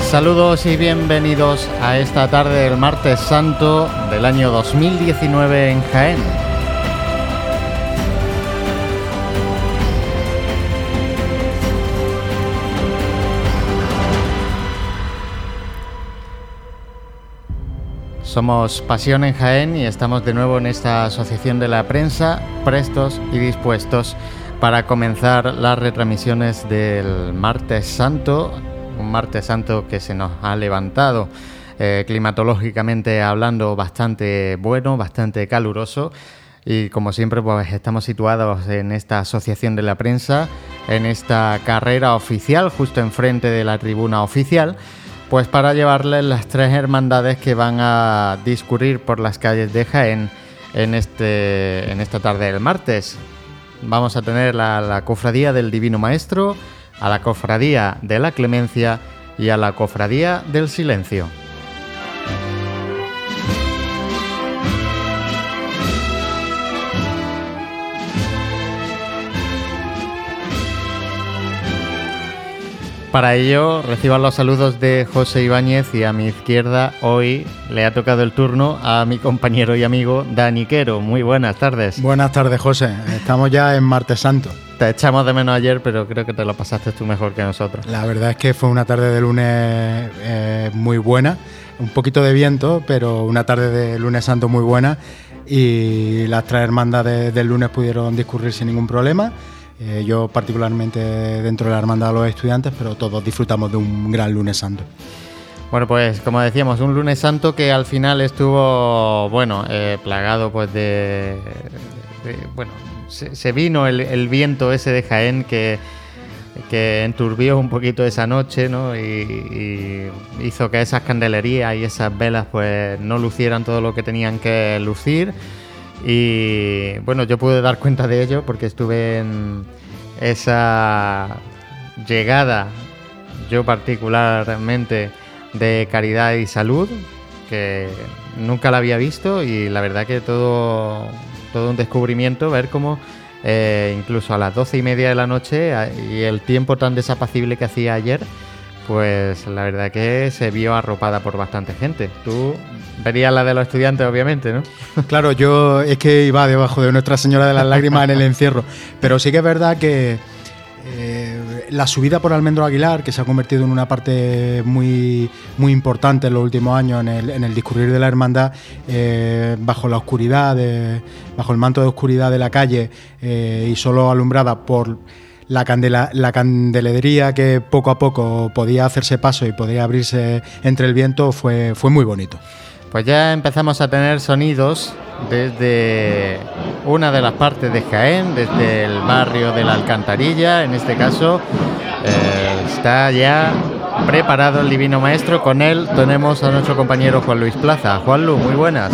Saludos y bienvenidos a esta tarde del martes santo del año 2019 en Jaén. Somos Pasión en Jaén y estamos de nuevo en esta asociación de la prensa, prestos y dispuestos para comenzar las retransmisiones del martes santo. Un martes santo que se nos ha levantado climatológicamente hablando bastante bueno, bastante caluroso, y como siempre pues estamos situados en esta asociación de la prensa, en esta carrera oficial justo enfrente de la tribuna oficial, pues para llevarles las tres hermandades que van a discurrir por las calles de Jaén en esta tarde del martes. Vamos a tener la Cofradía del Divino Maestro, a la Cofradía de la Clemencia y a la Cofradía del Silencio. Para ello, reciban los saludos de José Ibáñez y a mi izquierda hoy le ha tocado el turno a mi compañero y amigo Dani Quero. Muy buenas tardes. Buenas tardes, José. Estamos ya en Martes Santo. Te echamos de menos ayer, pero creo que te lo pasaste tú mejor que nosotros. La verdad es que fue una tarde de lunes muy buena. Un poquito de viento, pero una tarde de lunes santo muy buena. Y las tres hermandades del lunes pudieron discurrir sin ningún problema. Yo particularmente dentro de la hermandad de los estudiantes, pero todos disfrutamos de un gran lunes santo. Bueno, pues como decíamos, un lunes santo que al final estuvo, plagado pues se vino el viento ese de Jaén que enturbió un poquito esa noche, ¿no? Y hizo que esas candelerías y esas velas pues no lucieran todo lo que tenían que lucir. Y bueno, yo pude dar cuenta de ello porque estuve en esa llegada, yo particularmente, de Caridad y Salud, que nunca la había visto, y la verdad que todo un descubrimiento ver cómo incluso a las 12:30 de la noche y el tiempo tan desapacible que hacía ayer, pues la verdad que se vio arropada por bastante gente. Tú verías la de los estudiantes, obviamente, ¿no? Claro, yo es que iba debajo de Nuestra Señora de las Lágrimas en el encierro, pero sí que es verdad que la subida por Almendro Aguilar, que se ha convertido en una parte muy, muy importante en los últimos años en el discurrir de la hermandad, bajo la oscuridad, bajo el manto de oscuridad de la calle y solo alumbrada por la candelería que poco a poco podía hacerse paso y podía abrirse entre el viento, fue muy bonito. Pues ya empezamos a tener sonidos desde una de las partes de Jaén, desde el barrio de la Alcantarilla. En este caso está ya preparado el Divino Maestro. Con él tenemos a nuestro compañero Juan Luis Plaza. Juanlu, muy buenas.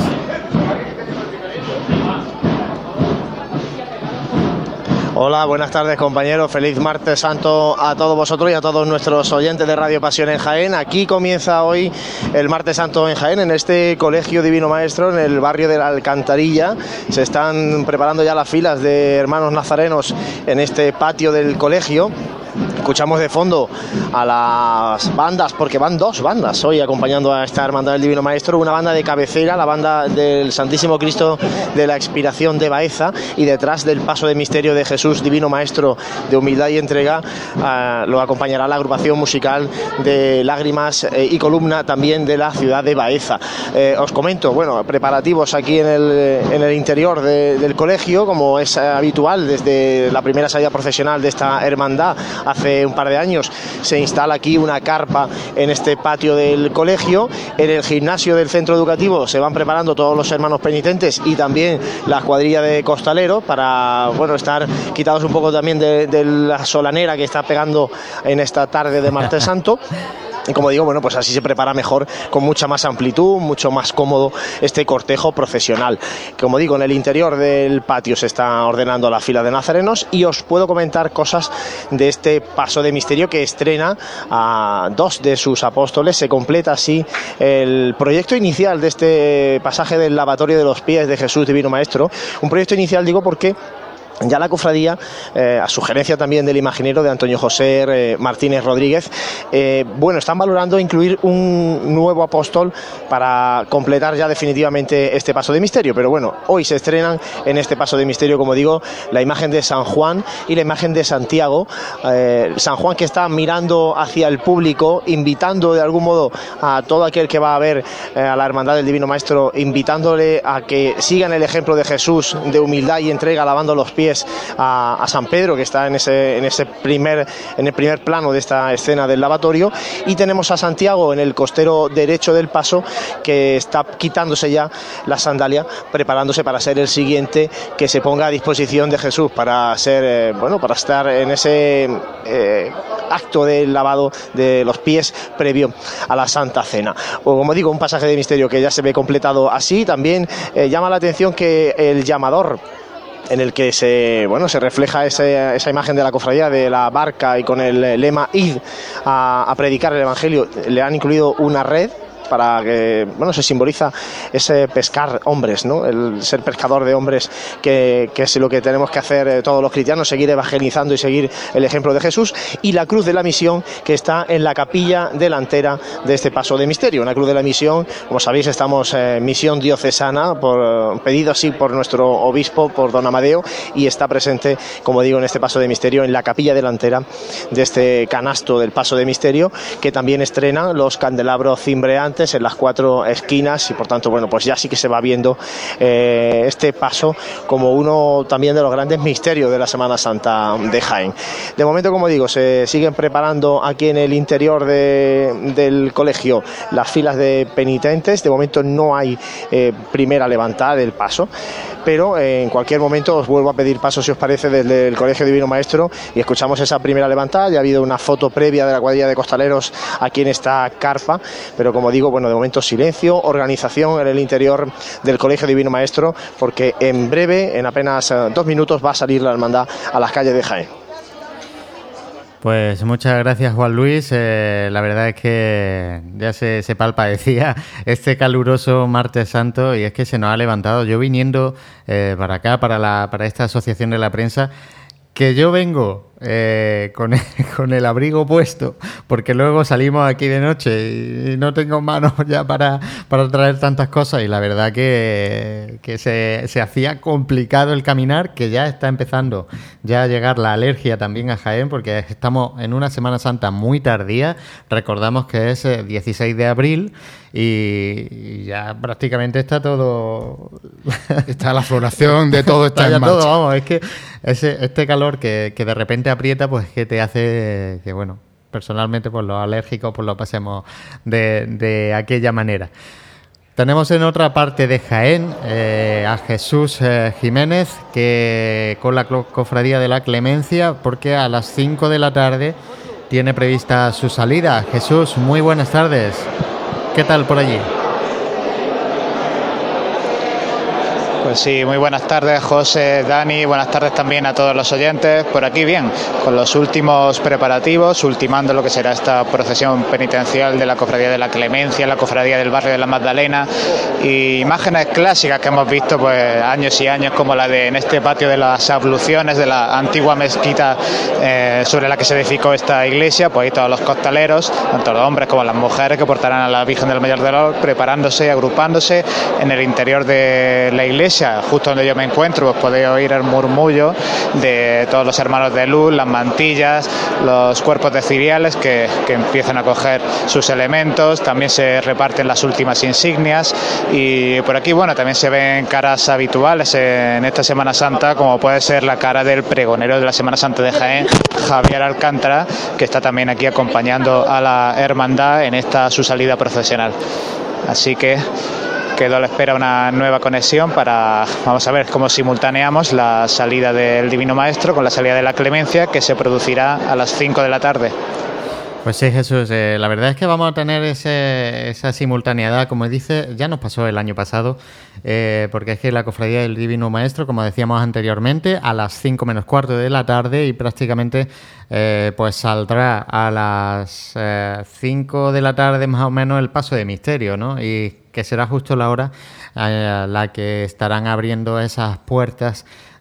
Hola, buenas tardes, compañeros. Feliz martes santo a todos vosotros y a todos nuestros oyentes de Radio Pasión en Jaén. Aquí comienza hoy el martes santo en Jaén, en este colegio Divino Maestro, en el barrio de la Alcantarilla. Se están preparando ya las filas de hermanos nazarenos en este patio del colegio. Escuchamos de fondo a las bandas, porque van dos bandas hoy acompañando a esta hermandad del Divino Maestro. Una banda de cabecera, la banda del Santísimo Cristo de la Expiración de Baeza, y detrás del paso de misterio de Jesús Divino Maestro de humildad y entrega lo acompañará la agrupación musical de Lágrimas y Columna, también de la ciudad de Baeza. Os comento, preparativos aquí en el interior del colegio, como es habitual desde la primera salida procesional de esta hermandad hace un par de años. Se instala aquí una carpa en este patio del colegio. En el gimnasio del centro educativo se van preparando todos los hermanos penitentes y también la cuadrilla de costaleros para estar quitados un poco también de la solanera que está pegando en esta tarde de martes santo. Y como digo, pues así se prepara mejor, con mucha más amplitud, mucho más cómodo este cortejo procesional. Como digo, en el interior del patio se está ordenando la fila de nazarenos, y os puedo comentar cosas de este paso de misterio que estrena a dos de sus apóstoles. Se completa así el proyecto inicial de este pasaje del lavatorio de los pies de Jesús Divino Maestro. Un proyecto inicial, digo, porque Ya la cofradía, a sugerencia también del imaginero de Antonio José Martínez Rodríguez, están valorando incluir un nuevo apóstol para completar ya definitivamente este paso de misterio. Pero bueno, hoy se estrenan en este paso de misterio, como digo, la imagen de San Juan y la imagen de Santiago. San Juan, que está mirando hacia el público, invitando de algún modo a todo aquel que va a ver a la Hermandad del Divino Maestro, invitándole a que sigan el ejemplo de Jesús de humildad y entrega, lavando los pies a San Pedro, que está en el primer plano de esta escena del lavatorio. Y tenemos a Santiago en el costero derecho del paso, que está quitándose ya la sandalia, preparándose para ser el siguiente que se ponga a disposición de Jesús para ser para estar en ese acto del lavado de los pies previo a la Santa Cena. O, como digo, un pasaje de misterio que ya se ve completado así. También llama la atención que el llamador, en el que se refleja esa imagen de la cofradía de la barca y con el lema "Id a predicar el Evangelio", le han incluido una red para que se simboliza ese pescar hombres, ¿no? El ser pescador de hombres, que es lo que tenemos que hacer todos los cristianos, seguir evangelizando y seguir el ejemplo de Jesús. Y la cruz de la misión, que está en la capilla delantera de este paso de misterio. Una cruz de la misión, como sabéis, estamos en misión diocesana, pedido así por nuestro obispo, por don Amadeo, y está presente, como digo, en este paso de misterio, en la capilla delantera de este canasto del paso de misterio, que también estrena los candelabros cimbreantes en las 4 esquinas. Y por tanto, pues ya sí que se va viendo este paso como uno también de los grandes misterios de la Semana Santa de Jaén. De momento, como digo, se siguen preparando aquí en el interior del colegio las filas de penitentes. De momento no hay primera levantada del paso, pero en cualquier momento os vuelvo a pedir paso, si os parece, desde el Colegio Divino Maestro, y escuchamos esa primera levantada. Ya ha habido una foto previa de la cuadrilla de costaleros aquí en esta carpa, pero como digo, de momento silencio, organización en el interior del Colegio Divino Maestro, porque en breve, en apenas 2 minutos, va a salir la hermandad a las calles de Jaén. Pues muchas gracias, Juan Luis. La verdad es que ya se palpa, decía, este caluroso martes santo, y es que se nos ha levantado. Yo viniendo para acá, para esta asociación de la prensa, que yo vengo con el abrigo puesto, porque luego salimos aquí de noche y no tengo manos ya para traer tantas cosas, y la verdad que se hacía complicado el caminar, que ya está empezando ya a llegar la alergia también a Jaén, porque estamos en una Semana Santa muy tardía. Recordamos que es 16 de abril y ya prácticamente está todo... Está la floración de todo, está en marcha. Todo, vamos, es que este calor que de repente aprieta, pues que te hace que, personalmente, pues los alérgicos pues lo pasemos de aquella manera. Tenemos en otra parte de Jaén a Jesús Jiménez, que con la Cofradía de la Clemencia, porque a las 5 de la tarde tiene prevista su salida. Jesús, muy buenas tardes. ¿Qué tal por allí? Pues sí, muy buenas tardes, José, Dani, buenas tardes también a todos los oyentes. Por aquí bien, con los últimos preparativos, ultimando lo que será esta procesión penitencial de la Cofradía de la Clemencia, la Cofradía del Barrio de la Magdalena, y imágenes clásicas que hemos visto pues años y años, como la de en este patio de las abluciones de la antigua mezquita sobre la que se edificó esta iglesia. Pues ahí todos los costaleros, tanto los hombres como las mujeres, que portarán a la Virgen del Mayor Dolor, preparándose, agrupándose en el interior de la iglesia. Justo donde yo me encuentro, pues podéis oír el murmullo de todos los hermanos de luz, las mantillas, los cuerpos de ciriales que empiezan a coger sus elementos. También se reparten las últimas insignias, y por aquí también se ven caras habituales en esta Semana Santa, como puede ser la cara del pregonero de la Semana Santa de Jaén, Javier Alcántara, que está también aquí acompañando a la hermandad en esta su salida procesional. Así que quedó a la espera una nueva conexión vamos a ver cómo simultaneamos la salida del Divino Maestro con la salida de la Clemencia, que se producirá a las 5 de la tarde. Pues sí, Jesús, la verdad es que vamos a tener esa simultaneidad, como dice, ya nos pasó el año pasado, porque es que la Cofradía del Divino Maestro, como decíamos anteriormente, a las 5 menos cuarto de la tarde, y prácticamente pues saldrá a las 5 de la tarde más o menos el paso de misterio, ¿no? Y que será justo la hora a la que estarán abriendo esas puertas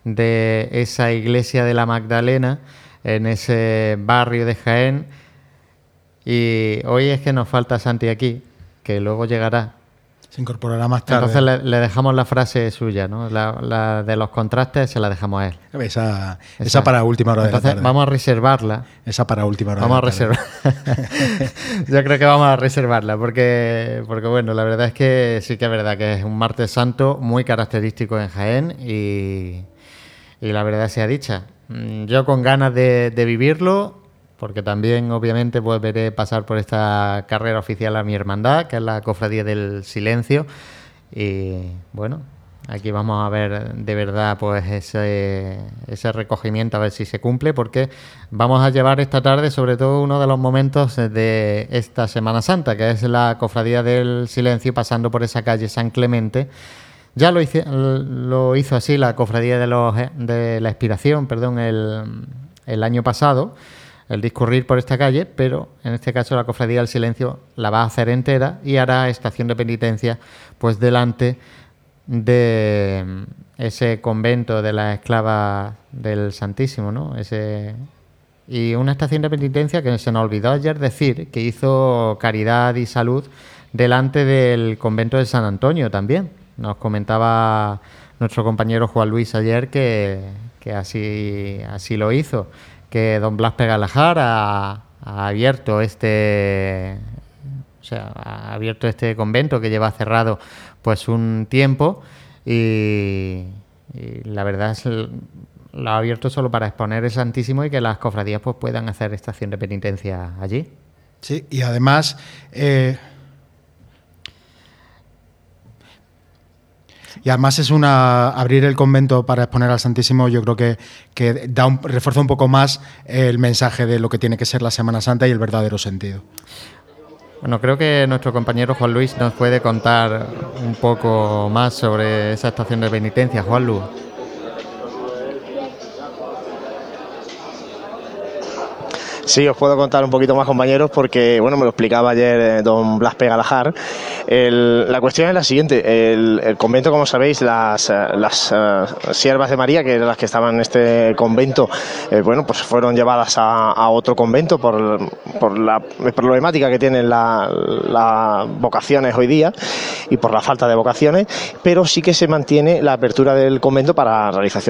de esa iglesia de la Magdalena en ese barrio de Jaén. Y hoy es que nos falta Santi aquí, que luego llegará. Se incorporará más tarde. Entonces le dejamos la frase suya, ¿no? La de los contrastes se la dejamos a él. Esa para última hora de la tarde. Entonces vamos a reservarla. Esa para última hora vamos de la tarde. Vamos a reservar. Yo creo que vamos a reservarla porque bueno, la verdad es que sí que es verdad que es un martes santo muy característico en Jaén y la verdad sea dicha. Yo con ganas de vivirlo, porque también obviamente pues veré pasar por esta carrera oficial a mi hermandad, que es la Cofradía del Silencio, y bueno, aquí vamos a ver de verdad pues ese recogimiento, a ver si se cumple, porque vamos a llevar esta tarde sobre todo uno de los momentos de esta Semana Santa, que es la Cofradía del Silencio pasando por esa calle San Clemente. Ya lo hizo así la Cofradía de la Expiración, el año pasado, el discurrir por esta calle, pero en este caso la Cofradía del Silencio la va a hacer entera y hará estación de penitencia pues delante de ese convento de las esclavas del Santísimo, ¿no? Y una estación de penitencia que se nos olvidó ayer decir que hizo caridad y salud delante del convento de San Antonio también. Nos comentaba nuestro compañero Juan Luis ayer que así lo hizo, que don Blas Pegalajar ha abierto este convento que lleva cerrado pues un tiempo y la verdad es lo ha abierto solo para exponer el Santísimo y que las cofradías pues puedan hacer estación de penitencia allí. Sí, y además es abrir el convento para exponer al Santísimo, yo creo que refuerza un poco más el mensaje de lo que tiene que ser la Semana Santa y el verdadero sentido. Bueno, creo que nuestro compañero Juan Luis nos puede contar un poco más sobre esa estación de penitencia. Juan Luis. Sí, os puedo contar un poquito más, compañeros, porque bueno, me lo explicaba ayer don Blas Pegalajar. La cuestión es la siguiente: el convento, como sabéis, las siervas de María, que eran las que estaban en este convento, pues fueron llevadas a otro convento por la problemática que tienen las vocaciones hoy día y por la falta de vocaciones, pero sí que se mantiene la apertura del convento para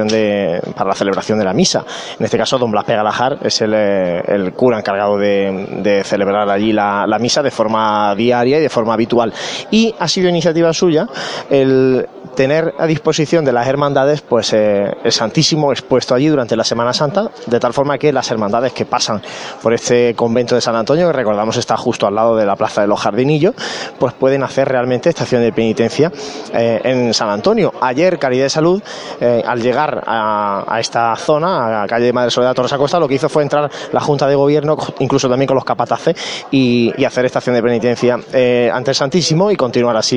la celebración de la misa. En este caso, don Blas Pegalajar es el cura encargado de celebrar allí la misa de forma diaria y de forma habitual. Y ha sido iniciativa suya el tener a disposición de las hermandades pues el Santísimo expuesto allí durante la Semana Santa, de tal forma que las hermandades que pasan por este convento de San Antonio, que recordamos está justo al lado de la Plaza de los Jardinillos, pues pueden hacer realmente estación de penitencia en San Antonio. Ayer Caridad de Salud, al llegar a esta zona, a calle Madre Soledad Torres Acosta, lo que hizo fue entrar la Junta de Gobierno, incluso también con los capataces, y hacer estación de penitencia ante el Santísimo y continuar así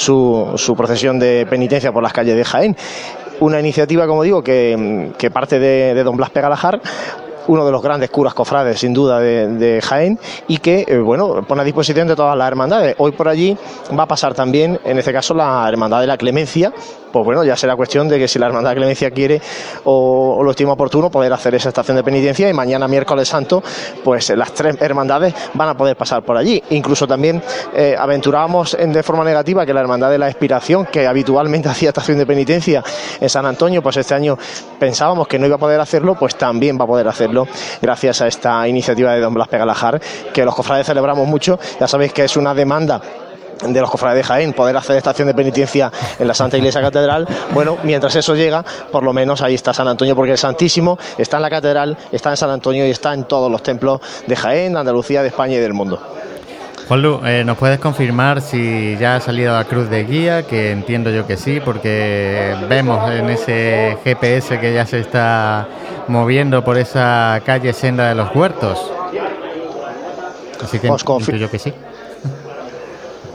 su procesión de penitencia por las calles de Jaén. Una iniciativa, como digo, que parte de don Blas Pegalajar, uno de los grandes curas cofrades sin duda de Jaén, y que pone a disposición de todas las hermandades. Hoy por allí va a pasar también, en este caso, la Hermandad de la Clemencia. Pues bueno, ya será cuestión de que si la Hermandad de Clemencia quiere o lo estima oportuno, poder hacer esa estación de penitencia, y mañana miércoles santo pues las tres hermandades van a poder pasar por allí. Incluso también aventurábamos de forma negativa que la Hermandad de la Expiración, que habitualmente hacía estación de penitencia en San Antonio, pues este año pensábamos que no iba a poder hacerlo, pues también va a poder hacerlo gracias a esta iniciativa de don Blas Pegalajar, que los cofrades celebramos mucho. Ya sabéis que es una demanda de los cofrades de Jaén poder hacer estación de penitencia en la Santa Iglesia Catedral. Bueno, mientras eso llega, por lo menos ahí está San Antonio, porque el Santísimo está en la Catedral, está en San Antonio y está en todos los templos de Jaén, Andalucía, de España y del mundo. Juanlu, ¿nos puedes confirmar si ya ha salido la cruz de guía? Que entiendo yo que sí, porque vemos en ese GPS que ya se está moviendo por esa calle Senda de los Huertos. Así que entiendo yo que sí.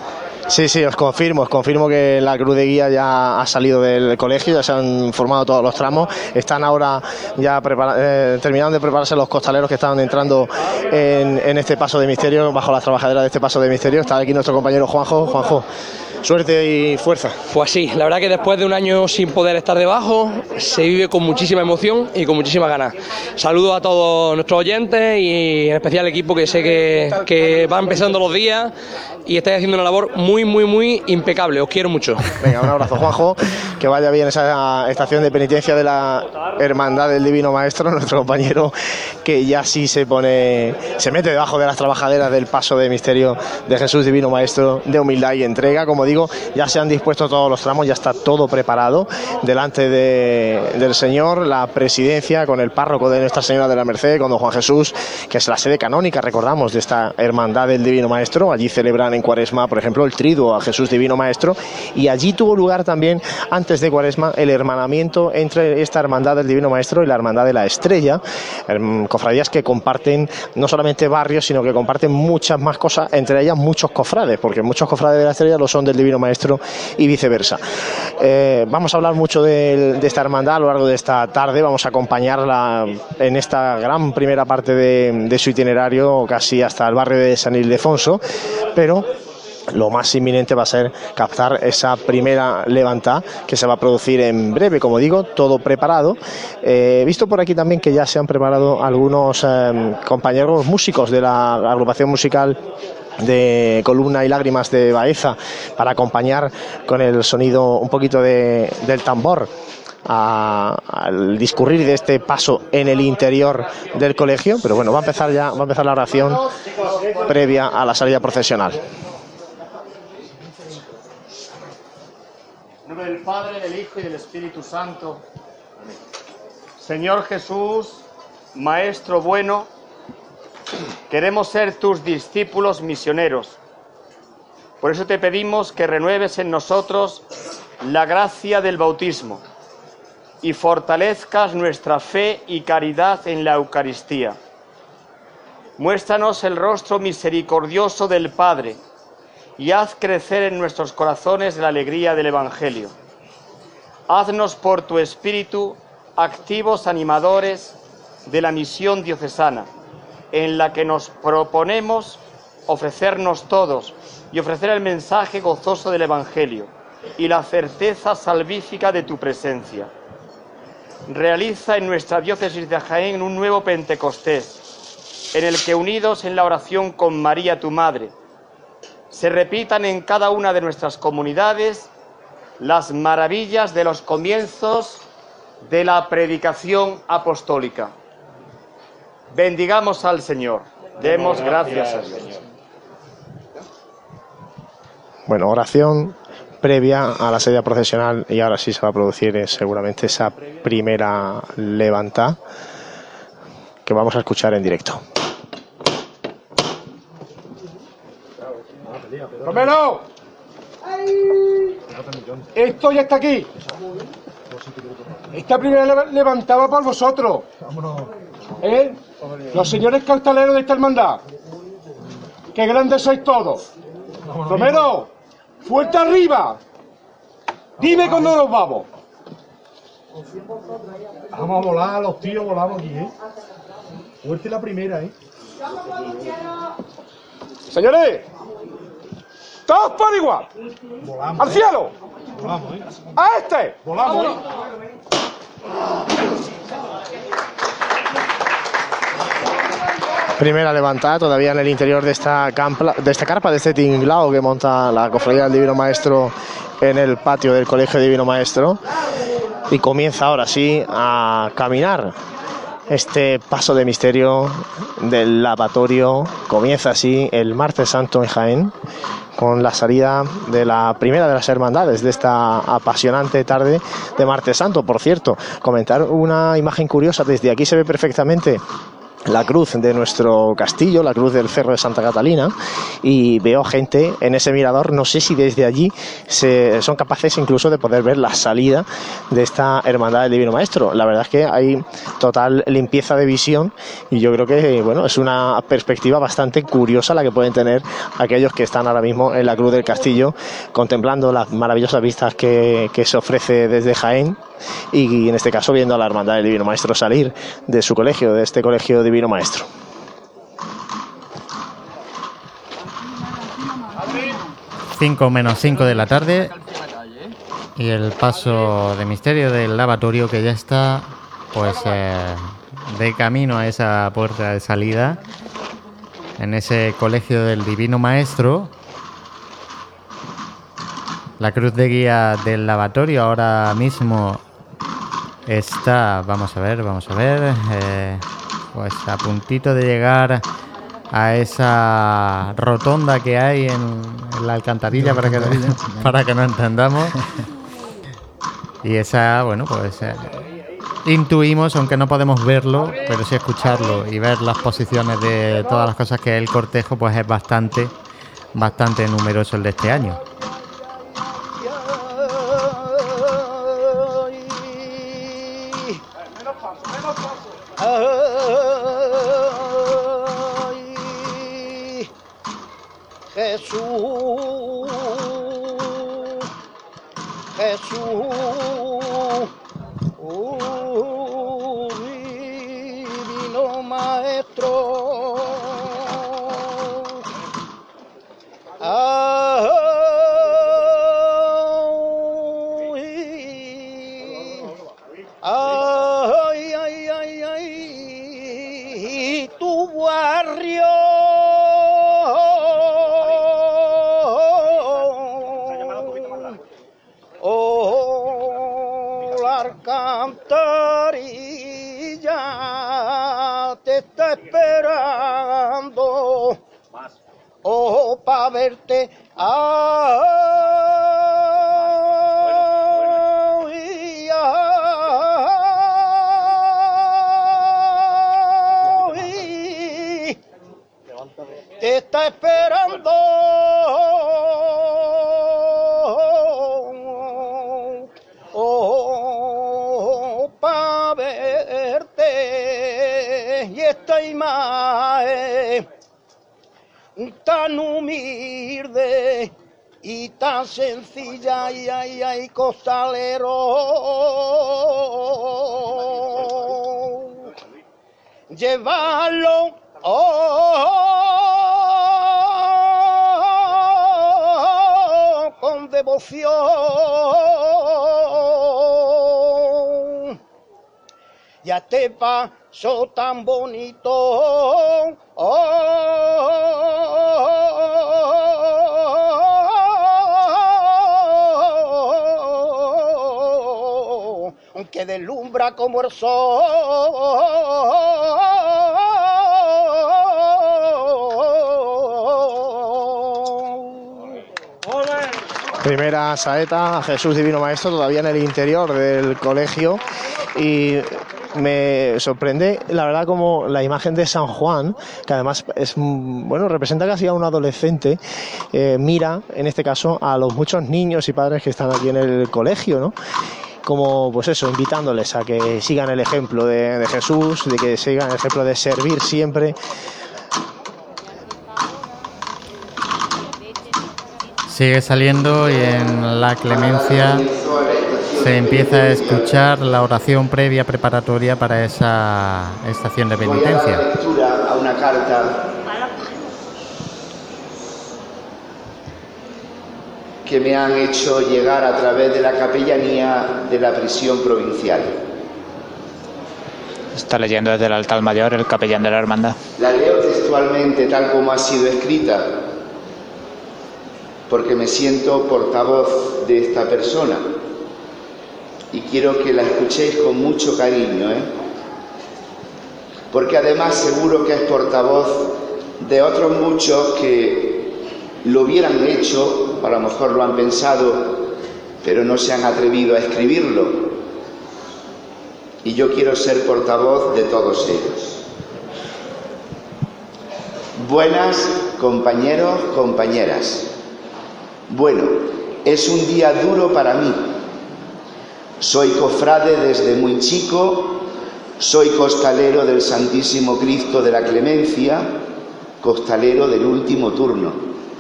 Sí, os confirmo que la cruz de guía ya ha salido del colegio, ya se han formado todos los tramos, están ahora ya terminando de prepararse los costaleros que están entrando en este paso de misterio, bajo las trabajaderas de este paso de misterio. Está aquí nuestro compañero Juanjo, suerte y fuerza. Pues sí, la verdad que después de un año sin poder estar debajo, se vive con muchísima emoción y con muchísimas ganas. Saludos a todos nuestros oyentes y en especial al equipo que sé que va empezando los días y estáis haciendo una labor muy impecable. Os quiero mucho. Venga, un abrazo, Juanjo, que vaya bien esa estación de penitencia de la Hermandad del Divino Maestro, nuestro compañero que ya sí se mete debajo de las trabajaderas del paso de misterio de Jesús Divino Maestro, de humildad y entrega. Como digo, ya se han dispuesto todos los tramos, ya está todo preparado delante del Señor, la presidencia con el párroco de Nuestra Señora de la Merced, con don Juan Jesús, que es la sede canónica, recordamos, de esta Hermandad del Divino Maestro. Allí celebran en Cuaresma, por ejemplo, el triduo a Jesús Divino Maestro, y allí tuvo lugar también, antes de Cuaresma, el hermanamiento entre esta Hermandad del Divino Maestro y la Hermandad de la Estrella, cofradías que comparten no solamente barrios, sino que comparten muchas más cosas, entre ellas muchos cofrades, porque muchos cofrades de la Estrella lo son del Divino Maestro y viceversa. Vamos a hablar mucho de esta hermandad a lo largo de esta tarde, vamos a acompañarla en esta gran primera parte de su itinerario, casi hasta el barrio de San Ildefonso, pero lo más inminente va a ser captar esa primera levantada que se va a producir en breve, como digo, todo preparado. He visto por aquí también que ya se han preparado algunos compañeros músicos de la agrupación musical de Columna y Lágrimas de Baeza para acompañar con el sonido un poquito del tambor al discurrir de este paso en el interior del colegio. Pero bueno, va a empezar la oración previa a la salida procesional. En nombre del Padre, del Hijo y del Espíritu Santo. Señor Jesús, Maestro bueno, queremos ser tus discípulos misioneros. Por eso te pedimos que renueves en nosotros la gracia del bautismo y fortalezcas nuestra fe y caridad en la Eucaristía. Muéstranos el rostro misericordioso del Padre y haz crecer en nuestros corazones la alegría del Evangelio. Haznos por tu Espíritu activos animadores de la misión diocesana, en la que nos proponemos ofrecernos todos y ofrecer el mensaje gozoso del Evangelio y la certeza salvífica de tu presencia. Realiza en nuestra diócesis de Jaén un nuevo Pentecostés, en el que, unidos en la oración con María tu Madre, se repitan en cada una de nuestras comunidades las maravillas de los comienzos de la predicación apostólica. Bendigamos al Señor. Demos gracias a Dios. Bueno, oración previa a la salida procesional y ahora sí se va a producir seguramente esa primera levantada que vamos a escuchar en directo. ¡Romero! Esto ya está aquí. Esta primera levantada para vosotros. Los señores costaleros de esta hermandad. ¡Qué grandes sois todos! Romero, fuerte arriba. Dime cuándo nos vamos. Vamos a volar, los tíos volamos aquí, Fuerte la primera, Señores, todos por igual. Volamos, ¡al cielo! Volamos, ¡a este! Volamos, Primera levantada todavía en el interior de esta carpa, de este tinglao que monta la Cofradía del Divino Maestro en el patio del Colegio Divino Maestro. Y comienza ahora sí a caminar este paso de misterio del lavatorio. Comienza así el Martes Santo en Jaén, con la salida de la primera de las hermandades de esta apasionante tarde de Martes Santo. Por cierto, comentar una imagen curiosa, desde aquí se ve perfectamente la cruz de nuestro castillo, la cruz del Cerro de Santa Catalina, y veo gente en ese mirador. No sé si desde allí son capaces incluso de poder ver la salida de esta Hermandad del Divino Maestro. La verdad es que hay total limpieza de visión y yo creo que bueno, es una perspectiva bastante curiosa la que pueden tener aquellos que están ahora mismo en la cruz del castillo contemplando las maravillosas vistas que se ofrece desde Jaén, y en este caso viendo a la Hermandad del Divino Maestro salir de su colegio, de este colegio Divino Maestro. Cinco menos 5 de la tarde y el paso de misterio del lavatorio que ya está pues de camino a esa puerta de salida en ese colegio del Divino Maestro. La cruz de guía del lavatorio ahora mismo está, vamos a ver, pues a puntito de llegar a esa rotonda que hay en la alcantarilla, para que no entendamos. Y esa, bueno, pues intuimos, aunque no podemos verlo, pero sí escucharlo y ver las posiciones de todas las cosas que es el cortejo, pues es bastante numeroso el de este año. Divino Maestro, tu barrio. Alcantarilla te está esperando, para verte. Te está esperando. Para verte, y esta imagen tan humilde y tan sencilla, y costalero, llevarlo con devoción. Ya te paso tan bonito, que deslumbra como el sol. Primera saeta a Jesús Divino Maestro, todavía en el interior del colegio, y me sorprende, la verdad, como la imagen de San Juan, que además es, bueno, representa casi a un adolescente, mira, en este caso, a los muchos niños y padres que están aquí en el colegio, ¿no? Como, pues eso, invitándoles a que sigan el ejemplo de Jesús, de que sigan el ejemplo de servir siempre. Sigue saliendo y en la clemencia se empieza a escuchar la oración previa preparatoria para esa estación de penitencia. Voy a dar lectura a una carta que me han hecho llegar a través de la capellanía de la prisión provincial. Está leyendo desde el altar mayor el capellán de la hermandad. La leo textualmente tal como ha sido escrita, porque me siento portavoz de esta persona y quiero que la escuchéis con mucho cariño, porque además seguro que es portavoz de otros muchos que lo hubieran hecho, a lo mejor lo han pensado, pero no se han atrevido a escribirlo, y yo quiero ser portavoz de todos ellos. Buenas, compañeros, compañeras. Bueno, es un día duro para mí. Soy cofrade desde muy chico, soy costalero del Santísimo Cristo de la Clemencia, costalero del último turno.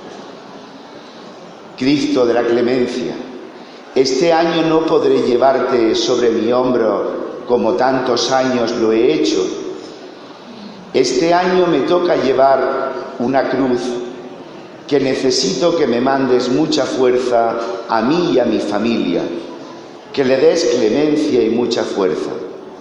Cristo de la Clemencia, este año no podré llevarte sobre mi hombro como tantos años lo he hecho. Este año me toca llevar una cruz que necesito que me mandes mucha fuerza a mí y a mi familia, que le des clemencia y mucha fuerza.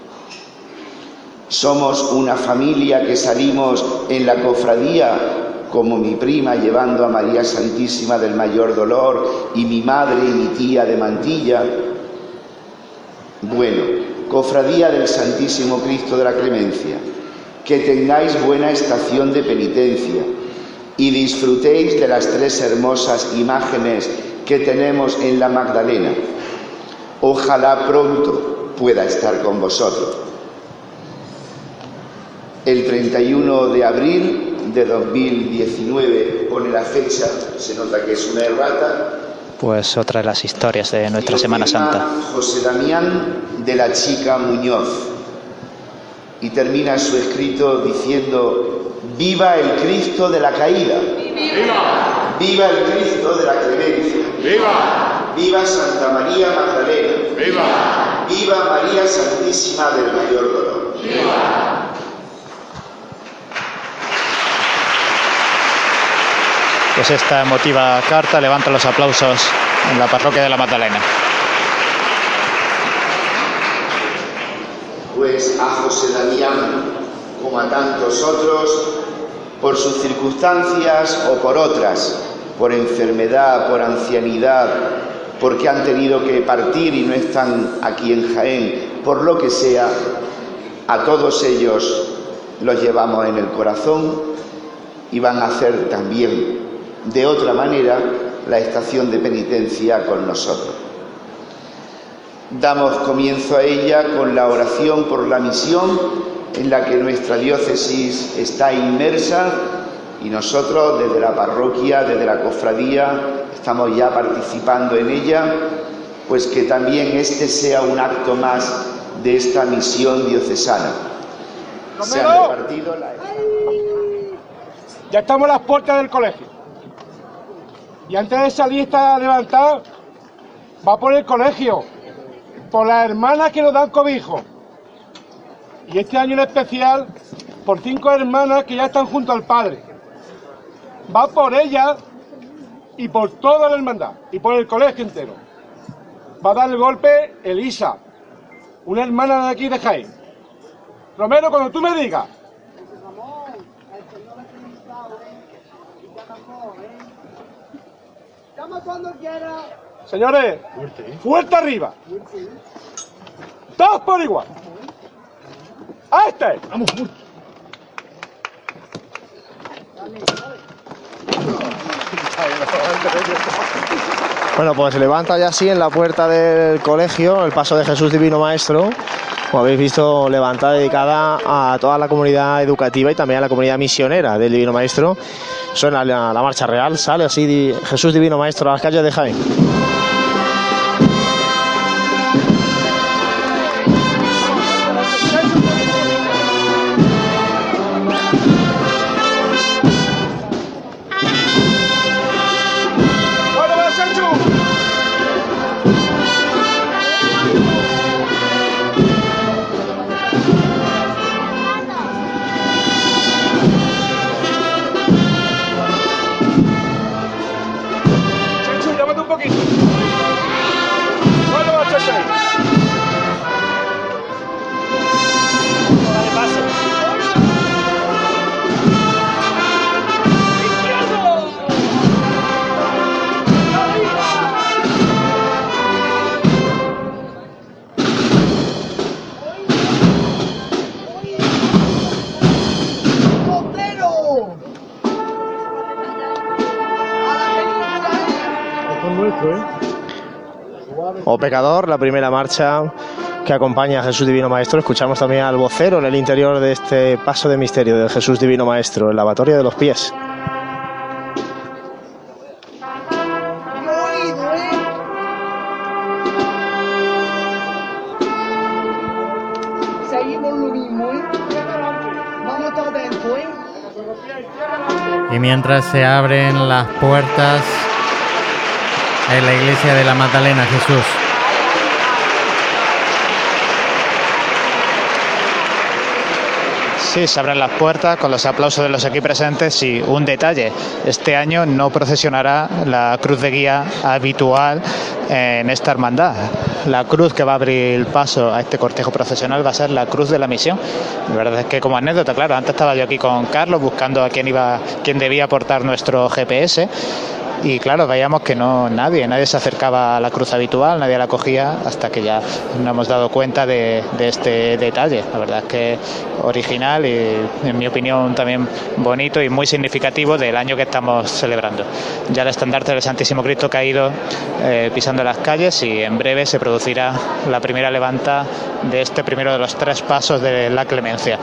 Somos una familia que salimos en la cofradía, como mi prima llevando a María Santísima del Mayor Dolor y mi madre y mi tía de Mantilla. Bueno, cofradía del Santísimo Cristo de la Clemencia, que tengáis buena estación de penitencia y disfrutéis de las 3 hermosas imágenes que tenemos en la Magdalena. Ojalá pronto pueda estar con vosotros. El 31 de abril de 2019 pone la fecha, se nota que es una errata. Pues otra de las historias de nuestra Semana Santa. José Damián de la Chica Muñoz. Y termina su escrito diciendo: ¡viva el Cristo de la caída! ¡Viva! ¡Viva el Cristo de la clemencia! ¡Viva! ¡Viva Santa María Magdalena! ¡Viva! ¡Viva María Santísima del Mayor Dolor! ¡Viva! Pues esta emotiva carta levanta los aplausos en la parroquia de la Magdalena. Pues a José Damián, como a tantos otros, por sus circunstancias o por otras, por enfermedad, por ancianidad, porque han tenido que partir y no están aquí en Jaén, por lo que sea, a todos ellos los llevamos en el corazón y van a hacer también, de otra manera, la estación de penitencia con nosotros. Damos comienzo a ella con la oración por la misión en la que nuestra diócesis está inmersa y nosotros desde la parroquia, desde la cofradía, estamos ya participando en ella, pues que también este sea un acto más de esta misión diocesana. Se han repartido Ya estamos a las puertas del colegio. Y antes de salir esta levantada, va por el colegio, por las hermanas que nos dan cobijo. Y este año en especial, por 5 hermanas que ya están junto al Padre. Va por ellas y por toda la hermandad, y por el colegio entero. Va a dar el golpe Elisa, una hermana de aquí de Jaén. Romero, cuando tú me digas. Llama cuando quiera. Señores, fuerte arriba. Todos por igual. ¡A este! Vamos, Bueno, pues se levanta ya así en la puerta del colegio el paso de Jesús Divino Maestro, como habéis visto, levantada, dedicada a toda la comunidad educativa y también a la comunidad misionera del Divino Maestro. Suena la marcha real, sale así Jesús Divino Maestro a las calles de Jaén. O Pecador, la primera marcha que acompaña a Jesús Divino Maestro. Escuchamos también al vocero en el interior de este paso de misterio de Jesús Divino Maestro, el lavatorio de los pies. Y mientras se abren las puertas en la iglesia de la Magdalena, Jesús. Sí, se abren las puertas con los aplausos de los aquí presentes y un detalle, este año no procesionará la cruz de guía habitual en esta hermandad. La cruz que va a abrir el paso a este cortejo procesional va a ser la cruz de la misión. La verdad es que como anécdota, claro, antes estaba yo aquí con Carlos buscando a quién debía aportar nuestro GPS. Y claro, veíamos que nadie se acercaba a la cruz habitual, nadie la cogía, hasta que ya nos hemos dado cuenta de este detalle. La verdad es que original y, en mi opinión, también bonito y muy significativo del año que estamos celebrando. Ya el estandarte del Santísimo Cristo ha ido pisando las calles y en breve se producirá la primera levanta de este primero de los 3 pasos de la Clemencia.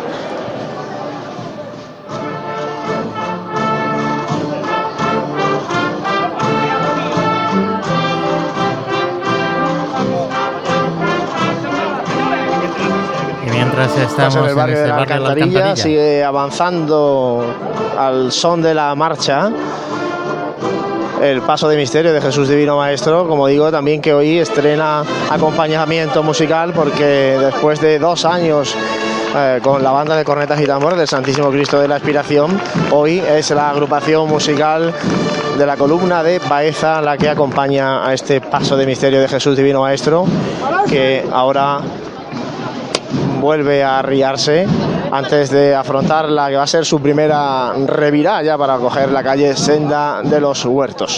Mientras estamos en el barrio de la Alcantarilla, sigue avanzando al son de la marcha el paso de misterio de Jesús Divino Maestro. Como digo, también que hoy estrena acompañamiento musical, porque después de 2 años con la banda de cornetas y tambores del Santísimo Cristo de la Expiración, hoy es la agrupación musical de la columna de Baeza la que acompaña a este paso de misterio de Jesús Divino Maestro, que ahora vuelve a arriarse antes de afrontar la que va a ser su primera revirada ya para coger la calle Senda de los Huertos.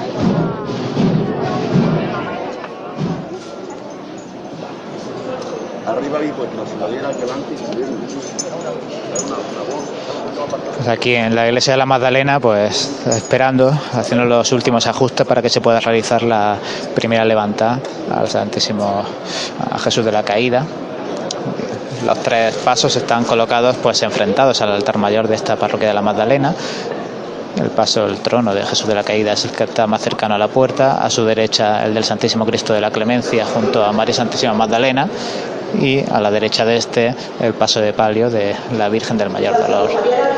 Pues aquí en la iglesia de la Magdalena, pues esperando, haciendo los últimos ajustes para que se pueda realizar la primera levanta al Santísimo, a Jesús de la Caída. Los 3 pasos están colocados pues enfrentados al altar mayor de esta parroquia de la Magdalena. El paso del trono de Jesús de la Caída es el que está más cercano a la puerta. A su derecha el del Santísimo Cristo de la Clemencia junto a María Santísima Magdalena. Y a la derecha de este el paso de palio de la Virgen del Mayor Dolor.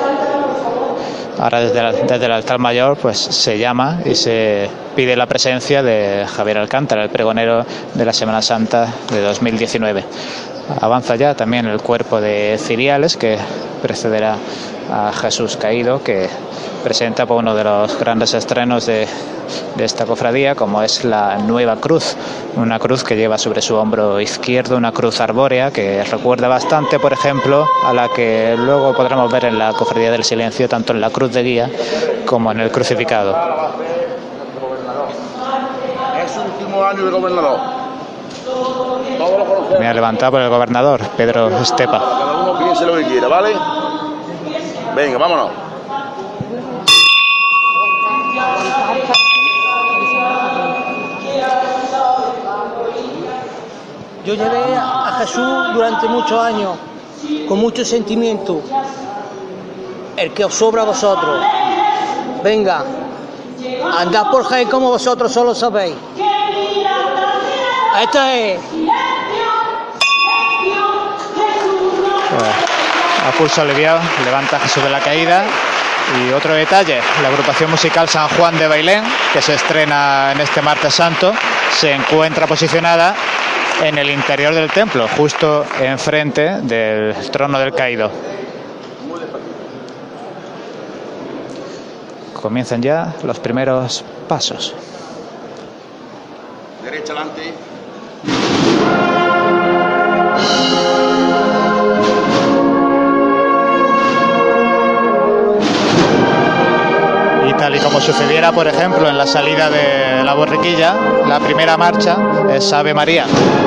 Ahora desde el altar mayor pues se llama y se pide la presencia de Javier Alcántara, el pregonero de la Semana Santa de 2019. Avanza ya también el cuerpo de ciriales que precederá a Jesús Caído, que presenta por uno de los grandes estrenos de esta cofradía, como es la nueva cruz, una cruz que lleva sobre su hombro izquierdo, una cruz arbórea que recuerda bastante, por ejemplo, a la que luego podremos ver en la cofradía del Silencio, tanto en la cruz de guía como en el crucificado. Es su último año de gobernador. Me ha levantado por el gobernador, Pedro Estepa. Cada uno piense lo que quiera, ¿vale? Venga, vámonos. Yo llevé a Jesús durante muchos años, con mucho sentimiento. El que os sobra a vosotros. Venga, andad por Jaén como vosotros solo sabéis. Esto es. A pulso aliviado levanta Jesús de la Caída. Y otro detalle, la agrupación musical San Juan de Bailén, que se estrena en este Martes Santo, se encuentra posicionada en el interior del templo, justo enfrente del trono del caído. Comienzan ya los primeros pasos. Derecha adelante. Y tal y como sucediera, por ejemplo, en la salida de la borriquilla, la primera marcha es Ave María.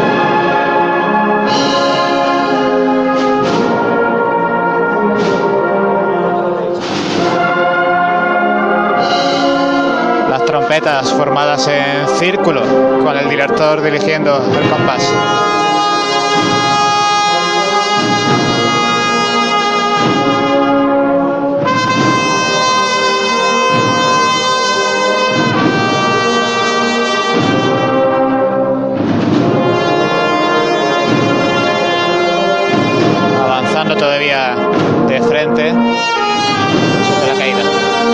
Las trompetas formadas en círculo, con el director dirigiendo el compás. frente Jesús de la Caída.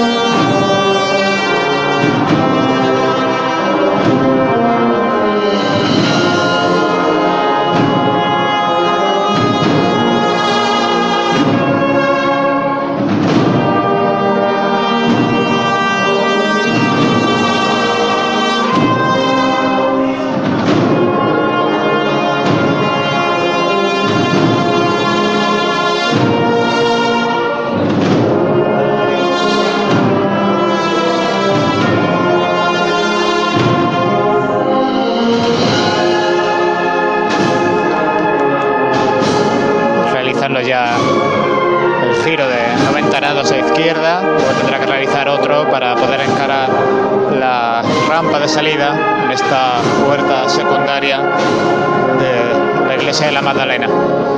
Ya el giro de 90 grados a izquierda, luego tendrá que realizar otro para poder encarar la rampa de salida en esta puerta secundaria de la iglesia de la Magdalena.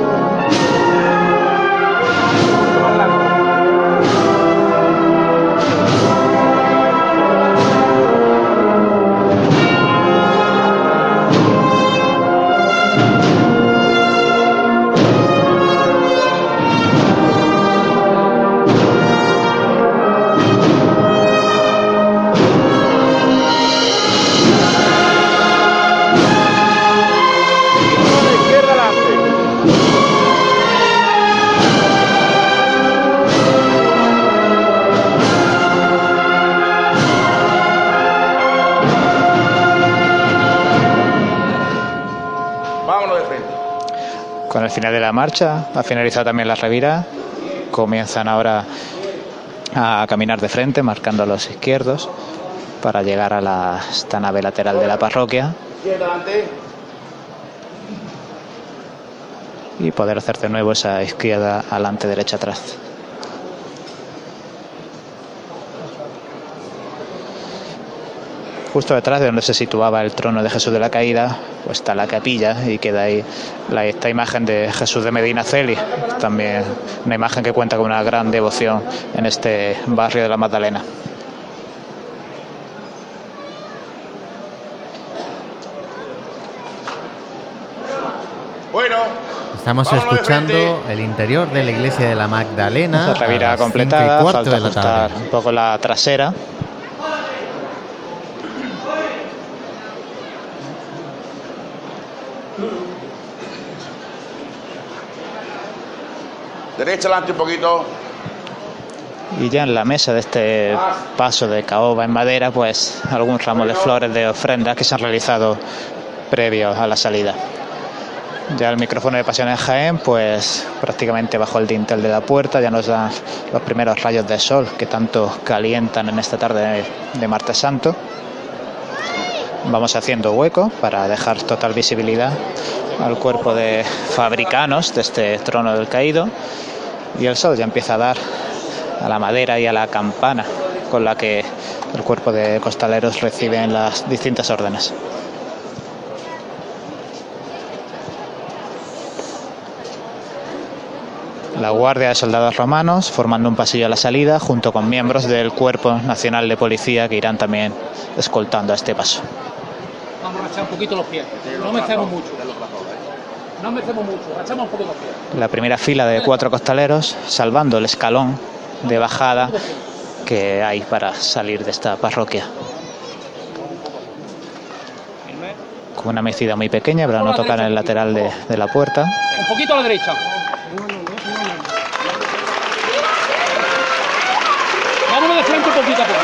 Con el final de la marcha ha finalizado también la revira. Comienzan ahora a caminar de frente, marcando a los izquierdos para llegar a esta nave lateral de la parroquia y poder hacer de nuevo esa izquierda adelante, derecha atrás. Justo detrás de donde se situaba el trono de Jesús de la Caída, pues está la capilla y queda ahí esta imagen de Jesús de Medinaceli, también una imagen que cuenta con una gran devoción en este barrio de la Magdalena. Bueno, estamos escuchando el interior de la iglesia de la Magdalena. Esta revira completada, falta ajustar un poco la trasera. Derecha adelante un poquito. Y ya en la mesa de este paso de caoba en madera, pues algún ramo de flores de ofrendas que se han realizado previo a la salida. Ya el micrófono de Pasión en Jaén, pues prácticamente bajo el dintel de la puerta, ya nos dan los primeros rayos de sol que tanto calientan en esta tarde de Martes Santo. Vamos haciendo hueco para dejar total visibilidad al cuerpo de fabricanos de este trono del caído, y el sol ya empieza a dar a la madera y a la campana con la que el cuerpo de costaleros reciben las distintas órdenes. La guardia de soldados romanos formando un pasillo a la salida junto con miembros del Cuerpo Nacional de Policía que irán también escoltando a este paso. Vamos a echar un poquito los pies, no mecemos mucho. No mecemos mucho, echamos un poco los pies. La primera fila de 4 costaleros salvando el escalón de bajada que hay para salir de esta parroquia. Con una mecida muy pequeña para no tocar en el lateral de la puerta. Un poquito a la derecha. Vámonos de frente un poquito a poquito.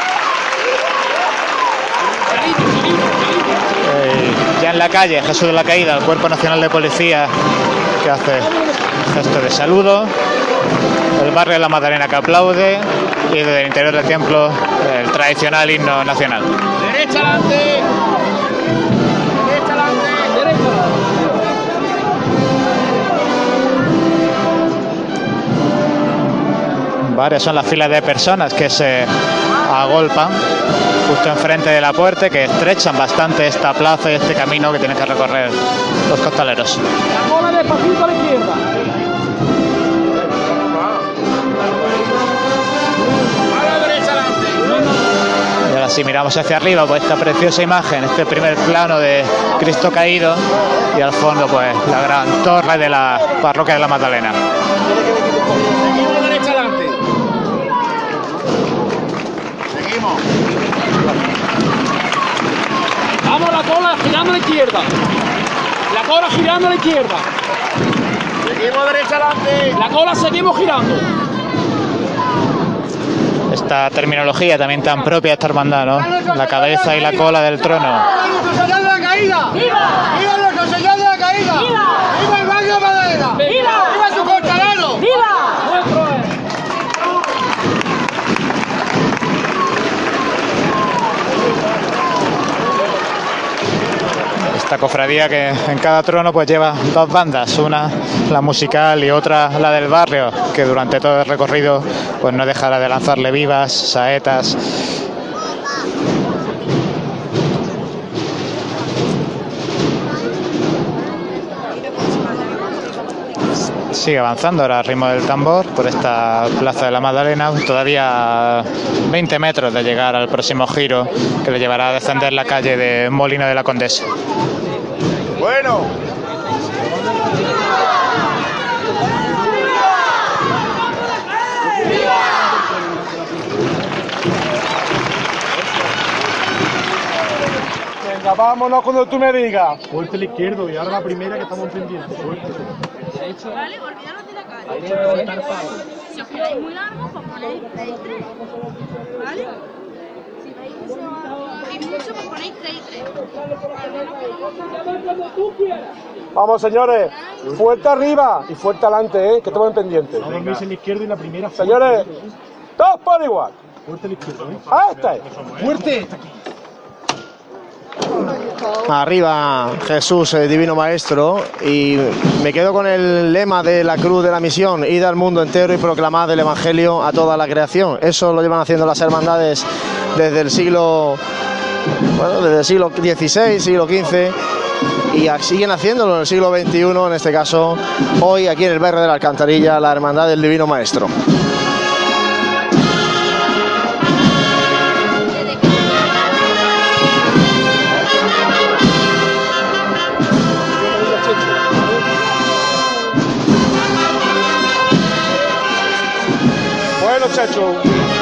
Ya en la calle, Jesús de la Caída, el Cuerpo Nacional de Policía que hace gesto de saludo, el barrio de la Magdalena que aplaude y desde el interior del templo el tradicional himno nacional. Derecha adelante. Derecha adelante. Derecha. Varias son las filas de personas que se agolpan justo enfrente de la puerta, que estrechan bastante esta plaza y este camino que tienen que recorrer los costaleros. La cola despacito a la izquierda. A la derecha adelante. Y ahora si miramos hacia arriba, pues esta preciosa imagen, este primer plano de Cristo caído y al fondo pues la gran torre de la parroquia de la Magdalena. Seguimos derecha adelante. Seguimos. Vamos, la cola girando a la izquierda. La cola girando a la izquierda. Seguimos derecha adelante. La cola seguimos girando. Esta terminología también tan propia de esta hermandad, ¿no? La cabeza y la cola del trono. ¡Viva nuestro señor de la caída! ¡Viva! ¡Viva nuestro señor de la caída! ¡Viva! ¡Viva el barrio de Madera! ¡Viva! ¡Viva su costalero! ¡Viva! Nuestro es. Esta cofradía que en cada trono pues lleva dos bandas, una la musical y otra la del barrio, que durante todo el recorrido pues no dejará de lanzarle vivas, saetas. Sigue avanzando ahora al ritmo del tambor por esta plaza de la Magdalena, todavía 20 metros de llegar al próximo giro que le llevará a descender la calle de Molino de la Condesa. Bueno. Venga, vámonos cuando tú me digas. Fuerte el izquierdo y ahora la primera que estamos pendientes. Vale, olvidaros de la calle. Si os quedáis muy largos, pues ponéis 3 y 3. ¿Vale? Si veis que se os mucho, pues ponéis 3 y 3. Vamos, señores. Fuerte arriba y fuerte adelante, que estamos en pendiente. No dormís en la izquierda y la primera. Señores, todos por igual. Fuerte el izquierdo, ¿eh? ¡Ah, está! ¡Fuerte! Arriba Jesús, Divino Maestro, y me quedo con el lema de la cruz de la misión: id al mundo entero y proclamad el Evangelio a toda la creación. Eso lo llevan haciendo las hermandades desde el siglo XVI, siglo XV, y siguen haciéndolo en el siglo XXI, en este caso hoy aquí en el barrio de la Alcantarilla, la Hermandad del Divino Maestro. Bueno, chacho.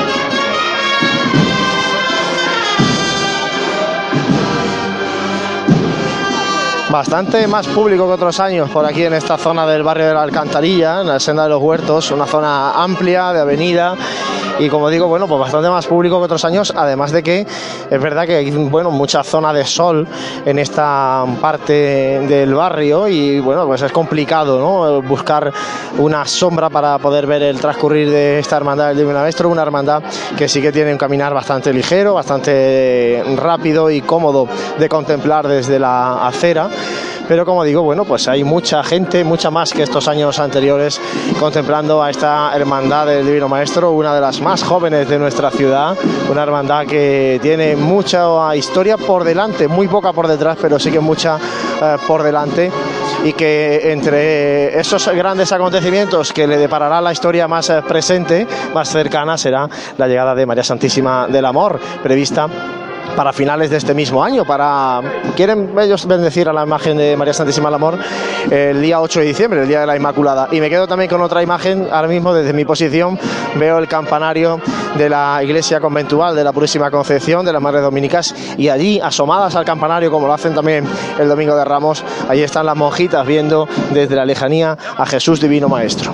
Bastante más público que otros años por aquí en esta zona del barrio de la Alcantarilla, en la senda de los Huertos, una zona amplia de avenida. Y como digo, bueno, pues bastante más público que otros años, además de que es verdad que hay, bueno, mucha zona de sol en esta parte del barrio y bueno, pues es complicado, ¿no?, buscar una sombra para poder ver el transcurrir de esta hermandad del Divino Maestro, una hermandad que sí que tiene un caminar bastante ligero, bastante rápido y cómodo de contemplar desde la acera. Pero como digo, bueno, pues hay mucha gente, mucha más que estos años anteriores, contemplando a esta hermandad del Divino Maestro, una de las más jóvenes de nuestra ciudad, una hermandad que tiene mucha historia por delante, muy poca por detrás, pero sí que mucha por delante, y que entre esos grandes acontecimientos que le deparará la historia más presente, más cercana, será la llegada de María Santísima del Amor, prevista para finales de este mismo año. Quieren ellos bendecir a la imagen de María Santísima del Amor el día 8 de diciembre, el día de la Inmaculada. Y me quedo también con otra imagen. Ahora mismo desde mi posición veo el campanario de la iglesia conventual de la Purísima Concepción de las Madres Dominicas, y allí, asomadas al campanario, como lo hacen también el Domingo de Ramos, allí están las monjitas viendo desde la lejanía a Jesús Divino Maestro.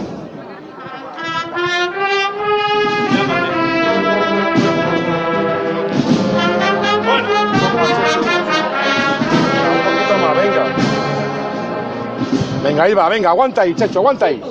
Venga, ahí va, venga, aguanta ahí, Checho, aguanta ahí.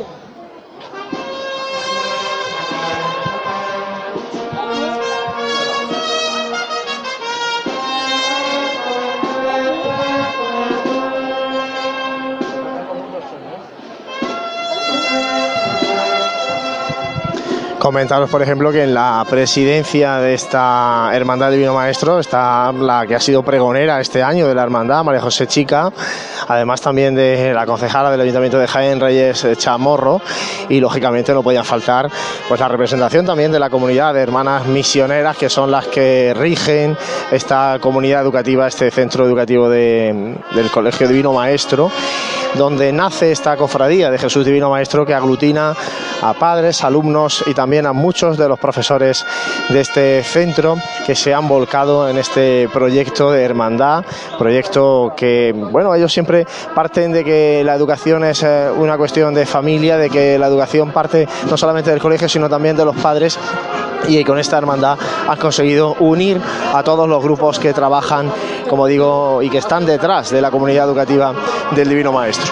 Comentaros, por ejemplo, que en la presidencia de esta Hermandad Divino Maestro está la que ha sido pregonera este año de la Hermandad, María José Chica, además también de la concejala del Ayuntamiento de Jaén, Reyes Chamorro, y lógicamente no podía faltar pues la representación también de la comunidad de hermanas misioneras, que son las que rigen esta comunidad educativa, este centro educativo del Colegio Divino Maestro, donde nace esta cofradía de Jesús Divino Maestro, que aglutina a padres, alumnos y también a muchos de los profesores de este centro que se han volcado en este proyecto de hermandad, proyecto que, bueno, ellos siempre parten de que la educación es una cuestión de familia, de que la educación parte no solamente del colegio, sino también de los padres, y con esta hermandad han conseguido unir a todos los grupos que trabajan, como digo, y que están detrás de la comunidad educativa del Divino Maestro.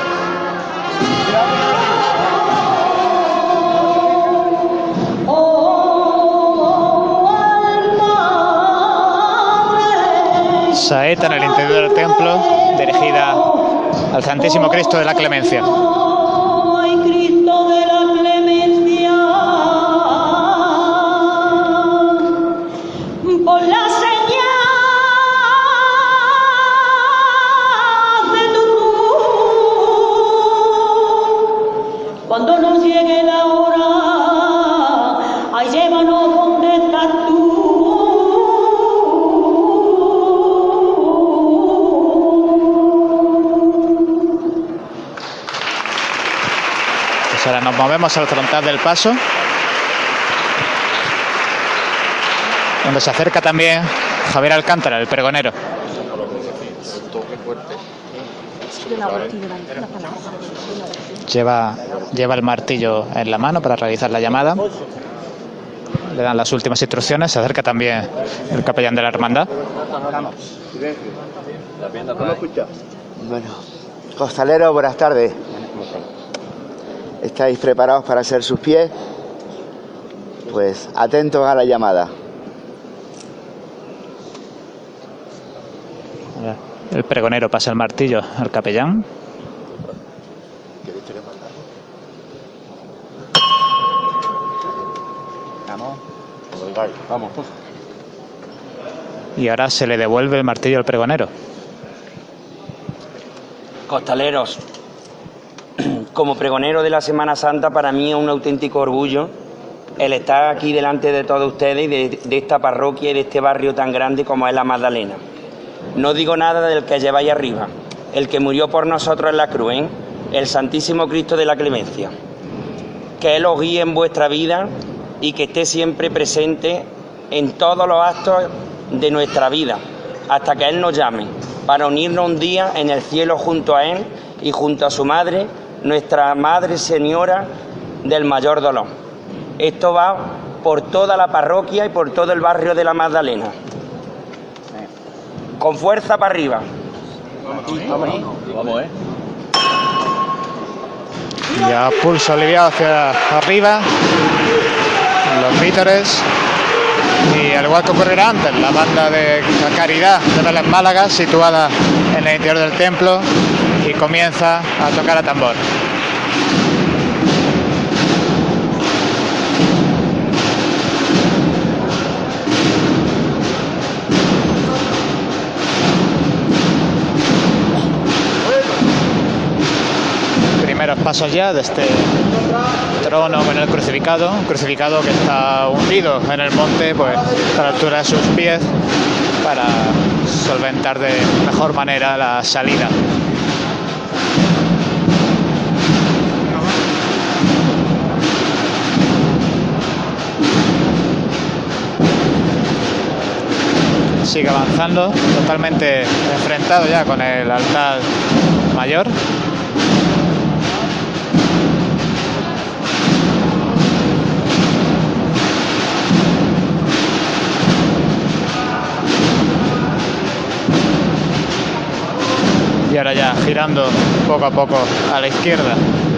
Saeta en el interior del templo, dirigida al Santísimo Cristo de la Clemencia. Cuando nos llegue la hora, ay, llévanos donde estás tú. Pues ahora nos movemos al frontal del paso, donde se acerca también Javier Alcántara, el pregonero. Lleva el martillo en la mano para realizar la llamada. Le dan las últimas instrucciones. Se acerca también el capellán de la hermandad. Bueno, costaleros, buenas tardes. ¿Estáis preparados para hacer sus pies? Pues atentos a la llamada. El pregonero pasa el martillo al capellán. Vamos. Y ahora se le devuelve el martillo al pregonero. Costaleros, como pregonero de la Semana Santa, para mí es un auténtico orgullo el estar aquí delante de todos ustedes y de esta parroquia y de este barrio tan grande como es la Magdalena. No digo nada del que lleváis arriba, el que murió por nosotros en la cruz, el Santísimo Cristo de la Clemencia. Que Él os guíe en vuestra vida y que esté siempre presente en todos los actos de nuestra vida, hasta que Él nos llame, para unirnos un día en el cielo junto a Él y junto a su madre, nuestra Madre Señora del Mayor Dolor. Esto va por toda la parroquia y por todo el barrio de la Magdalena. Con fuerza para arriba. Vamos. Ya pulso aliviado hacia arriba, los vítores, y al igual que ocurrirá antes, la banda de la Caridad de Belén Málaga, situada en el interior del templo, y comienza a tocar a tambor. Primeros pasos ya de este trono con el crucificado, un crucificado que está hundido en el monte, pues a la altura de sus pies, para solventar de mejor manera la salida. Sigue avanzando, totalmente enfrentado ya con el altar mayor. Y ahora ya girando poco a poco a la izquierda.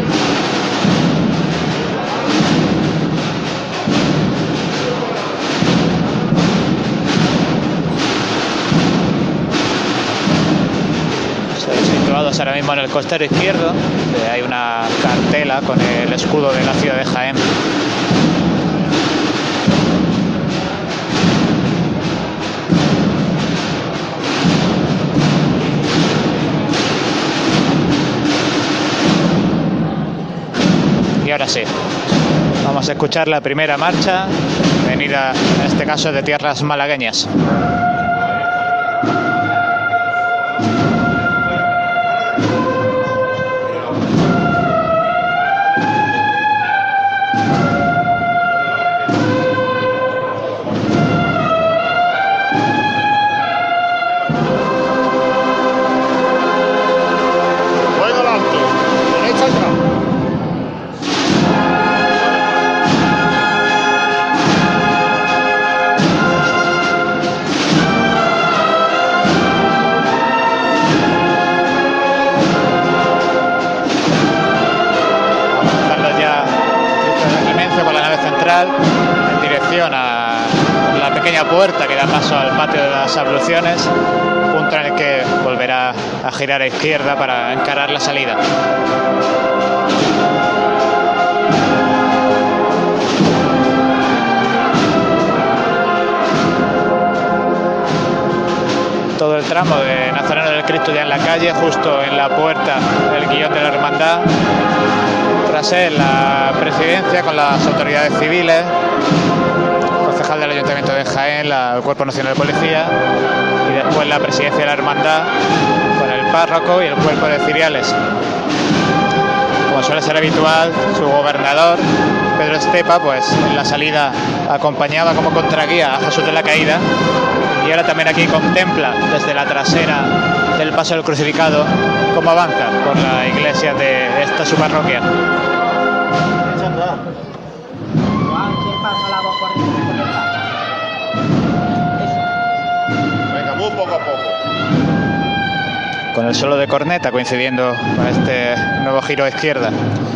Situados ahora mismo en el costero izquierdo, donde hay una cartela con el escudo de la ciudad de Jaén. ahora sí, vamos a escuchar la primera marcha, venida en este caso de tierras malagueñas. En dirección a la pequeña puerta que da paso al patio de las abluciones, punto en el que volverá a girar a izquierda para encarar la salida. Todo el tramo de Nazareno del Cristo ya en la calle, justo en la puerta del guión de la hermandad. Tras él, la presidencia con las autoridades civiles, el concejal del Ayuntamiento de Jaén, el Cuerpo Nacional de Policía, y después la presidencia de la hermandad con el párroco y el cuerpo de ciriales. Como suele ser habitual, su gobernador, Pedro Estepa, pues en la salida acompañaba como contraguía a Jesús de la Caída, y ahora también aquí contempla desde la trasera del paso del crucificado cómo avanza por la iglesia de esta su parroquia. Venga, muy poco a poco. Con el solo de corneta coincidiendo con este nuevo giro a izquierda.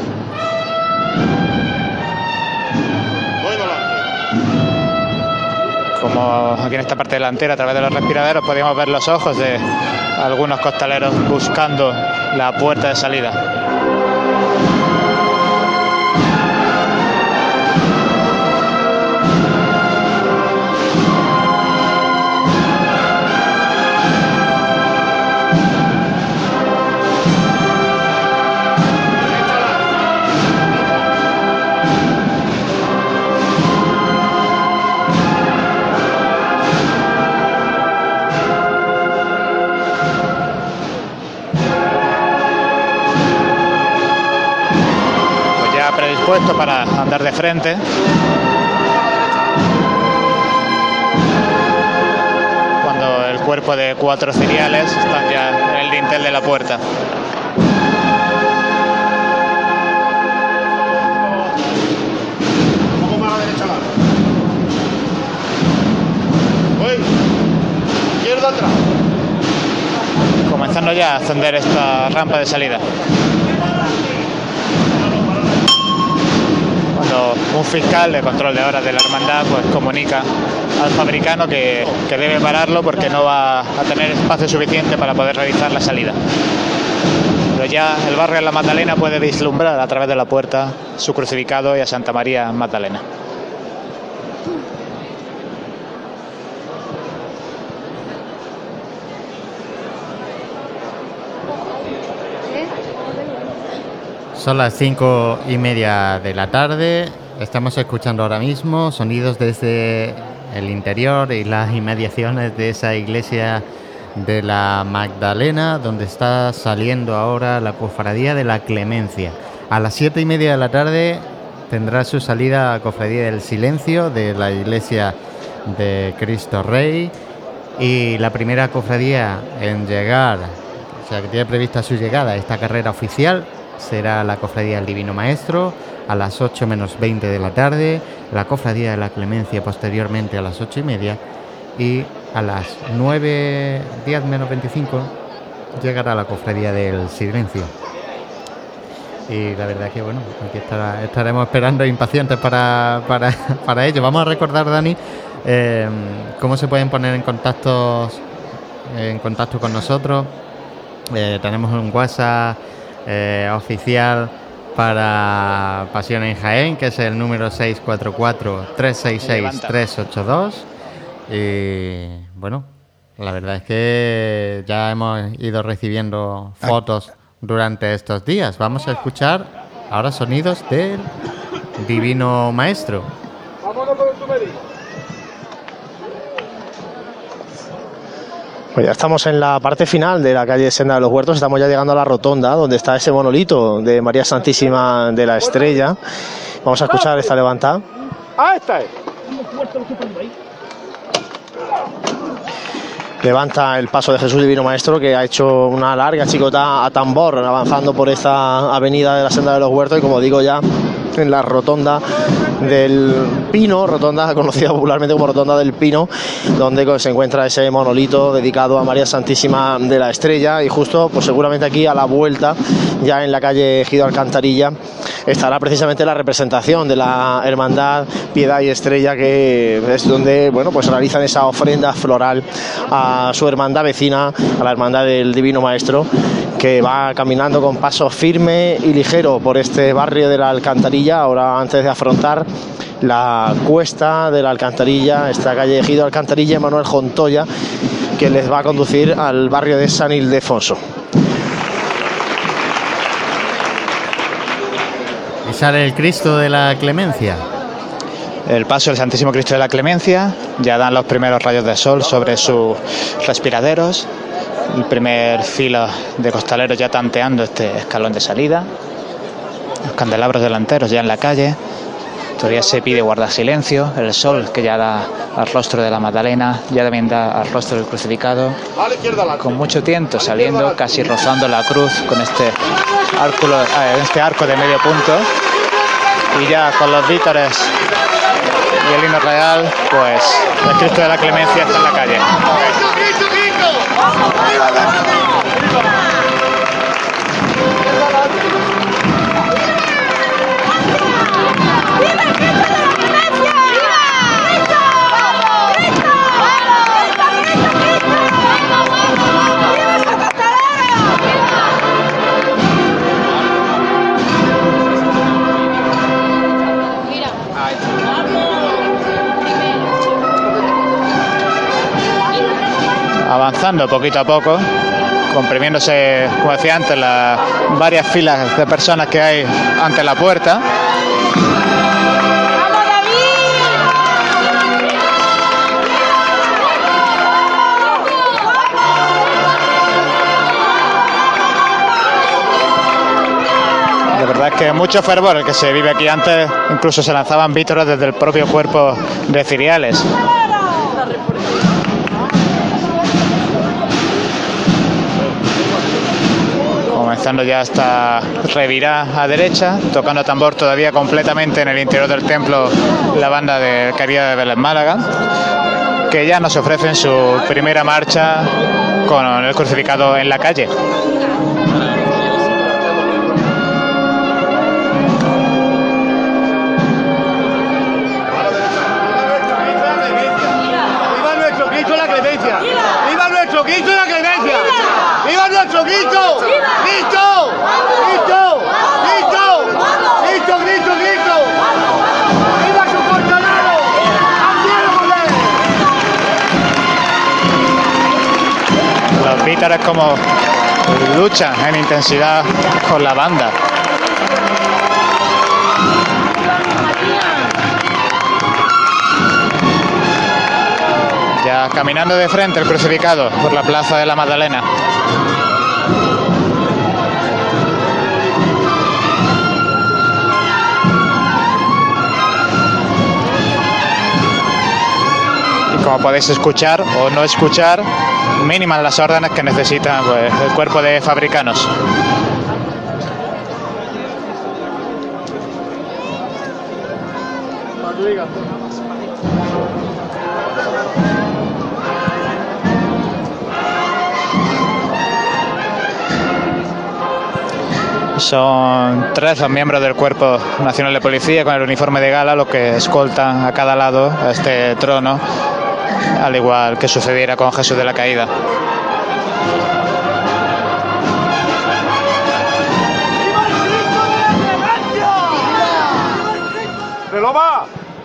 Como aquí en esta parte delantera, a través de los respiraderos, podíamos ver los ojos de algunos costaleros buscando la puerta de salida. Predispuesto para andar de frente. Cuando el cuerpo de 4 ciriales están ya en el dintel de la puerta. Un poco más a la derecha, izquierda atrás. Comenzando ya a ascender esta rampa de salida. Cuando un fiscal de control de horas de la hermandad pues comunica al fabricano que debe pararlo porque no va a tener espacio suficiente para poder realizar la salida. Pero ya el barrio de la Magdalena puede vislumbrar a través de la puerta su crucificado y a Santa María Magdalena. Son las 5:30 de la tarde. Estamos escuchando ahora mismo sonidos desde el interior y las inmediaciones de esa iglesia de la Magdalena, donde está saliendo ahora la cofradía de la Clemencia. A las 7:30 de la tarde tendrá su salida a Cofradía del Silencio de la iglesia de Cristo Rey, y la primera cofradía en llegar, o sea que tiene prevista su llegada a esta carrera oficial, será la Cofradía del Divino Maestro a las 8 menos 20 de la tarde, la Cofradía de la Clemencia posteriormente a las 8:30, y a las 9:10 menos 25 llegará la Cofradía del Silencio. Y la verdad es que bueno, aquí estaremos esperando impacientes para ello. Vamos a recordar, Dani, cómo se pueden poner en contacto con nosotros. Tenemos un WhatsApp oficial para Pasión en Jaén, que es el número 644-366-382. Y bueno, la verdad es que ya hemos ido recibiendo fotos durante estos días. Vamos a escuchar Ahora sonidos del Divino Maestro. Vámonos con tu medida. Pues ya estamos en la parte final de la calle Senda de los Huertos, estamos ya llegando a la rotonda donde está ese monolito de María Santísima de la Estrella. Vamos a escuchar esta levantada. Ah, esta es. Levanta el paso de Jesús Divino Maestro, que ha hecho una larga chicota a tambor avanzando por esta avenida de la Senda de los Huertos, y como digo, ya en la rotonda del Pino, rotonda conocida popularmente como Rotonda del Pino, donde se encuentra ese monolito dedicado a María Santísima de la Estrella, y justo pues seguramente aquí a la vuelta, ya en la calle Ejido Alcantarilla, estará precisamente la representación de la Hermandad Piedad y Estrella, que es donde bueno, pues realizan esa ofrenda floral a su hermandad vecina, a la Hermandad del Divino Maestro, que va caminando con paso firme y ligero por este barrio de la Alcantarilla, ahora antes de afrontar la cuesta de la Alcantarilla, esta calle Ejido Alcantarilla, Manuel Jontoya, que les va a conducir al barrio de San Ildefonso. Y sale el Cristo de la Clemencia. El paso del Santísimo Cristo de la Clemencia, ya dan los primeros rayos de sol sobre sus respiraderos. El primer filo de costaleros ya tanteando este escalón de salida. Los candelabros delanteros ya en la calle. Todavía se pide guardar silencio. El sol que ya da al rostro de la Magdalena, ya también da al rostro del crucificado. Con mucho tiento saliendo, casi rozando la cruz con este arco de medio punto. Y ya con los vítores y el himno real, pues el Cristo de la Clemencia está en la calle. Avanzando poquito a poco, comprimiéndose, como decía antes, las varias filas de personas que hay ante la puerta. De verdad es que mucho fervor el que se vive aquí. Antes incluso se lanzaban vítores desde el propio cuerpo de ciriales. Comenzando ya hasta revirá a derecha, tocando tambor todavía completamente en el interior del templo la banda de Caridad de Belén Málaga, que ya nos ofrecen su primera marcha con el crucificado en la calle. ¡Viva nuestro Cristo la Clemencia! ¡Viva nuestro Cristo la Clemencia! ¡Viva nuestro Cristo! ¡Cristo! ¡Cristo! ¡Cristo! ¡Cristo, Cristo, Cristo! ¡Viva su costalero! ¡Al cielo con él! Los vítores como luchan en intensidad con la banda. Ya caminando de frente el crucificado por la plaza de la Magdalena. Y como podéis escuchar o no escuchar, mínimas las órdenes que necesita pues, el cuerpo de fabricanos. Son 3 los miembros del Cuerpo Nacional de Policía con el uniforme de gala los que escoltan a cada lado a este trono, al igual que sucediera con Jesús de la Caída. ¡Relova!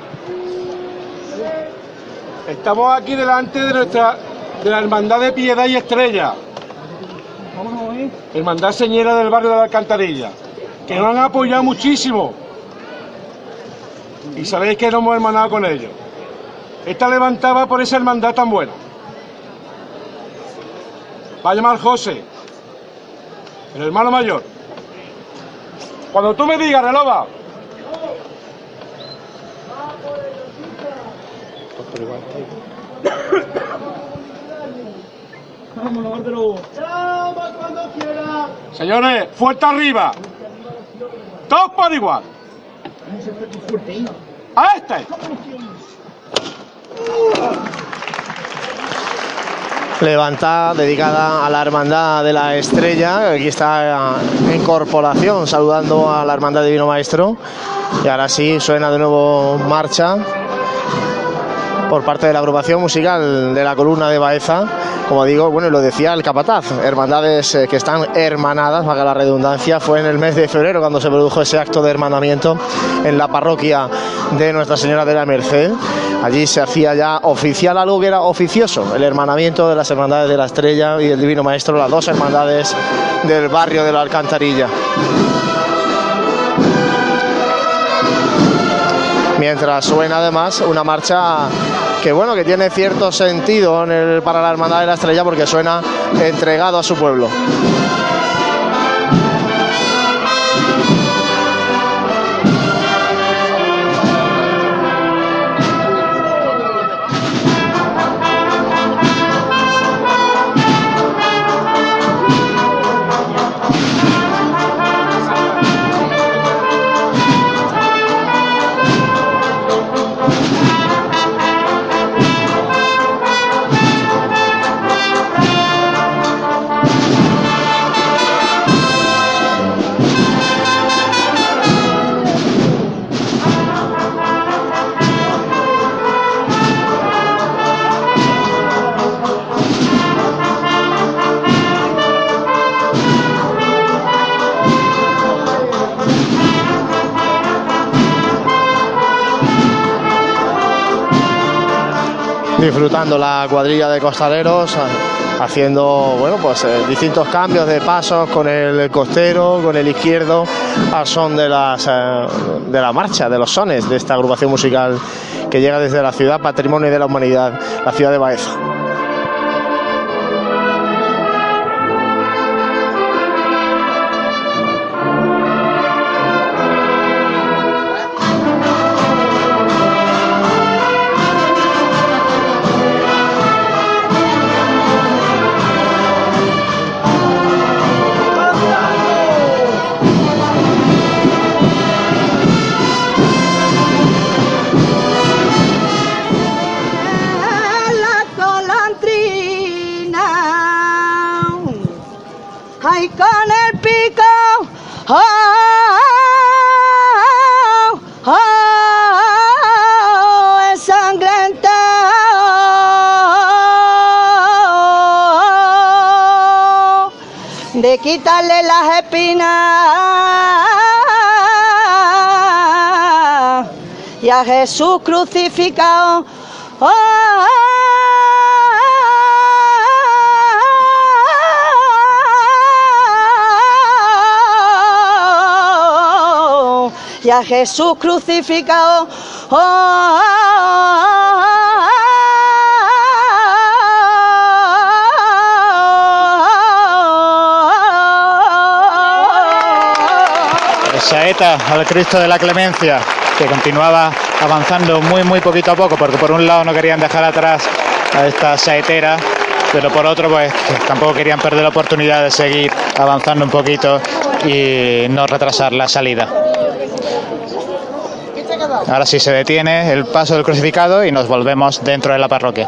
Estamos aquí delante de la Hermandad de Piedad y Estrella. Hermandad Señera del barrio de la Alcantarilla. que nos han apoyado muchísimo. Y sabéis que nos hemos hermanado con ellos. Esta levantaba por esa hermandad tan buena. Va a llamar José, el hermano mayor. Cuando tú me digas, Relova. Señores, fuerte arriba. Todos por igual. A este. Levantada dedicada a la Hermandad de la Estrella. Aquí está en corporación saludando a la Hermandad Divino Maestro. Y ahora sí suena de nuevo marcha por parte de la agrupación musical de la Columna de Baeza. Como digo, bueno, lo decía el capataz, hermandades que están hermanadas, valga la redundancia. Fue en el mes de febrero cuando se produjo ese acto de hermanamiento en la parroquia de Nuestra Señora de la Merced. Allí se hacía ya oficial algo que era oficioso, el hermanamiento de las hermandades de la Estrella y del Divino Maestro, las dos hermandades del barrio de la Alcantarilla. Mientras suena además una marcha que bueno, que tiene cierto sentido para la Hermandad de la Estrella, porque suena entregado a su pueblo. Disfrutando la cuadrilla de costaleros, haciendo bueno, pues distintos cambios de pasos con el costero, con el izquierdo, al son de la marcha, de los sones de esta agrupación musical que llega desde la ciudad patrimonio de la humanidad, la ciudad de Baeza. Ay, con el pico, oh, oh, oh, ensangrentado, de quitarle las espinas y a Jesús crucificado, oh, y a Jesús crucificado, oh, oh, oh. Saeta al Cristo de la Clemencia, que continuaba avanzando muy poquito a poco, porque por un lado no querían dejar atrás a esta saetera, pero por otro pues tampoco querían perder la oportunidad de seguir avanzando un poquito y no retrasar la salida. Ahora sí se detiene el paso del crucificado y nos volvemos dentro de la parroquia.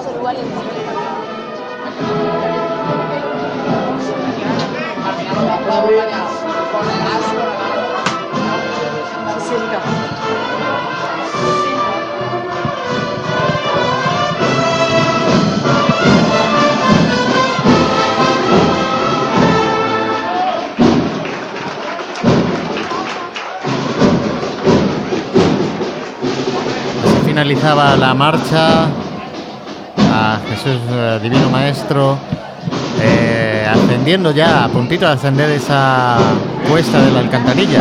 Finalizaba la marcha a Jesús Divino Maestro, ascendiendo ya, a puntito de ascender esa cuesta de la Alcantarilla.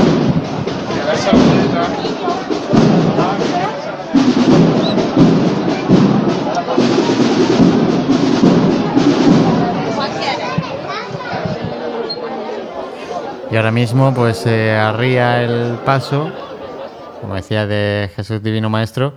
Y ahora mismo pues se arría el paso, como decía, de Jesús Divino Maestro.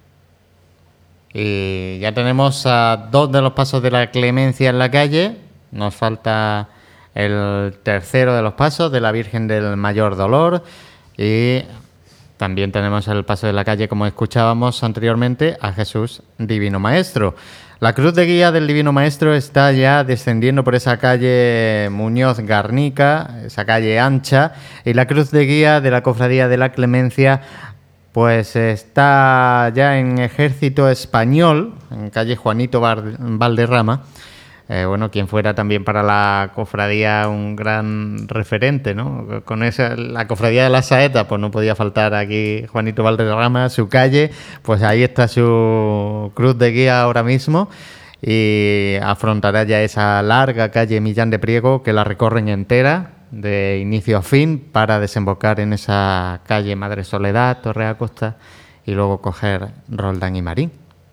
Y ya tenemos a 2 de los pasos de la Clemencia en la calle. Nos falta el tercero de los pasos de la Virgen del Mayor Dolor. Y también tenemos el paso de la calle, como escuchábamos anteriormente, a Jesús Divino Maestro. La cruz de guía del Divino Maestro está ya descendiendo por esa calle Muñoz Garnica, esa calle ancha, y la cruz de guía de la Cofradía de la Clemencia pues está ya en Ejército Español, en calle Juanito Valderrama. Bueno, quien fuera también para la cofradía un gran referente, ¿no? Con esa, la cofradía de la Saeta, pues no podía faltar aquí Juanito Valderrama, su calle, pues ahí está su cruz de guía ahora mismo y afrontará ya esa larga calle Millán de Priego que la recorren entera, de inicio a fin, para desembocar en esa calle Madre Soledad, Torre Acosta y luego coger Roldán y Marín.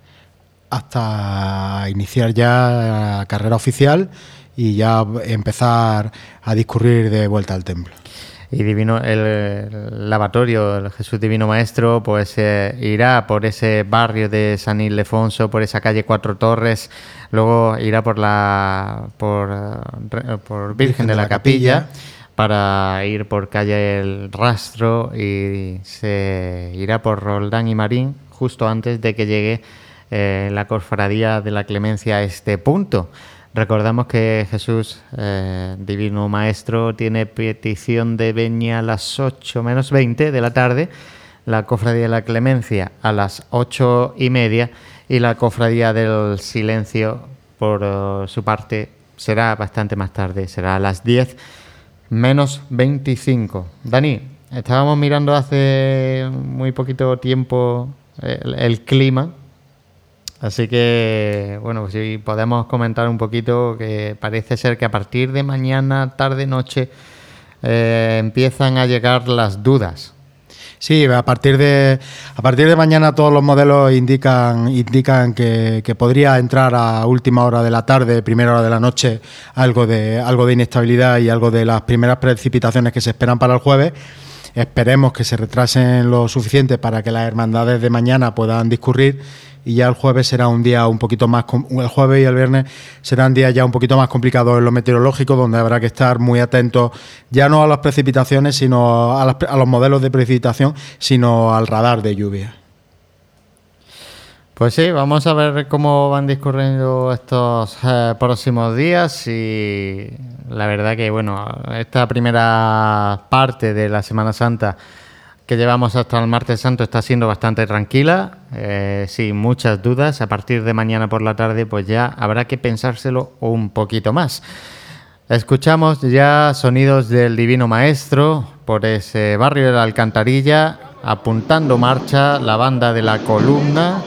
Hasta iniciar ya la carrera oficial y ya empezar a discurrir de vuelta al templo. Y el lavatorio, el Jesús Divino Maestro, pues irá por ese barrio de San Ildefonso, por esa calle Cuatro Torres, luego irá por Virgen de la Capilla, para ir por calle El Rastro, y se irá por Roldán y Marín justo antes de que llegue la Cofradía de la Clemencia a este punto. Recordamos que Jesús Divino Maestro tiene petición de veña a las 8 menos 20 de la tarde, la Cofradía de la Clemencia a las 8:30 y la Cofradía del Silencio, por su parte, será bastante más tarde, será a las 10 menos 25. Dani, estábamos mirando hace muy poquito tiempo el clima. Así que, bueno, pues si podemos comentar un poquito, que parece ser que a partir de mañana, tarde-noche, empiezan a llegar las dudas. Sí, a partir de mañana todos los modelos indican que podría entrar a última hora de la tarde, primera hora de la noche, algo de inestabilidad y algo de las primeras precipitaciones que se esperan para el jueves. Esperemos que se retrasen lo suficiente para que las hermandades de mañana puedan discurrir, y ya el jueves será un día un poquito más, el jueves y el viernes serán días ya un poquito más complicados en lo meteorológico, donde habrá que estar muy atentos ya no a las precipitaciones, sino a los modelos de precipitación, sino al radar de lluvia. Pues sí, vamos a ver cómo van discurriendo estos próximos días, y la verdad que, bueno, esta primera parte de la Semana Santa que llevamos hasta el Martes Santo está siendo bastante tranquila, sin muchas dudas. A partir de mañana por la tarde pues ya habrá que pensárselo un poquito más. Escuchamos ya sonidos del Divino Maestro por ese barrio de la Alcantarilla, apuntando marcha la banda de la Columna.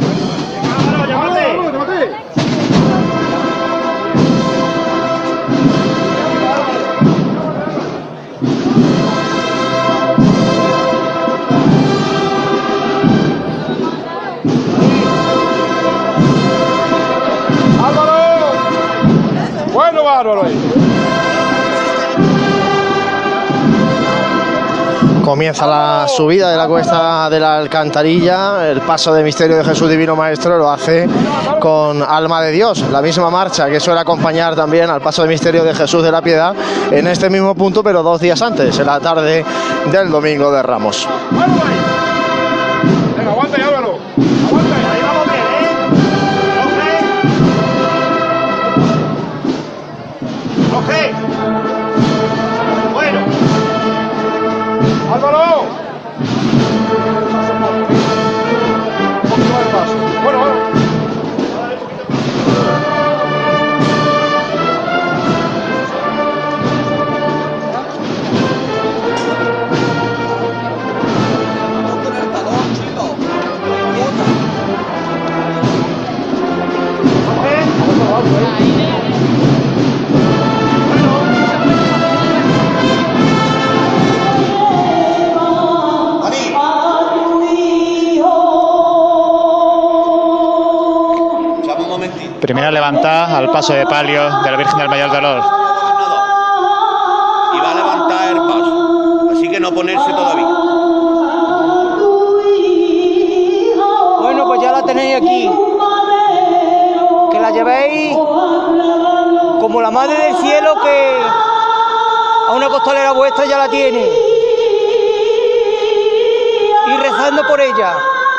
Comienza la subida de la cuesta de la Alcantarilla. El paso de misterio de Jesús Divino Maestro lo hace con Alma de Dios, la misma marcha que suele acompañar también al paso de misterio de Jesús de la Piedad en este mismo punto, pero 2 días antes, en la tarde del Domingo de Ramos. Venga, aguanta, Álvaro. Aguanta. Ahí vamos bien, ¡Coge! Bueno. ¡Álvaro! Bueno, bueno. Primera levantada al paso de palio de la Virgen del Mayor Dolor. Y va a levantar el paso, así que no ponerse todavía. Bueno, pues ya la tenéis aquí. Que la llevéis como la Madre del Cielo, que a una costalera vuestra ya la tiene. Y rezando por ella,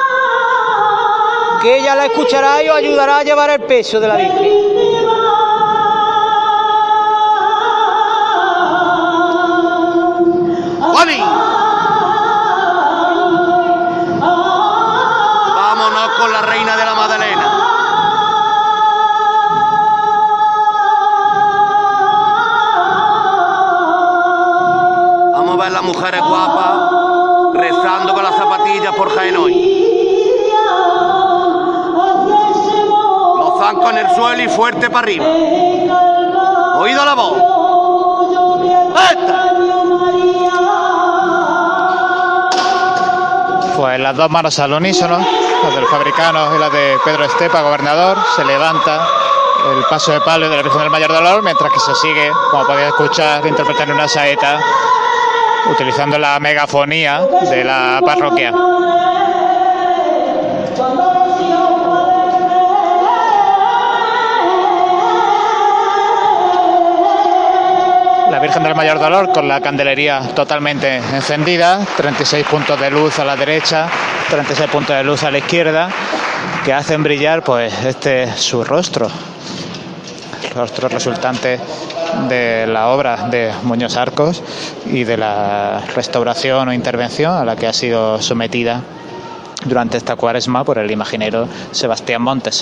que ella la escuchará y os ayudará a llevar el peso de la Virgen. ¡Juani! Vámonos con la Reina de la Magdalena. Vamos a ver las mujeres guapas rezando con las zapatillas por Jaén hoy. Los zancos en el suelo y fuerte para arriba. Oído la voz. ¡Esta! Pues las dos manos al unísono, las del Fabricano y las de Pedro Estepa, gobernador. Se levanta el paso de palio de la Virgen del Mayor Dolor, mientras que se sigue, como podéis escuchar, interpretando una saeta, utilizando la megafonía de la parroquia. La Virgen del Mayor Dolor con la candelería totalmente encendida, 36 puntos de luz a la derecha, 36 puntos de luz a la izquierda, que hacen brillar pues su rostro, el rostro resultante de la obra de Muñoz Arcos y de la restauración o intervención a la que ha sido sometida durante esta cuaresma por el imaginero Sebastián Montes.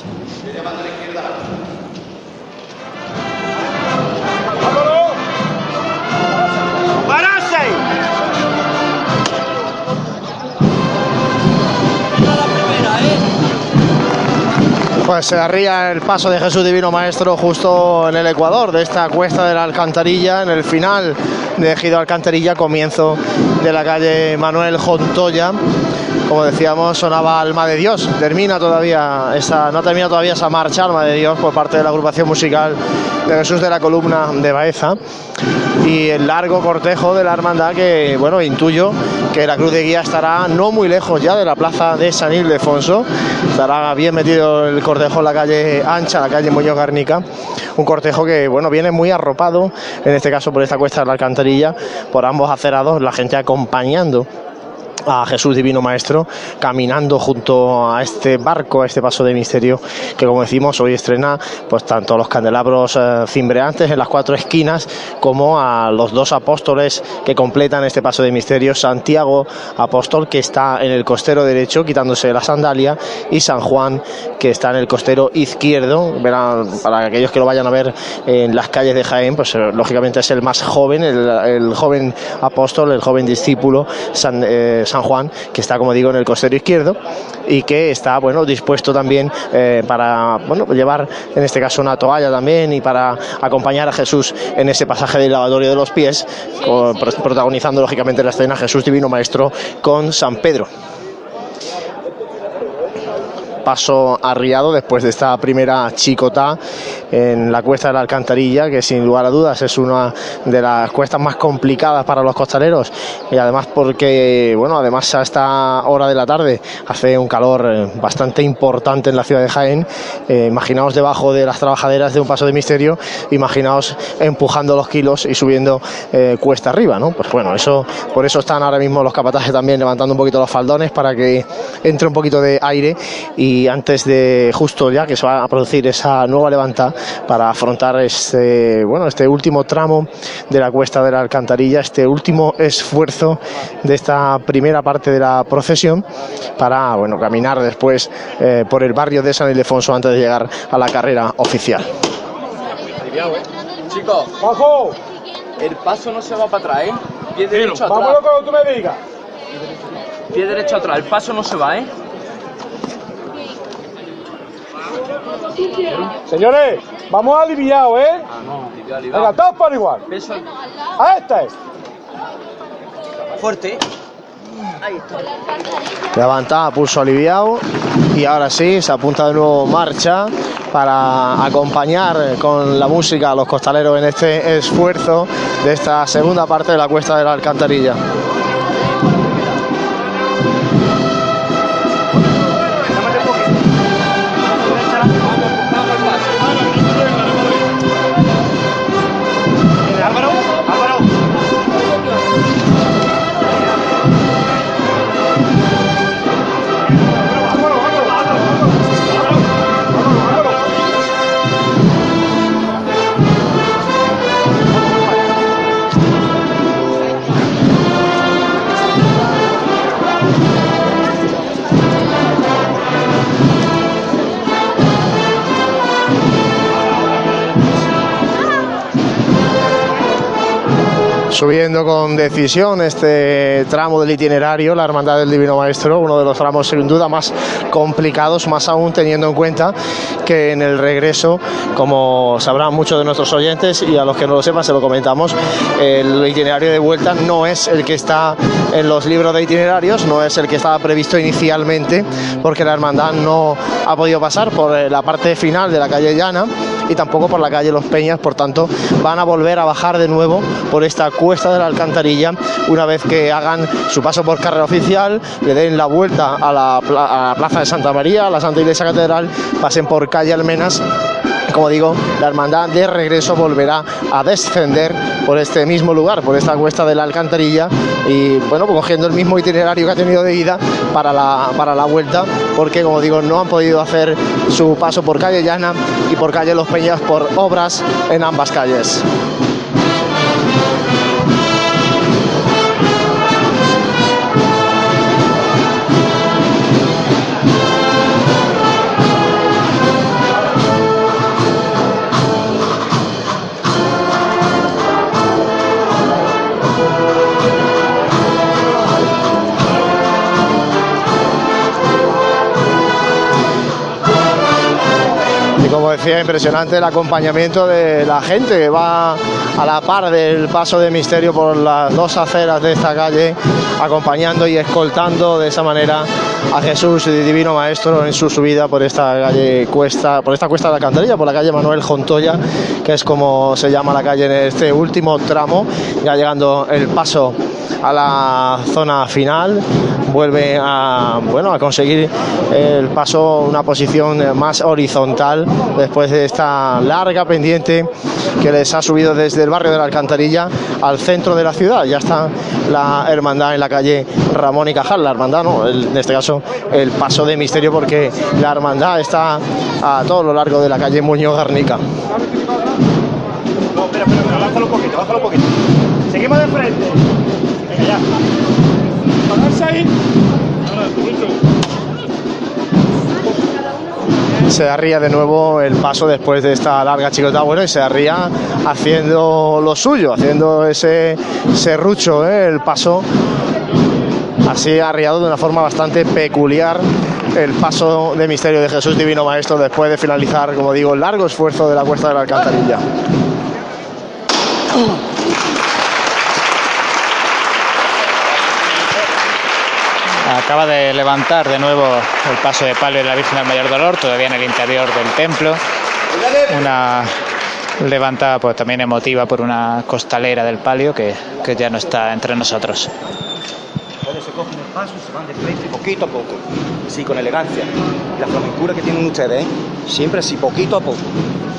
Pues se arría el paso de Jesús Divino Maestro justo en el ecuador de esta cuesta de la Alcantarilla, en el final de Ejido Alcantarilla, comienzo de la calle Manuel Jontoya. Como decíamos, sonaba Alma de Dios. No ha terminado todavía esa marcha Alma de Dios por parte de la agrupación musical de Jesús de la Columna de Baeza. Y el largo cortejo de la hermandad, que bueno, intuyo que la cruz de guía estará no muy lejos ya de la plaza de San Ildefonso. Estará bien metido el cortejo en la calle ancha, la calle Muñoz Garnica. Un cortejo que bueno, viene muy arropado, en este caso por esta cuesta de la Alcantarilla, por ambos acerados, la gente acompañando a Jesús Divino Maestro, caminando junto a este barco, a este paso de misterio, que como decimos hoy estrena pues tanto los candelabros cimbreantes en las cuatro esquinas, como a los dos apóstoles que completan este paso de misterio: Santiago apóstol, que está en el costero derecho quitándose la sandalia, y San Juan, que está en el costero izquierdo. Verán, para aquellos que lo vayan a ver en las calles de Jaén, pues lógicamente es el más joven, el joven apóstol, el joven discípulo, San Juan, que está, como digo, en el costero izquierdo, y que está bueno dispuesto también para bueno llevar en este caso una toalla también, y para acompañar a Jesús en ese pasaje del lavatorio de los pies, protagonizando lógicamente la escena Jesús Divino Maestro con San Pedro. Paso arriado después de esta primera chicotá en la cuesta de la Alcantarilla, que sin lugar a dudas es una de las cuestas más complicadas para los costaleros, y además porque bueno, además a esta hora de la tarde hace un calor bastante importante en la ciudad de Jaén. Imaginaos debajo de las trabajaderas de un paso de misterio, imaginaos empujando los kilos y subiendo cuesta arriba, ¿no? Pues bueno, por eso están ahora mismo los capatajes también levantando un poquito los faldones para que entre un poquito de aire, y antes de justo ya que se va a producir esa nueva levanta para afrontar este último tramo de la cuesta de la Alcantarilla, este último esfuerzo de esta primera parte de la procesión, para bueno caminar después por el barrio de San Ildefonso antes de llegar a la carrera oficial. Chicos, ¡bajo! El paso no se va para atrás, ¿eh? Pie derecho atrás. Vámonos cuando tú me digas. Pie derecho atrás, el paso no se va, ¿eh? Señores, vamos aliviados, ¿eh? Aliviado. Venga, todos por igual. Peso. A esta es. Fuerte. Ahí está. Levanta, pulso aliviado, y ahora sí, se apunta de nuevo marcha para acompañar con la música a los costaleros en este esfuerzo de esta segunda parte de la Cuesta de la Alcantarilla. Subiendo con decisión este tramo del itinerario, la Hermandad del Divino Maestro, uno de los tramos sin duda más complicados, más aún teniendo en cuenta que en el regreso, como sabrán muchos de nuestros oyentes y a los que no lo sepan se lo comentamos, el itinerario de vuelta no es el que está en los libros de itinerarios, no es el que estaba previsto inicialmente, porque la Hermandad no ha podido pasar por la parte final de la calle Llana y tampoco por la calle Los Peñas, por tanto van a volver a bajar de nuevo por esta Cuesta de la Alcantarilla una vez que hagan su paso por carrera oficial, le den la vuelta a la Plaza de Santa María, a la Santa Iglesia Catedral, pasen por calle Almenas. Como digo, la Hermandad de regreso volverá a descender por este mismo lugar, por esta Cuesta de la Alcantarilla y bueno, pues cogiendo el mismo itinerario que ha tenido de ida para la vuelta, porque como digo, no han podido hacer su paso por calle Llana y por calle Los Peñas por obras en ambas calles. Como decía, impresionante el acompañamiento de la gente que va a la par del paso de misterio por las dos aceras de esta calle, acompañando y escoltando de esa manera a Jesús Divino Maestro en su subida por esta calle Cuesta, por esta Cuesta de la Alcantarilla, por la calle Manuel Jontoya, que es como se llama la calle en este último tramo, ya llegando el paso a la zona final. Vuelve a conseguir el paso, una posición más horizontal después de esta larga pendiente que les ha subido desde el barrio de la Alcantarilla al centro de la ciudad. Ya está la hermandad en la calle Ramón y Cajal, la hermandad no, en este caso el paso de misterio, porque la hermandad está a todo lo largo de la calle Muñoz Garnica. No, espera, bájalo un poquito. Seguimos de frente. Venga, ya. Ponerse ahí. Se arría de nuevo el paso después de esta larga chicota, bueno, y se arría haciendo lo suyo, haciendo ese serrucho, el paso, así arriado de una forma bastante peculiar, el paso de misterio de Jesús Divino Maestro después de finalizar, como digo, el largo esfuerzo de la Cuesta de la Alcantarilla. Acaba de levantar de nuevo el paso de palio de la Virgen del Mayor Dolor, todavía en el interior del templo. Una levantada pues también emotiva por una costalera del palio que ya no está entre nosotros. Se cogen el paso y se van de frente poquito a poco, sí, con elegancia. Y la flamencura que tienen ustedes, siempre así, poquito a poco.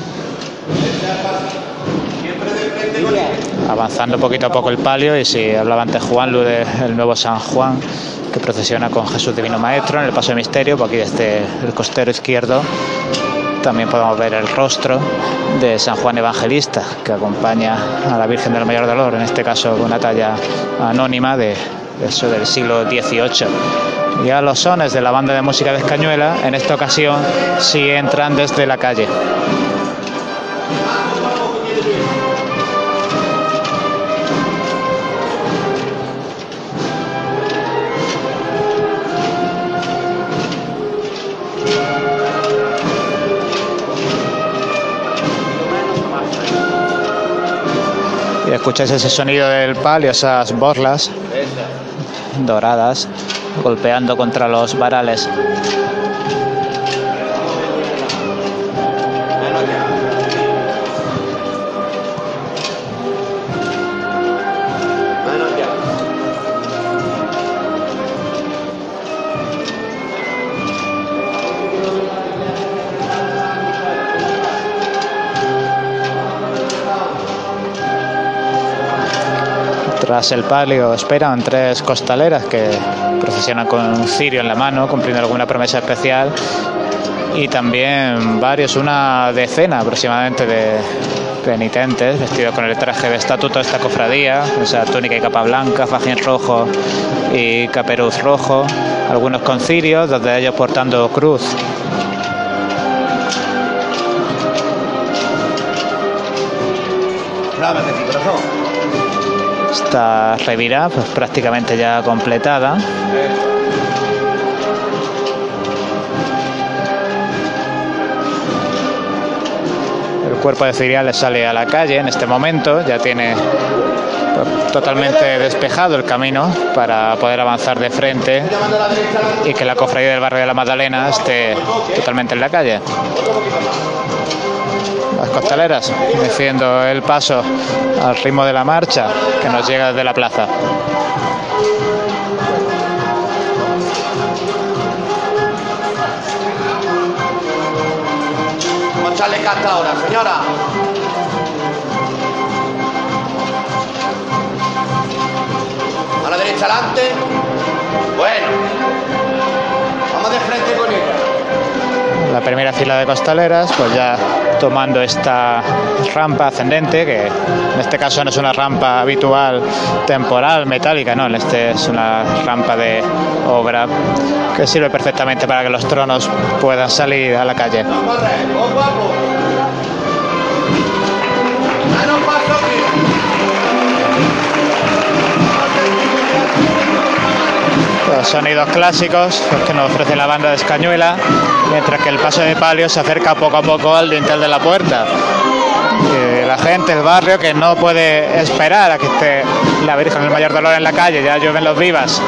Avanzando poquito a poco el palio, y si hablaba antes Juanlu del nuevo San Juan, que procesiona con Jesús Divino Maestro en el paso de misterio, pues aquí desde el costero izquierdo también podemos ver el rostro de San Juan Evangelista, que acompaña a la Virgen del Mayor Dolor, en este caso con una talla anónima de eso del siglo XVIII. Y a los sones de la banda de música de Escañuela, en esta ocasión sí entran desde la calle. Y escucháis ese sonido del palio, esas borlas doradas golpeando contra los varales. Tras el palio esperan 3 costaleras que procesionan con un cirio en la mano, cumpliendo alguna promesa especial, y también una decena aproximadamente de penitentes vestidos con el traje de estatuto de esta cofradía, esa túnica y capa blanca, fajín rojo y caperuz rojo, algunos con cirios, 2 de ellos portando cruz. Esta revira pues prácticamente ya completada. El cuerpo de ciriales sale a la calle en este momento, ya tiene totalmente despejado el camino para poder avanzar de frente y que la cofradía del barrio de la Magdalena esté totalmente en la calle. Las costaleras meciendo el paso al ritmo de la marcha que nos llega desde la plaza. Vamos a echarle casta ahora, señora. A la derecha adelante. Bueno. Vamos de frente con ella. La primera fila de costaleras pues ya tomando esta rampa ascendente, que en este caso no es una rampa habitual temporal metálica, no, este es una rampa de obra que sirve perfectamente para que los tronos puedan salir a la calle. Los sonidos clásicos los que nos ofrece la banda de Escañuela, mientras que el paso de palio se acerca poco a poco al dintel de la puerta. Y la gente del barrio que no puede esperar a que esté la Virgen del Mayor Dolor en la calle, ya llueven los vivas.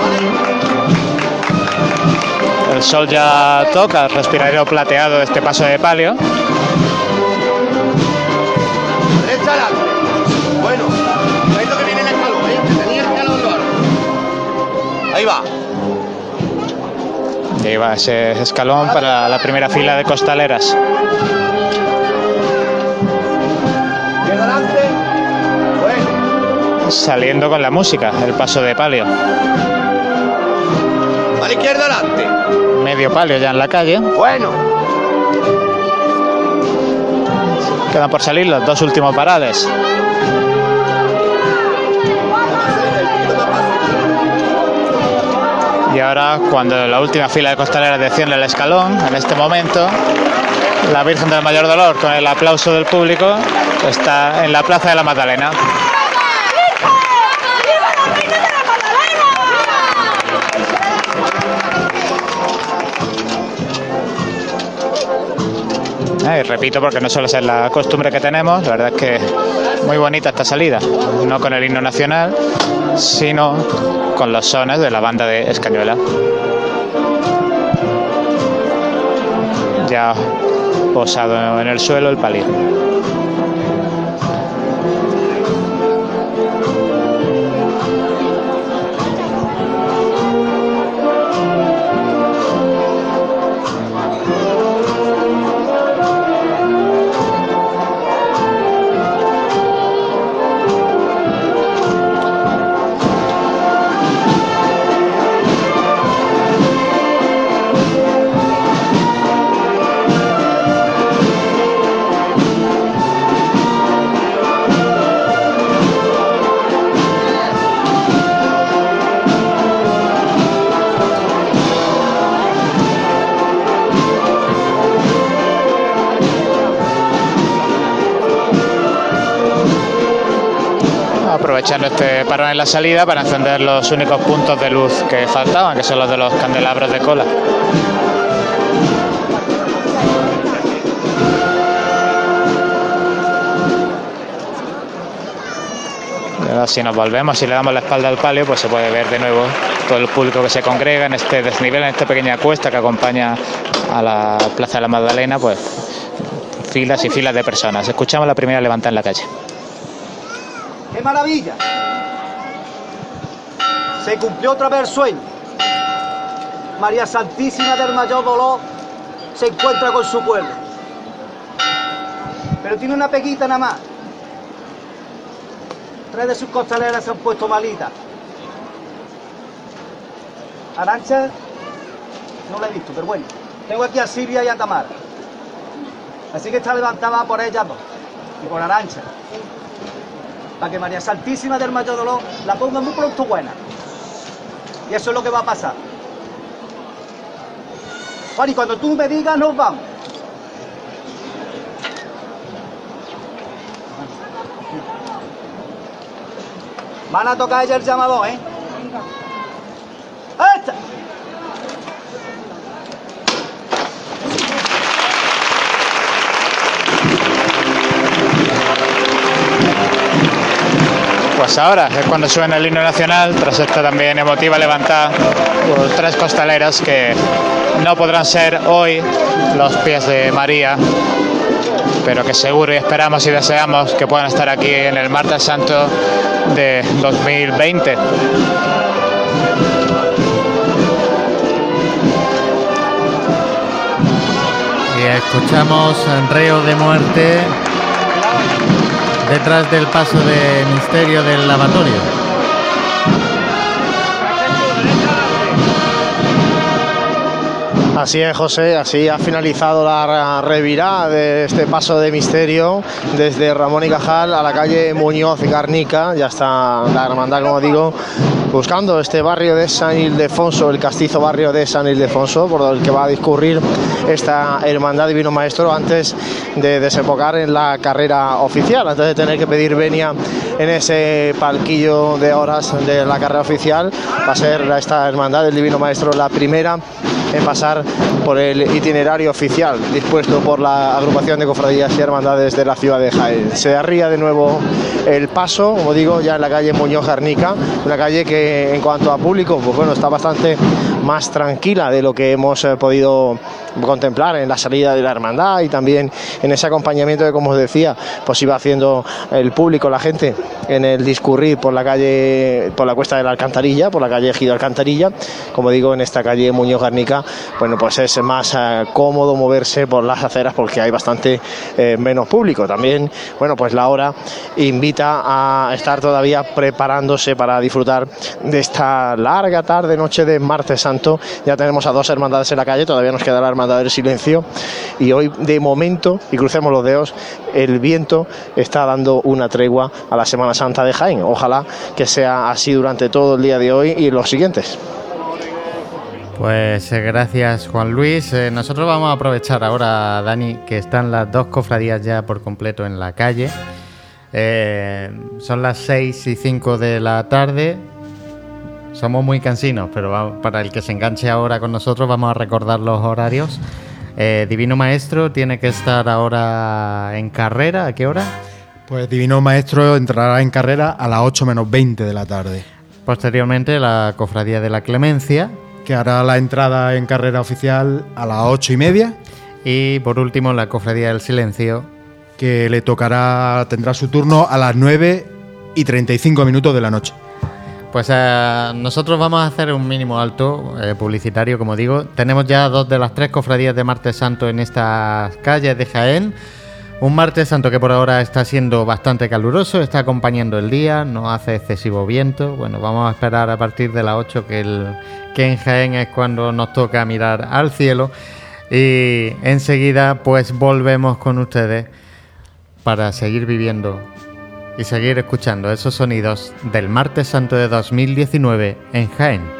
El sol ya toca el respiradero plateado de este paso de palio. Bueno, ahí es lo que viene el escalón, que tenía escalón largo. Ahí va. Y ahí va ese escalón para la primera fila de costaleras. Saliendo con la música, el paso de palio. A la izquierda adelante. Medio palio ya en la calle. Bueno. Quedan por salir los 2 últimos parades. Y ahora, cuando la última fila de costaleras desciende el escalón, en este momento, la Virgen del Mayor Dolor, con el aplauso del público, está en la Plaza de la Magdalena. Y repito, porque no suele ser la costumbre que tenemos, la verdad es que muy bonita esta salida, no con el himno nacional, sino con los sones de la banda de Escañuela. Ya posado en el suelo el palio. Aprovechando este parón en la salida para encender los únicos puntos de luz que faltaban, que son los de los candelabros de cola. Y ahora, si nos volvemos y le damos la espalda al palio, pues se puede ver de nuevo todo el público que se congrega en este desnivel, en esta pequeña cuesta que acompaña a la Plaza de la Magdalena, pues filas y filas de personas. Escuchamos la primera levantada en la calle. ¡Qué maravilla! Se cumplió otra vez el sueño. María Santísima del Mayor Dolor se encuentra con su pueblo. Pero tiene una peguita nada más. 3 de sus costaleras se han puesto malitas. Arancha, no la he visto, pero bueno. Tengo aquí a Silvia y a Tamara. Así que está levantada por ellas dos y por Arancha. Para que María Santísima del Mayor Dolor la ponga muy pronto buena. Y eso es lo que va a pasar. Bueno, y cuando tú me digas, nos vamos. Van a tocar ella el llamador, ¿eh? ¡Esta! Pues ahora es cuando suena el himno nacional, tras esta también emotiva levantada por 3 costaleras que no podrán ser hoy los pies de María, pero que seguro y esperamos y deseamos que puedan estar aquí en el Martes Santo de 2020. Y escuchamos reo de muerte detrás del paso de misterio del lavatorio. Así es, José, así ha finalizado la revirada de este paso de misterio desde Ramón y Cajal a la calle Muñoz y Garnica. Ya está la hermandad, como digo, buscando este barrio de San Ildefonso, el castizo barrio de San Ildefonso, por el que va a discurrir esta hermandad Divino Maestro antes de desembocar en la carrera oficial, antes de tener que pedir venia en ese palquillo de horas de la carrera oficial. Va a ser esta hermandad del Divino Maestro la primera en pasar por el itinerario oficial dispuesto por la agrupación de cofradías y hermandades de la ciudad de Jaén. Se arría de nuevo el paso, como digo, ya en la calle Muñoz Garnica, una calle que en cuanto a público, pues bueno, está bastante más tranquila de lo que hemos podido contemplar en la salida de la hermandad y también en ese acompañamiento que, como os decía, pues iba haciendo el público, la gente, en el discurrir por la calle, por la cuesta de la Alcantarilla, por la calle Ejido Alcantarilla. Como digo, en esta calle Muñoz Garnica, bueno, pues es más cómodo moverse por las aceras porque hay bastante menos público. También, bueno, pues la hora invita a estar todavía preparándose para disfrutar de esta larga tarde, noche de Martes Santo. Ya tenemos a 2 hermandades en la calle, todavía nos queda la hermandad del silencio y hoy, de momento, y crucemos los dedos, el viento está dando una tregua a la Semana Santa de Jaén. Ojalá que sea así durante todo el día de hoy y los siguientes. Pues gracias, Juan Luis. Nosotros vamos a aprovechar ahora, Dani, que están las 2 cofradías ya por completo en la calle. Son las 6:05 de la tarde. Somos muy cansinos, pero para el que se enganche ahora con nosotros vamos a recordar los horarios. Divino Maestro tiene que estar ahora en carrera. ¿A qué hora? Pues Divino Maestro entrará en carrera a las 8 menos 20 de la tarde. Posteriormente la Cofradía de la Clemencia, que hará la entrada en carrera oficial a las 8:30. Y por último la Cofradía del Silencio, que le tendrá su turno a las 9:35 de la noche. Pues nosotros vamos a hacer un mínimo alto publicitario, como digo. Tenemos ya 2 de las 3 cofradías de Martes Santo en estas calles de Jaén. Un Martes Santo que por ahora está siendo bastante caluroso, está acompañando el día, no hace excesivo viento. Bueno, vamos a esperar a partir de las 8 que en Jaén es cuando nos toca mirar al cielo. Y enseguida pues volvemos con ustedes para seguir viviendo y seguir escuchando esos sonidos del Martes Santo de 2019 en Jaén.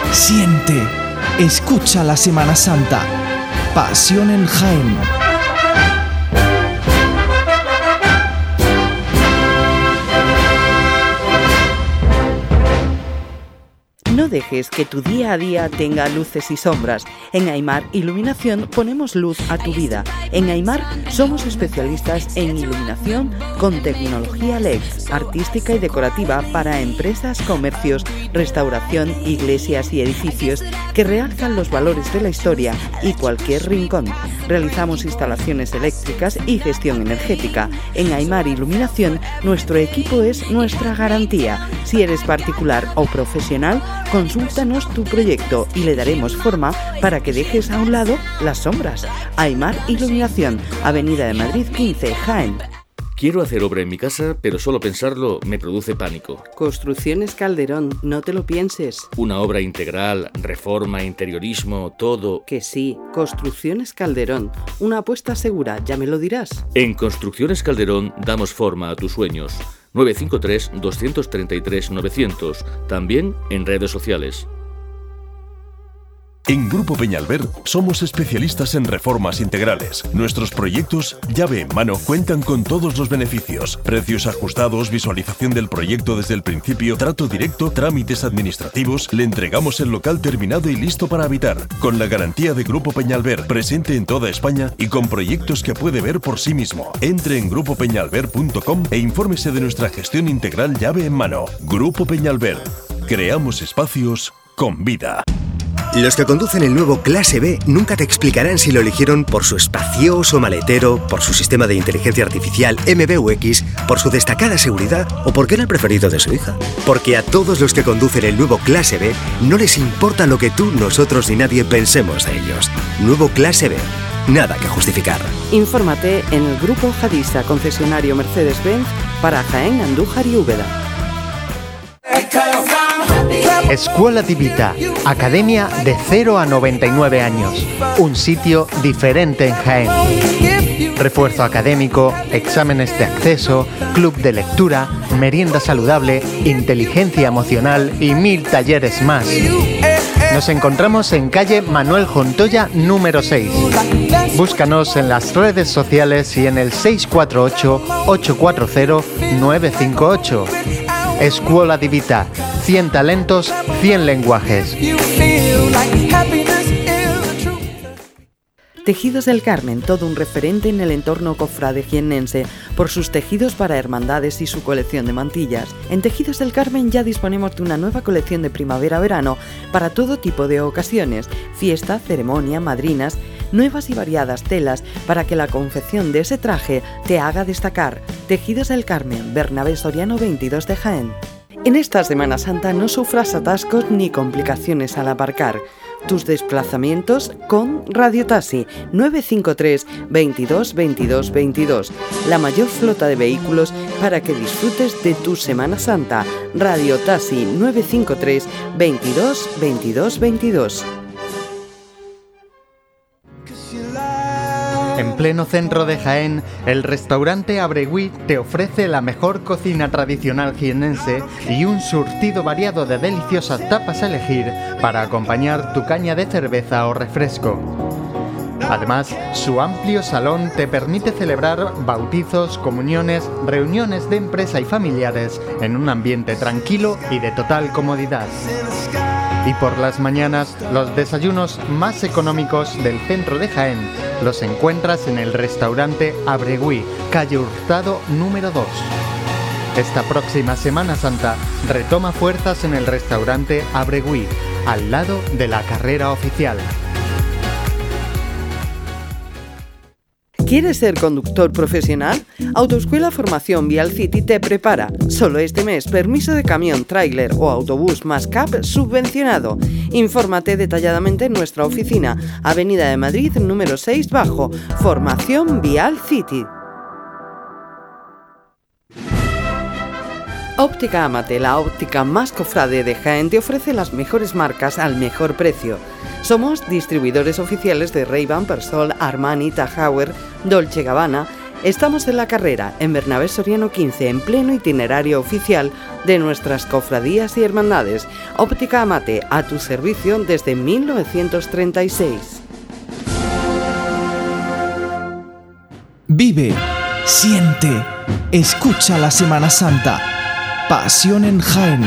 Siente, escucha la Semana Santa. Pasión en Jaén. No dejes que tu día a día tenga luces y sombras. En Aimar Iluminación ponemos luz a tu vida. En Aimar somos especialistas en iluminación con tecnología LED, artística y decorativa para empresas, comercios, restauración, iglesias y edificios que realzan los valores de la historia y cualquier rincón. Realizamos instalaciones eléctricas y gestión energética. En Aimar Iluminación nuestro equipo es nuestra garantía. Si eres particular o profesional, consúltanos tu proyecto y le daremos forma para que dejes a un lado las sombras. Aimar Iluminación, Avenida de Madrid 15, Jaén. Quiero hacer obra en mi casa, pero solo pensarlo me produce pánico. Construcciones Calderón, no te lo pienses. Una obra integral, reforma, interiorismo, todo. Que sí, Construcciones Calderón, una apuesta segura, ya me lo dirás. En Construcciones Calderón damos forma a tus sueños. 953-233-900, también en redes sociales. En Grupo Peñalver somos especialistas en reformas integrales. Nuestros proyectos, llave en mano, cuentan con todos los beneficios. Precios ajustados, visualización del proyecto desde el principio, trato directo, trámites administrativos. Le entregamos el local terminado y listo para habitar. Con la garantía de Grupo Peñalver, presente en toda España y con proyectos que puede ver por sí mismo. Entre en grupopeñalver.com e infórmese de nuestra gestión integral llave en mano. Grupo Peñalver. Creamos espacios con vida. Los que conducen el nuevo Clase B nunca te explicarán si lo eligieron por su espacioso maletero, por su sistema de inteligencia artificial MBUX, por su destacada seguridad o porque era el preferido de su hija. Porque a todos los que conducen el nuevo Clase B no les importa lo que tú, nosotros ni nadie pensemos de ellos. Nuevo Clase B. Nada que justificar. Infórmate en el Grupo Jadisa, concesionario Mercedes-Benz para Jaén, Andújar y Úbeda. Escuela Di Vita, academia de 0 a 99 años, un sitio diferente en Jaén. Refuerzo académico, exámenes de acceso, club de lectura, merienda saludable, inteligencia emocional y 1000 talleres más. Nos encontramos en calle Manuel Jontoya número 6. Búscanos en las redes sociales y en el 648-840-958. Escuela Di Vita, 100 talentos, 100 lenguajes. Tejidos del Carmen, todo un referente en el entorno cofrade jiennense por sus tejidos para hermandades y su colección de mantillas. En Tejidos del Carmen ya disponemos de una nueva colección de primavera-verano para todo tipo de ocasiones, fiesta, ceremonia, madrinas, nuevas y variadas telas para que la confección de ese traje te haga destacar. Tejidos del Carmen, Bernabé Soriano 22 de Jaén. En esta Semana Santa no sufras atascos ni complicaciones al aparcar. Tus desplazamientos con Radio Taxi 953 22 22 22. La mayor flota de vehículos para que disfrutes de tu Semana Santa. Radio Taxi 953 22 22 22. En pleno centro de Jaén, el restaurante Abregui te ofrece la mejor cocina tradicional jiennense y un surtido variado de deliciosas tapas a elegir para acompañar tu caña de cerveza o refresco. Además, su amplio salón te permite celebrar bautizos, comuniones, reuniones de empresa y familiares en un ambiente tranquilo y de total comodidad. Y por las mañanas, los desayunos más económicos del centro de Jaén los encuentras en el restaurante Abregui, calle Hurtado número 2. Esta próxima Semana Santa retoma fuerzas en el restaurante Abregui, al lado de la carrera oficial. ¿Quieres ser conductor profesional? Autoescuela Formación Vial City te prepara. Solo este mes, permiso de camión, tráiler o autobús más CAP subvencionado. Infórmate detalladamente en nuestra oficina, Avenida de Madrid número 6 bajo, Formación Vial City. Óptica Amate, la óptica más cofrade de Jaén, te ofrece las mejores marcas al mejor precio. Somos distribuidores oficiales de Ray-Ban, Persol, Armani, Tahauer, Dolce & Gabbana Estamos en La Carrera, en Bernabé Soriano 15, en pleno itinerario oficial de nuestras cofradías y hermandades. Óptica Amate, a tu servicio desde 1936. Vive, siente, escucha la Semana Santa. Pasión en Jaén.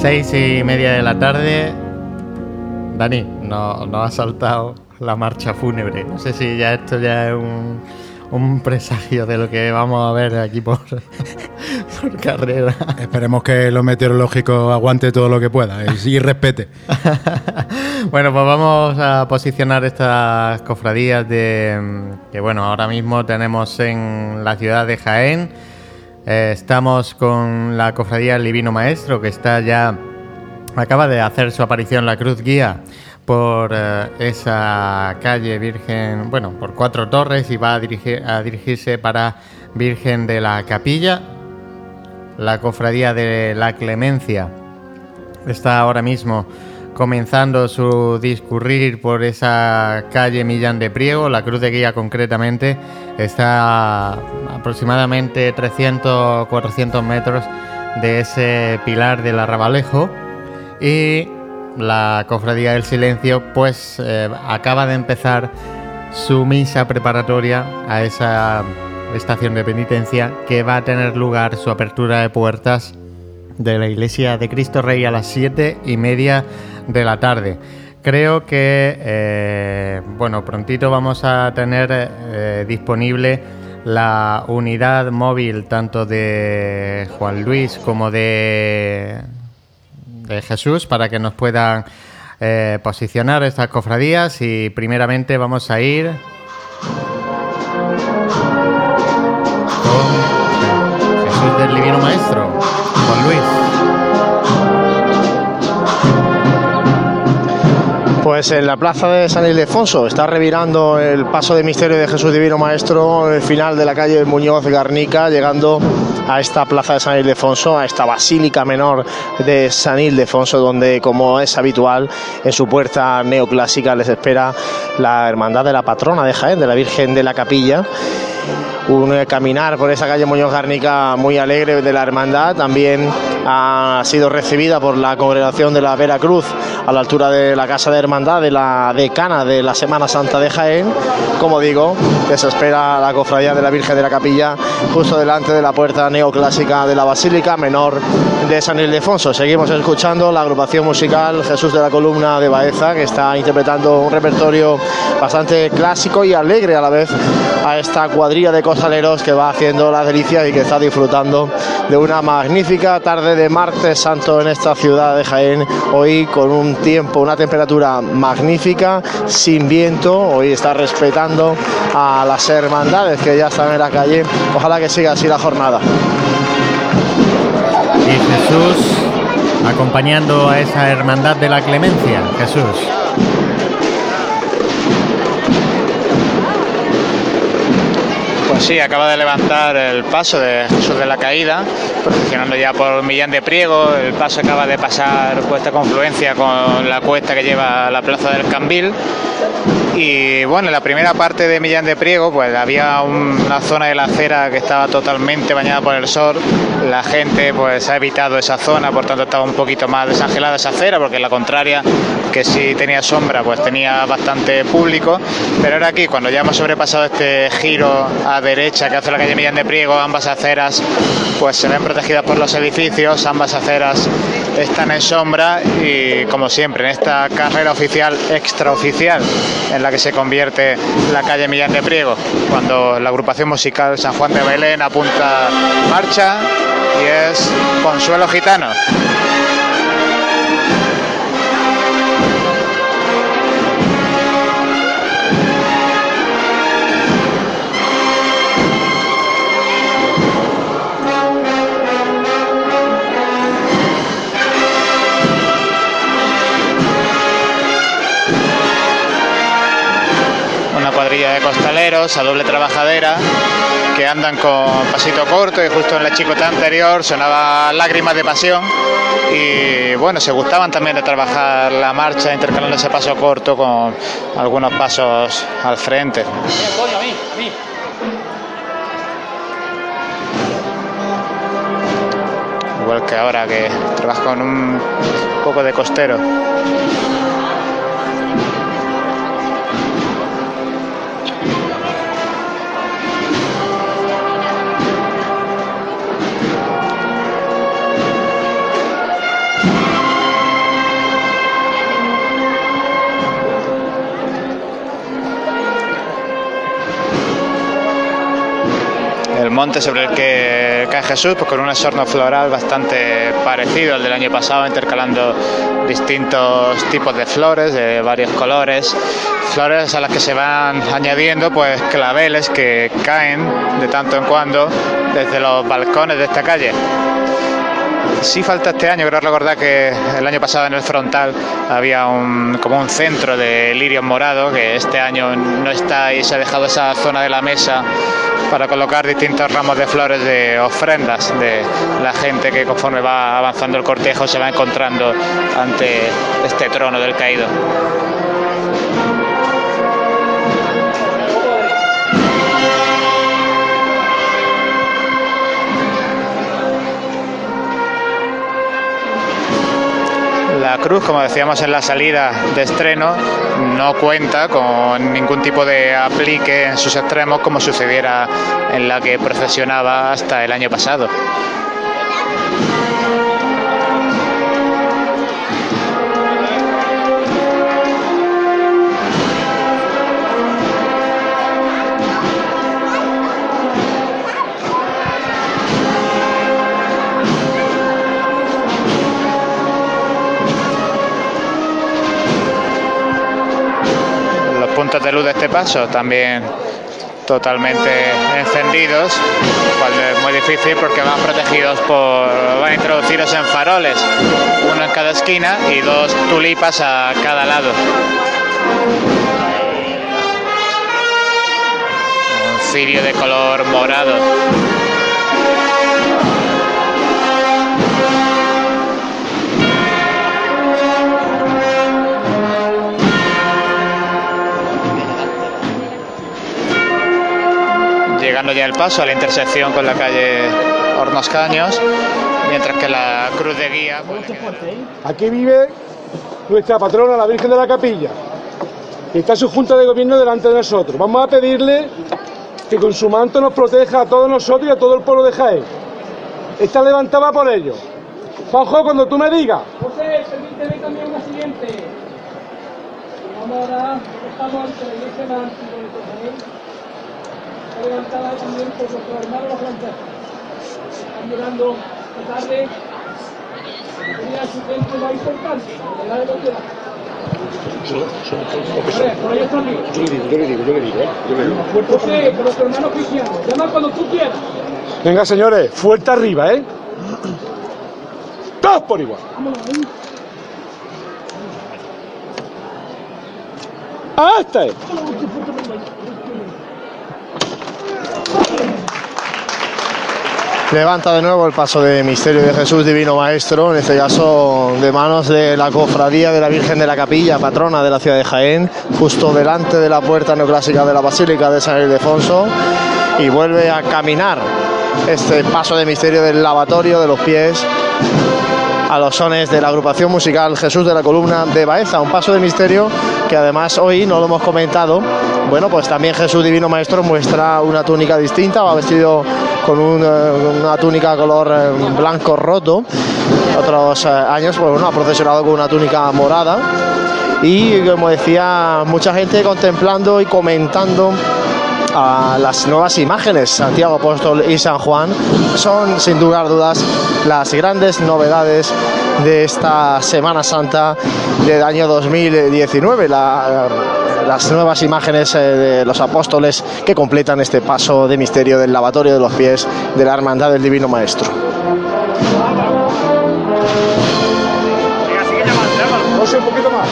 6:30 de la tarde. Dani, no ha saltado la marcha fúnebre. No sé si ya esto ya es un presagio de lo que vamos a ver aquí por carrera. Esperemos que lo meteorológico aguante todo lo que pueda y respete. Bueno, pues vamos a posicionar estas cofradías que bueno, ahora mismo tenemos en la ciudad de Jaén. Estamos con la cofradía del Divino Maestro, que acaba de hacer su aparición la cruz guía por esa calle Virgen, bueno, por Cuatro Torres, y va a dirigirse para Virgen de la Capilla. La cofradía de la Clemencia está ahora mismo comenzando su discurrir por esa calle Millán de Priego. La cruz de guía concretamente está a aproximadamente 300-400 metros de ese pilar del Arrabalejo, y la cofradía del Silencio pues acaba de empezar su misa preparatoria a esa estación de penitencia, que va a tener lugar su apertura de puertas de la Iglesia de Cristo Rey a las 7:30 de la tarde. Creo que bueno, prontito vamos a tener disponible la unidad móvil tanto de Juan Luis como de Jesús, para que nos puedan posicionar estas cofradías. Y primeramente vamos a ir con Jesús del Divino Maestro, Juan Luis. Pues en la plaza de San Ildefonso está revirando el paso de misterio de Jesús Divino Maestro, el final de la calle Muñoz Garnica, llegando a esta plaza de San Ildefonso, a esta basílica menor de San Ildefonso, donde, como es habitual, en su puerta neoclásica les espera la hermandad de la patrona de Jaén, de la Virgen de la Capilla. Un caminar por esa calle Muñoz Garnica muy alegre de la hermandad. También ha sido recibida por la congregación de la Veracruz a la altura de la Casa de Hermandad de la decana de la Semana Santa de Jaén. Como digo, que se espera la cofradía de la Virgen de la Capilla justo delante de la puerta neoclásica de la Basílica Menor de San Ildefonso. Seguimos escuchando la agrupación musical Jesús de la Columna de Baeza, que está interpretando un repertorio bastante clásico y alegre a la vez a esta cuadrilla de costaleros que va haciendo las delicias y que está disfrutando de una magnífica tarde de martes santo en esta ciudad de Jaén, hoy con un tiempo, una temperatura magnífica, sin viento. Hoy está respetando a las hermandades que ya están en la calle. Ojalá que siga así la jornada. Y Jesús acompañando a esa hermandad de la Clemencia. Jesús. Pues sí, acaba de levantar el paso de Jesús de la Caída, procesionando ya por Millán de Priego. El paso acaba de pasar por esta confluencia con la cuesta que lleva a la Plaza del Cambil. Y bueno, en la primera parte de Millán de Priego pues había una zona de la acera que estaba totalmente bañada por el sol. La gente pues ha evitado esa zona, por tanto estaba un poquito más desangelada esa acera, porque la contraria, que sí tenía sombra, pues tenía bastante público. Pero ahora aquí, cuando ya hemos sobrepasado este giro a derecha que hace la calle Millán de Priego, ambas aceras pues se ven protegidas por los edificios, ambas aceras están en sombra, y como siempre en esta carrera oficial extraoficial en la que se convierte la calle Millán de Priego, cuando la agrupación musical San Juan de Belén apunta marcha, y es Consuelo Gitano. Cuadrilla de costaleros a doble trabajadera que andan con pasito corto, y justo en la chicota anterior sonaba Lágrimas de Pasión, y bueno, se gustaban también de trabajar la marcha intercalando ese paso corto con algunos pasos al frente. Igual que ahora, que trabaja con un poco de costero. monte sobre el que cae Jesús, pues con un exorno floral bastante parecido al del año pasado, intercalando distintos tipos de flores de varios colores, flores a las que se van añadiendo pues claveles que caen de tanto en cuando desde los balcones de esta calle. Sí falta este año, creo recordar que el año pasado en el frontal había como un centro de lirios morados, que este año no está y se ha dejado esa zona de la mesa para colocar distintos ramos de flores de ofrendas de la gente que conforme va avanzando el cortejo se va encontrando ante este trono del caído. La cruz, como decíamos en la salida de estreno, no cuenta con ningún tipo de aplique en sus extremos como sucediera en la que procesionaba hasta el año pasado. Puntos de luz de este paso también totalmente encendidos, lo cual es muy difícil porque van protegidos van introducidos en faroles, uno en cada esquina y dos tulipas a cada lado. Un cirio de color morado. Llegando ya el paso a la intersección con la calle Hornos Caños, mientras que la cruz de guía... Aquí vive nuestra patrona, la Virgen de la Capilla, y está su Junta de Gobierno delante de nosotros. Vamos a pedirle que con su manto nos proteja a todos nosotros y a todo el pueblo de Jaén. Está levantada por ello. Juanjo, cuando tú me digas. José, permíteme también una siguiente. Vamos ahora, estamos ante la iglesia más antigua de Jaén. Levantada también por nuestros hermanos los franceses. Están llorando esta tarde sería su templo más importante, la de los ciudadanos. Por ahí está arriba. Yo le digo. José, por nuestros hermanos cristianos, llama cuando tú quieras. Venga, señores, fuerte arriba, ¿eh? Todos por igual. ¡Hasta ahí! Levanta de nuevo el paso de misterio de Jesús Divino Maestro, en este caso de manos de la Cofradía de la Virgen de la Capilla, patrona de la ciudad de Jaén, justo delante de la puerta neoclásica de la Basílica de San Ildefonso, y vuelve a caminar este paso de misterio del lavatorio de los pies a los sones de la agrupación musical Jesús de la Columna de Baeza, un paso de misterio que además hoy no lo hemos comentado. Bueno, pues también Jesús Divino Maestro muestra una túnica distinta, va vestido con una túnica color blanco roto. Otros años, pues bueno, ha procesionado con una túnica morada y, como decía, mucha gente contemplando y comentando a las nuevas imágenes, Santiago Apóstol y San Juan, son sin lugar a dudas las grandes novedades de esta Semana Santa del año 2019, las nuevas imágenes de los apóstoles que completan este paso de misterio del lavatorio de los pies de la Hermandad del Divino Maestro. Un poquito más.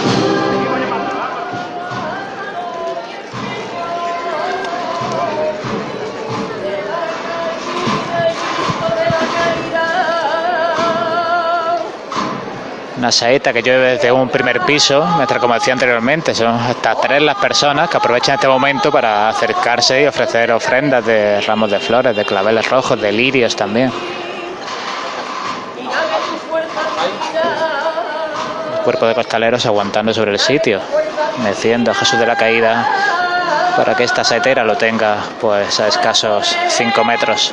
Una saeta que llueve desde un primer piso, mientras, como decía anteriormente, son hasta 3 las personas que aprovechan este momento para acercarse y ofrecer ofrendas de ramos de flores, de claveles rojos, de lirios también. Un cuerpo de costaleros aguantando sobre el sitio, meciendo a Jesús de la Caída para que esta saetera lo tenga pues a escasos 5 metros.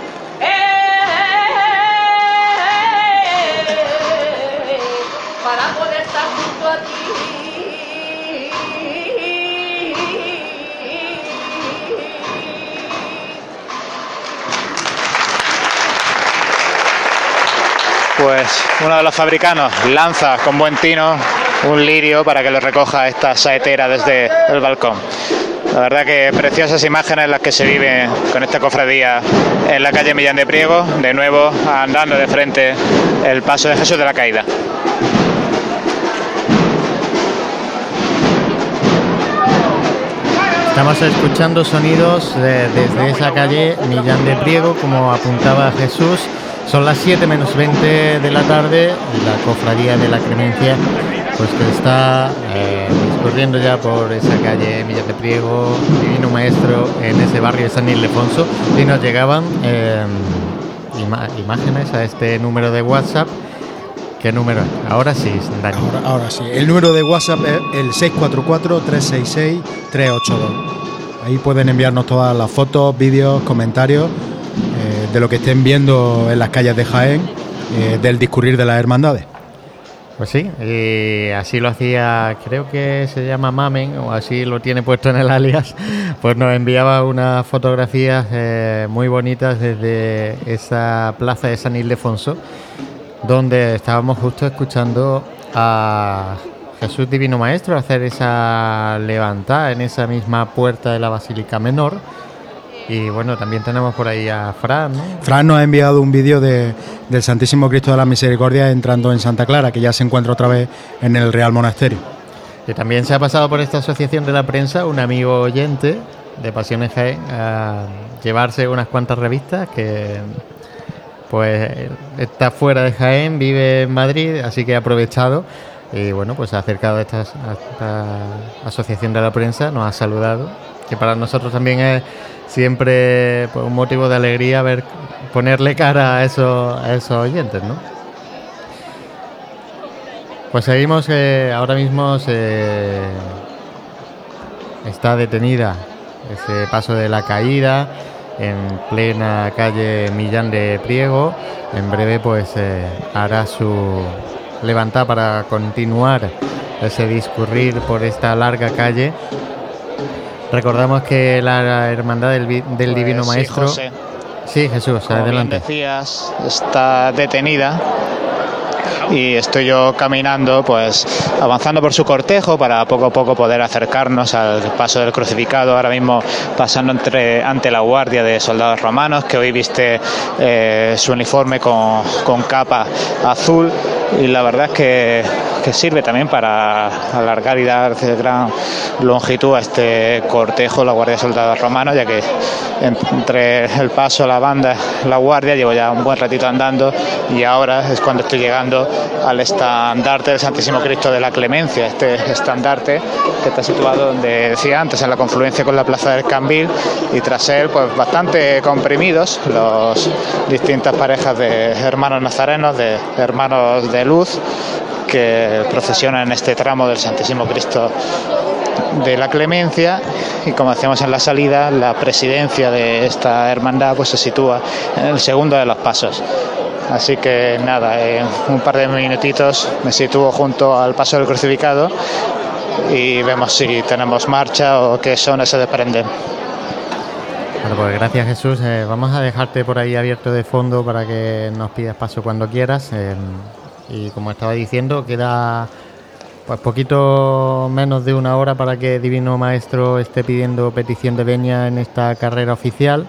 pues uno de los fabricanos lanza con buen tino un lirio para que lo recoja esta saetera desde el balcón. La verdad que preciosas imágenes las que se viven con esta cofradía en la calle Millán de Priego, de nuevo andando de frente el paso de Jesús de la Caída. Estamos escuchando sonidos desde esa calle Millán de Priego, como apuntaba Jesús. Son las 7 menos 20 de la tarde, la cofradía de la Clemencia pues que está discurriendo ya por esa calle Millán de Priego, Divino Maestro, en ese barrio de San Ildefonso, y nos llegaban imágenes a este número de WhatsApp. ¿Qué número es? Ahora sí, Dani. Ahora sí. El número de WhatsApp es el 644-366-382. Ahí pueden enviarnos todas las fotos, vídeos, comentarios de lo que estén viendo en las calles de Jaén, del discurrir de las hermandades. Pues sí, y así lo hacía, creo que se llama Mamen, o así lo tiene puesto en el alias, pues nos enviaba unas fotografías muy bonitas desde esa plaza de San Ildefonso, donde estábamos justo escuchando a Jesús Divino Maestro hacer esa levantada en esa misma puerta de la Basílica Menor. Y bueno, también tenemos por ahí a Fran, ¿no? Fran nos ha enviado un vídeo del Santísimo Cristo de la Misericordia entrando en Santa Clara, que ya se encuentra otra vez en el Real Monasterio. Y también se ha pasado por esta asociación de la prensa un amigo oyente de Pasiones Jaén a llevarse unas cuantas revistas que pues está fuera de Jaén, vive en Madrid, así que ha aprovechado y bueno, pues se ha acercado a esta asociación de la prensa, nos ha saludado, que para nosotros también es siempre pues, un motivo de alegría ponerle cara a esos oyentes, ¿no? Pues seguimos, ahora mismo está detenida ese paso de la Caída en plena calle Millán de Priego. En breve pues hará su levantada para continuar ese discurrir por esta larga calle. Recordamos que la hermandad del Divino Maestro... Sí, José. Sí, Jesús, como adelante. Bien decías, está detenida y estoy yo caminando, pues avanzando por su cortejo para poco a poco poder acercarnos al paso del crucificado. Ahora mismo pasando ante la guardia de soldados romanos, que hoy viste su uniforme con capa azul, y la verdad es que sirve también para alargar y dar gran longitud a este cortejo, la guardia de soldados romanos, ya que entre el paso, la banda, la guardia, llevo ya un buen ratito andando y ahora es cuando estoy llegando al estandarte del Santísimo Cristo de la Clemencia, este estandarte que está situado donde decía antes, en la confluencia con la Plaza del Cambil, y tras él pues bastante comprimidos los distintas parejas de hermanos nazarenos, de hermanos de luz, que procesionan en este tramo del Santísimo Cristo de la Clemencia. Y como decíamos en la salida, la presidencia de esta hermandad pues se sitúa en el segundo de los pasos. Así que nada, en un par de minutitos me sitúo junto al paso del crucificado y vemos si tenemos marcha o qué sones se desprenden. Bueno, pues gracias, Jesús. Vamos a dejarte por ahí abierto de fondo para que nos pidas paso cuando quieras. Y como estaba diciendo, queda pues poquito menos de una hora para que Divino Maestro esté pidiendo petición de venia en esta carrera oficial.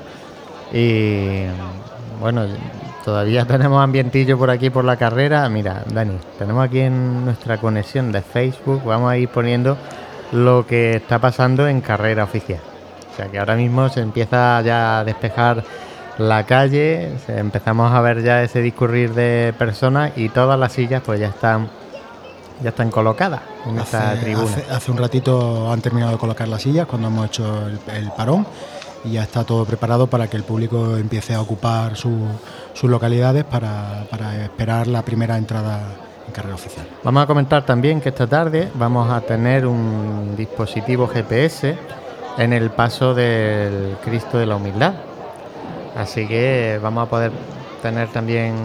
Y bueno, todavía tenemos ambientillo por aquí por la carrera. Mira, Dani, tenemos aquí en nuestra conexión de Facebook, vamos a ir poniendo lo que está pasando en carrera oficial. O sea que ahora mismo se empieza ya a despejar la calle, empezamos a ver ya ese discurrir de personas y todas las sillas pues ya están colocadas en esta tribuna. Hace un ratito han terminado de colocar las sillas cuando hemos hecho el parón y ya está todo preparado para que el público empiece a ocupar sus localidades para esperar la primera entrada en carrera oficial. Vamos a comentar también que esta tarde vamos a tener un dispositivo GPS en el paso del Cristo de la Humildad. Así que vamos a poder tener también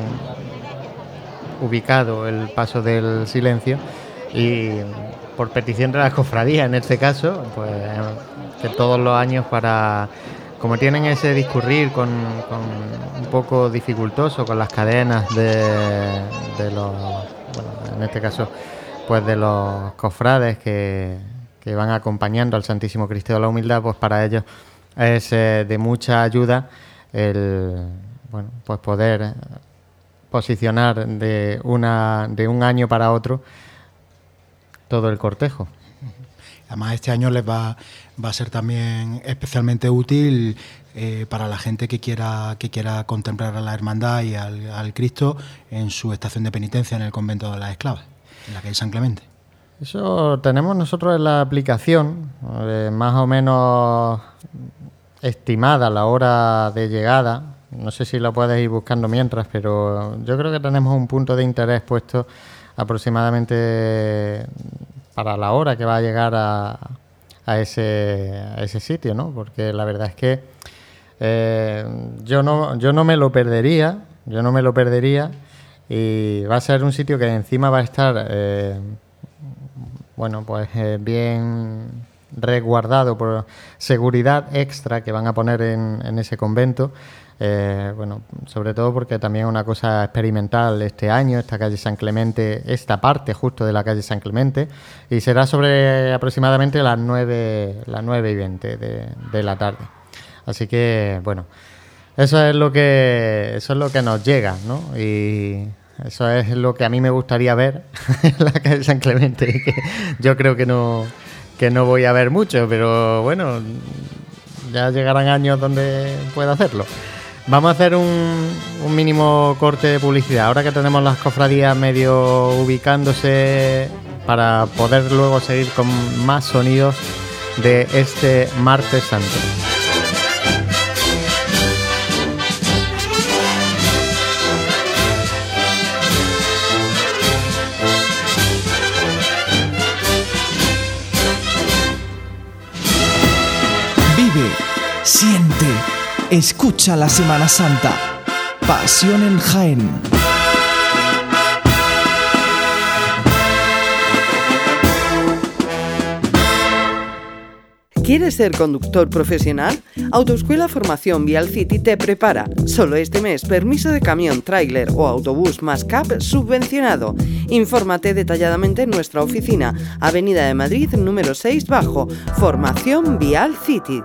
ubicado el paso del silencio y por petición de la cofradía en este caso, pues que todos los años para como tienen ese discurrir con un poco dificultoso con las cadenas de los, bueno, en este caso, pues de los cofrades que van acompañando al Santísimo Cristo de la Humildad, pues para ellos es de mucha ayuda el, bueno, pues poder posicionar de un año para otro todo el cortejo. Además, este año les va a ser también especialmente útil para la gente que quiera contemplar a la Hermandad y al Cristo en su estación de penitencia en el convento de las Esclavas, en la calle San Clemente. Eso tenemos nosotros en la aplicación, más o menos estimada la hora de llegada. No sé si lo puedes ir buscando mientras, pero yo creo que tenemos un punto de interés puesto aproximadamente para la hora que va a llegar a ese sitio, ¿no? Porque la verdad es que yo no me lo perdería, y va a ser un sitio que encima va a estar bueno, pues bien resguardado por seguridad extra que van a poner en ese convento. Bueno, sobre todo porque también es una cosa experimental este año, esta calle San Clemente, esta parte justo de la calle San Clemente, y será sobre aproximadamente las 9:20 de la tarde. Así que, bueno, eso es lo que nos llega, ¿no? Y eso es lo que a mí me gustaría ver en la calle San Clemente, que yo creo que no voy a ver mucho, pero bueno, ya llegarán años donde pueda hacerlo. Vamos a hacer un mínimo corte de publicidad, ahora que tenemos las cofradías medio ubicándose, para poder luego seguir con más sonidos de este Martes Santo. Vive, siente, escucha la Semana Santa. Pasión en Jaén. ¿Quieres ser conductor profesional? Autoescuela Formación Vial City te prepara. Solo este mes, permiso de camión, tráiler o autobús más CAP subvencionado. Infórmate detalladamente en nuestra oficina, Avenida de Madrid, número 6 bajo, Formación Vial City.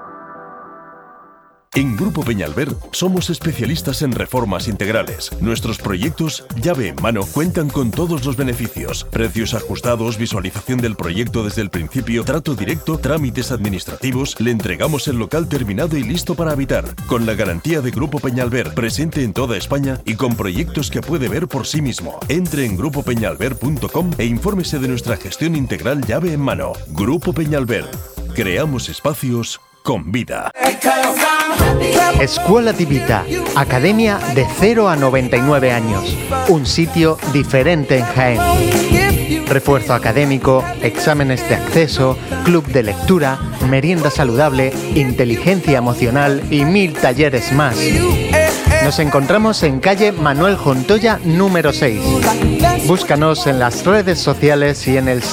En Grupo Peñalver somos especialistas en reformas integrales. Nuestros proyectos, llave en mano, cuentan con todos los beneficios. Precios ajustados, visualización del proyecto desde el principio, trato directo, trámites administrativos. Le entregamos el local terminado y listo para habitar. Con la garantía de Grupo Peñalver, presente en toda España y con proyectos que puede ver por sí mismo. Entre en grupopeñalver.com e infórmese de nuestra gestión integral llave en mano. Grupo Peñalver. Creamos espacios con vida. Escuela Tivita, academia de 0 a 99 años, un sitio diferente en Jaén. Refuerzo académico, exámenes de acceso, club de lectura, merienda saludable, inteligencia emocional y 1000 talleres más. Nos encontramos en calle Manuel Jontoya número 6. Búscanos en las redes sociales y en el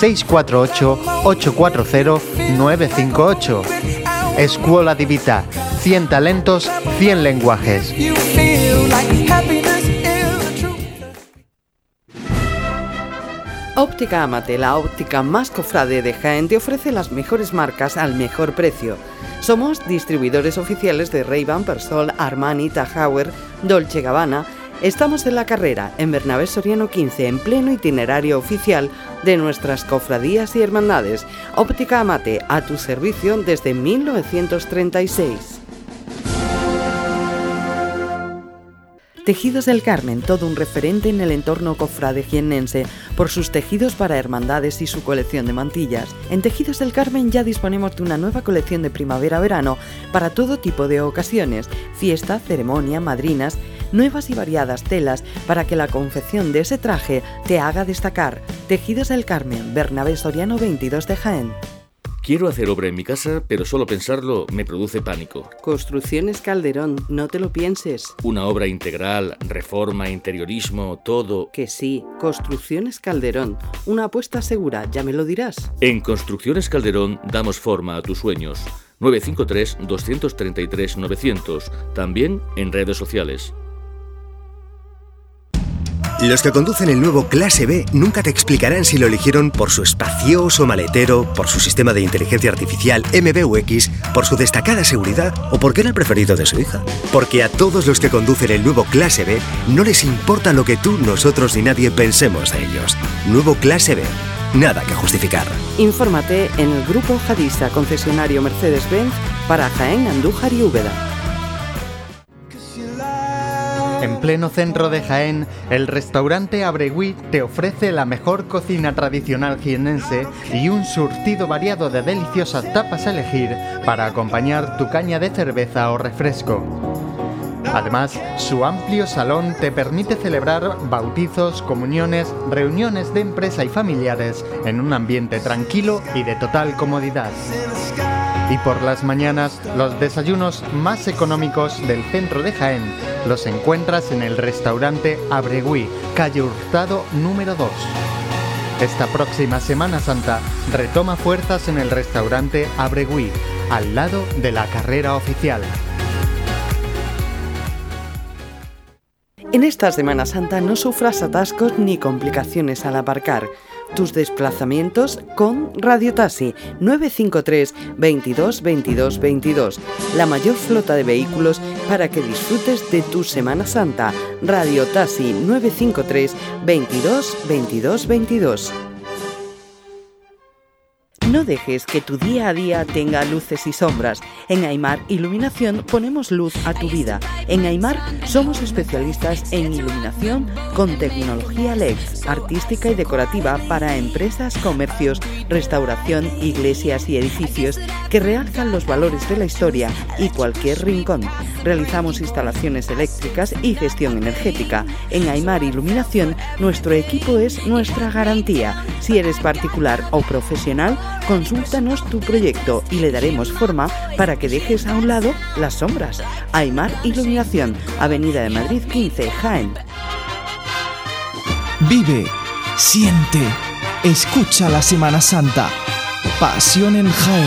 648-840-958. Escuela Tivita, 100 talentos, 100 lenguajes. Óptica Amate, la óptica más cofrade de Jaén, te ofrece las mejores marcas al mejor precio. Somos distribuidores oficiales de Ray-Ban, Persol, Armani, Tahauer, Dolce & Gabbana. Estamos en La Carrera, en Bernabé Soriano 15, en pleno itinerario oficial de nuestras cofradías y hermandades. Óptica Amate, a tu servicio desde 1936. Tejidos del Carmen, todo un referente en el entorno cofrade jiennense por sus tejidos para hermandades y su colección de mantillas. En Tejidos del Carmen ya disponemos de una nueva colección de primavera-verano para todo tipo de ocasiones, fiesta, ceremonia, madrinas, nuevas y variadas telas para que la confección de ese traje te haga destacar. Tejidos del Carmen, Bernabé Soriano 22 de Jaén. Quiero hacer obra en mi casa, pero solo pensarlo me produce pánico. Construcciones Calderón, no te lo pienses. Una obra integral, reforma, interiorismo, todo. Que sí, Construcciones Calderón, una apuesta segura, ya me lo dirás. En Construcciones Calderón damos forma a tus sueños. 953 233 900, también en redes sociales. Los que conducen el nuevo Clase B nunca te explicarán si lo eligieron por su espacioso maletero, por su sistema de inteligencia artificial MBUX, por su destacada seguridad o porque era el preferido de su hija. Porque a todos los que conducen el nuevo Clase B no les importa lo que tú, nosotros ni nadie pensemos de ellos. Nuevo Clase B. Nada que justificar. Infórmate en el Grupo Jadisa, concesionario Mercedes-Benz para Jaén, Andújar y Úbeda. En pleno centro de Jaén, el restaurante Abregui te ofrece la mejor cocina tradicional jiennense y un surtido variado de deliciosas tapas a elegir para acompañar tu caña de cerveza o refresco. Además, su amplio salón te permite celebrar bautizos, comuniones, reuniones de empresa y familiares en un ambiente tranquilo y de total comodidad. Y por las mañanas, los desayunos más económicos del centro de Jaén los encuentras en el restaurante Abregui, calle Hurtado número 2. Esta próxima Semana Santa retoma fuerzas en el restaurante Abregui, al lado de la carrera oficial. En esta Semana Santa no sufras atascos ni complicaciones al aparcar. Tus desplazamientos con Radio Taxi 953 22 22 22. La mayor flota de vehículos para que disfrutes de tu Semana Santa. Radio Taxi 953 22 22 22. No dejes que tu día a día tenga luces y sombras. En Aimar Iluminación ponemos luz a tu vida. En Aimar somos especialistas en iluminación con tecnología LED, artística y decorativa para empresas, comercios, restauración, iglesias y edificios que realzan los valores de la historia y cualquier rincón. Realizamos instalaciones eléctricas y gestión energética. En Aimar Iluminación nuestro equipo es nuestra garantía. Si eres particular o profesional, consúltanos tu proyecto y le daremos forma para que dejes a un lado las sombras. Aimar Iluminación, Avenida de Madrid 15, Jaén. Vive, siente, escucha la Semana Santa. Pasión en Jaén.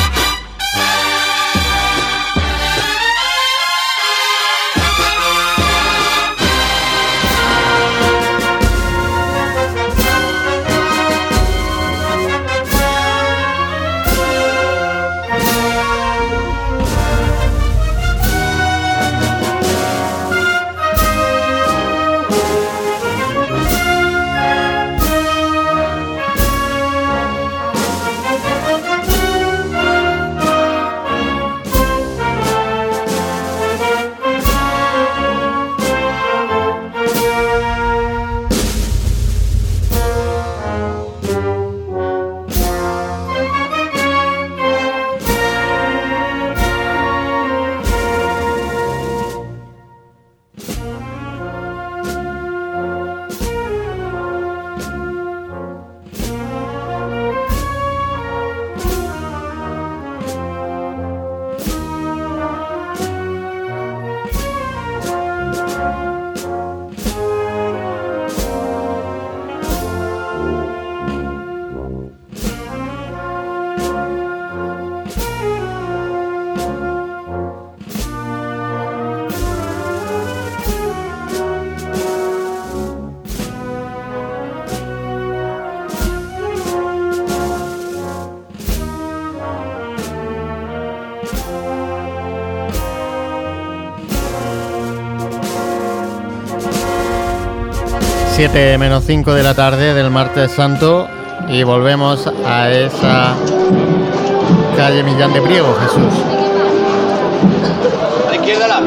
Menos 5 de la tarde del martes santo y volvemos a esa calle Millán de Priego, Jesús. A la izquierda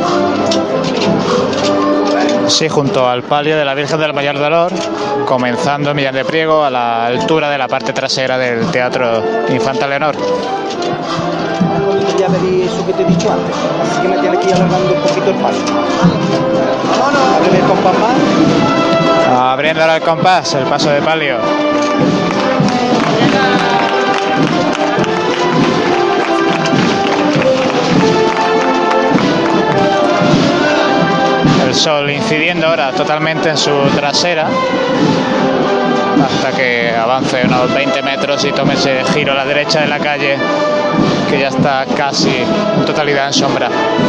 Sí, junto al palio de la Virgen del Mayor Dolor, comenzando Millán de Priego a la altura de la parte trasera del Teatro Infanta Leonor. Ya pedí eso que te he dicho antes, así que me tiene que ir alargando un poquito el paso. Vámonos. Ábreme el compás más. Abriendo ahora el compás, el paso de palio. El sol incidiendo ahora totalmente en su trasera. hasta que avance unos 20 metros y tome ese giro a la derecha de la calle, que ya está casi en totalidad en sombra.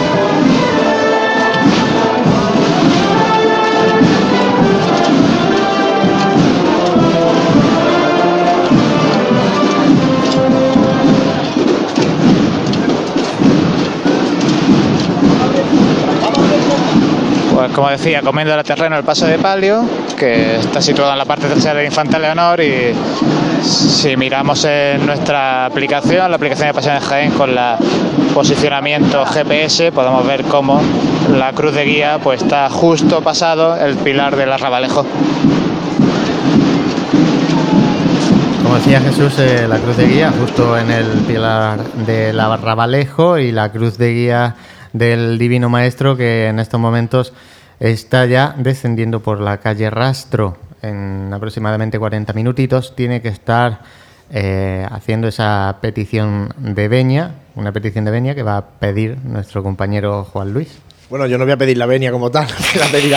Pues como decía, comiendo el terreno el paso de palio, que está situado en la parte trasera de Infanta Leonor, y si miramos en nuestra aplicación, la aplicación de Pasiones Jaén, con el posicionamiento GPS, podemos ver cómo la cruz de guía pues está justo pasado el pilar del Arrabalejo. Como decía Jesús, la cruz de guía justo en el pilar del Arrabalejo, y la cruz de guía del Divino Maestro, que en estos momentos está ya descendiendo por la calle Rastro. En aproximadamente 40 minutitos tiene que estar haciendo esa petición de venia, una petición de venia que va a pedir nuestro compañero Juan Luis. Bueno, yo no voy a pedir la venia como tal, la pedirá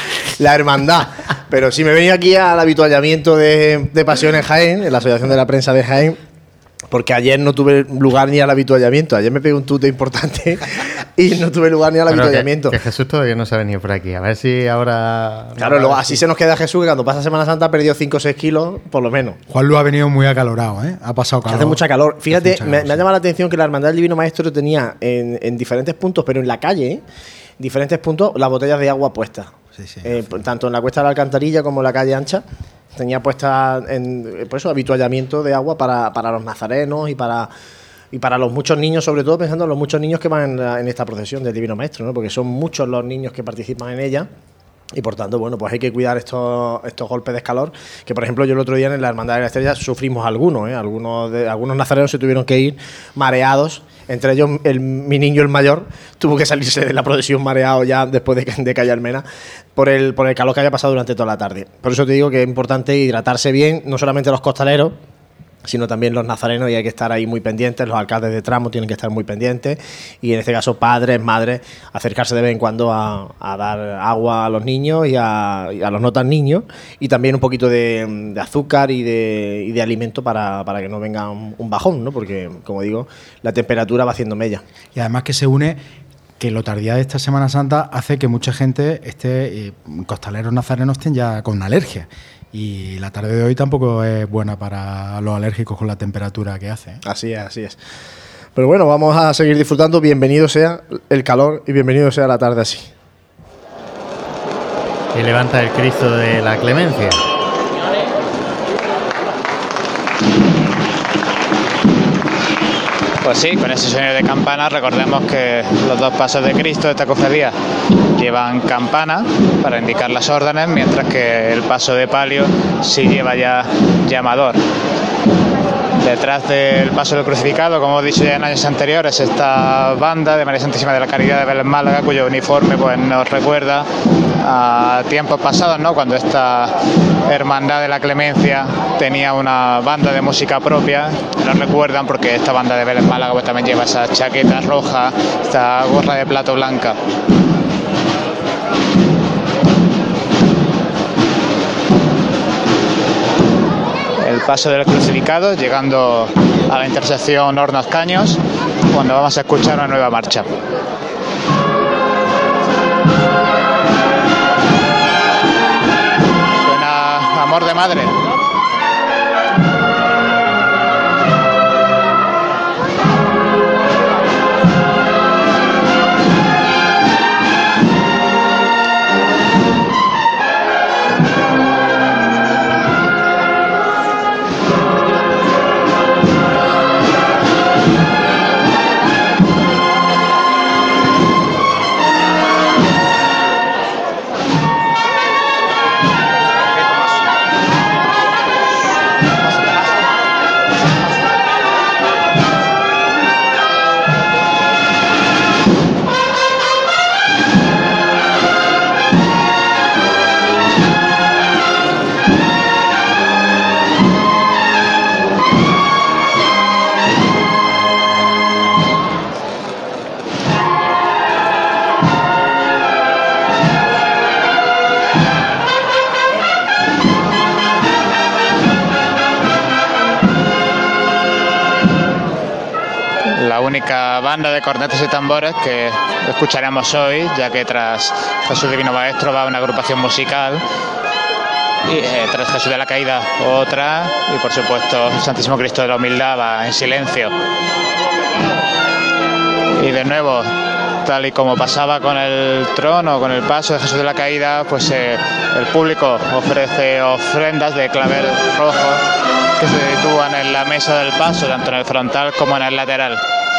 la hermandad, pero sí me he venido aquí al habituallamiento de Pasiones Jaén, en la Asociación de la Prensa de Jaén, porque ayer no tuve lugar ni al habituallamiento. Ayer me pegué un tute importante y no tuve lugar ni al habituallamiento. Que Jesús todavía no se ha venido por aquí. A ver si ahora... Claro, luego así se nos queda Jesús, que cuando pasa Semana Santa ha perdido 5 o 6 kilos, por lo menos. Juan Luis ha venido muy acalorado, ¿eh? Ha pasado calor. Hace mucha calor. Fíjate, me ha llamado la atención que la Hermandad del Divino Maestro tenía en diferentes puntos, pero en la calle, diferentes puntos, las botellas de agua puestas. Sí, sí. Tanto en la Cuesta de la Alcantarilla como en la calle Ancha. Tenía puesta por eso habituallamiento de agua para los nazarenos y para los muchos niños, sobre todo pensando en los muchos niños que van en esta procesión del Divino Maestro, ¿no? Porque son muchos los niños que participan en ella. Y por tanto, bueno, pues hay que cuidar estos golpes de calor, que por ejemplo yo el otro día en la Hermandad de la Estrella sufrimos algunos, algunos nazarenos se tuvieron que ir mareados, entre ellos mi niño el mayor tuvo que salirse de la procesión mareado ya después de Calle Almena por el calor que había pasado durante toda la tarde. Por eso te digo que es importante hidratarse bien, no solamente los costaleros, sino también los nazarenos, y hay que estar ahí muy pendientes. Los alcaldes de tramo tienen que estar muy pendientes, y en este caso padres, madres, acercarse de vez en cuando a dar agua a los niños y a los no tan niños, y también un poquito de azúcar y de alimento para que no venga un bajón, ¿no? Porque, como digo, la temperatura va haciendo mella. Y además que se une que lo tardía de esta Semana Santa hace que mucha gente costaleros nazarenos estén ya con alergia. Y la tarde de hoy tampoco es buena para los alérgicos con la temperatura que hace, ¿eh? Así es. Pero bueno, vamos a seguir disfrutando. Bienvenido sea el calor y bienvenido sea la tarde así. Y levanta el Cristo de la Clemencia. Pues sí, con ese sonido de campana, recordemos que los dos pasos de Cristo de esta cofradía llevan campana para indicar las órdenes, mientras que el paso de palio sí lleva ya llamador. Detrás del paso del crucificado, como hemos dicho ya en años anteriores, esta banda de María Santísima de la Caridad de Belén Málaga, cuyo uniforme pues nos recuerda a tiempos pasados, ¿no? Cuando esta Hermandad de la Clemencia tenía una banda de música propia. Nos recuerdan porque esta banda de Belén Málaga pues también lleva esa chaqueta roja, esta gorra de plato blanca. El paso del crucificado, llegando a la intersección Hornos Caños, cuando vamos a escuchar una nueva marcha. Suena Amor de Madre. la única banda de cornetas y tambores que escucharemos hoy, ya que tras Jesús Divino Maestro va una agrupación musical, y tras Jesús de la Caída otra, y por supuesto el Santísimo Cristo de la Humildad va en silencio. Y de nuevo, tal y como pasaba con el trono, con el paso de Jesús de la Caída, pues el público ofrece ofrendas de clavel rojo que se sitúan en la mesa del paso, tanto en el frontal como en el lateral.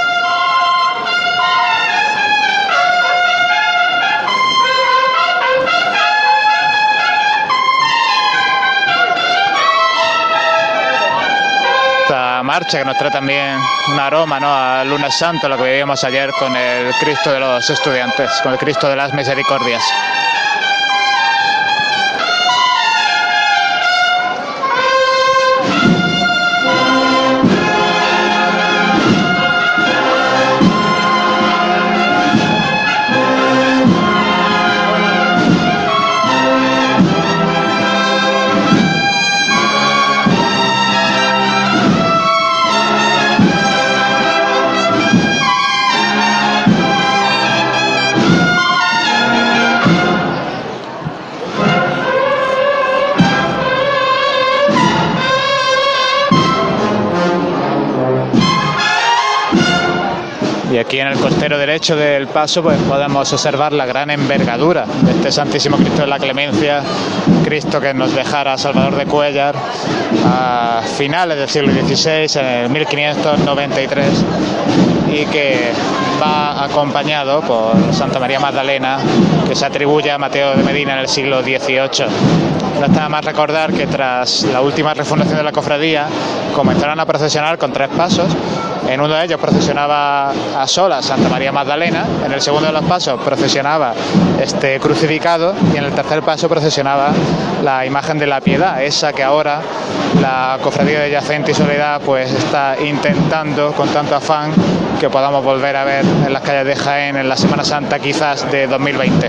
Esta marcha que nos trae también un aroma, ¿no?, a Lunes Santo, lo que vivíamos ayer con el Cristo de los Estudiantes, con el Cristo de las Misericordias. Y aquí en el costero derecho del paso pues podemos observar la gran envergadura de este Santísimo Cristo de la Clemencia, Cristo que nos dejara Salvador de Cuéllar a finales del siglo XVI, en el 1593, y que va acompañado por Santa María Magdalena, que se atribuye a Mateo de Medina en el siglo XVIII. No está más recordar que tras la última refundación de la cofradía comenzaron a procesionar con 3 pasos. En uno de ellos procesionaba a solas Santa María Magdalena, en el segundo de los pasos procesionaba este crucificado y en el tercer paso procesionaba la imagen de la Piedad, esa que ahora la cofradía de Yacente y Soledad pues está intentando con tanto afán que podamos volver a ver en las calles de Jaén en la Semana Santa quizás de 2020.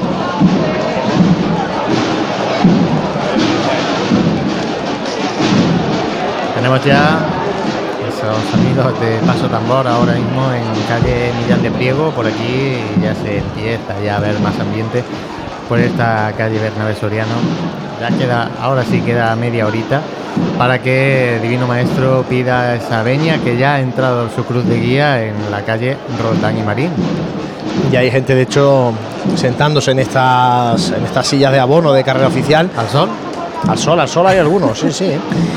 Tenemos ya esos sonidos de paso tambor ahora mismo en calle Millán de Priego. Por aquí ya se empieza ya a ver más ambiente por esta calle Bernabé Soriano. Ya queda, ahora sí queda media horita para que Divino Maestro pida esa venia que ya ha entrado su cruz de guía en la calle Roldán y Marín. Y hay gente de hecho sentándose en estas sillas de abono de carrera oficial. ¿Al sol? Al sol hay algunos, sí.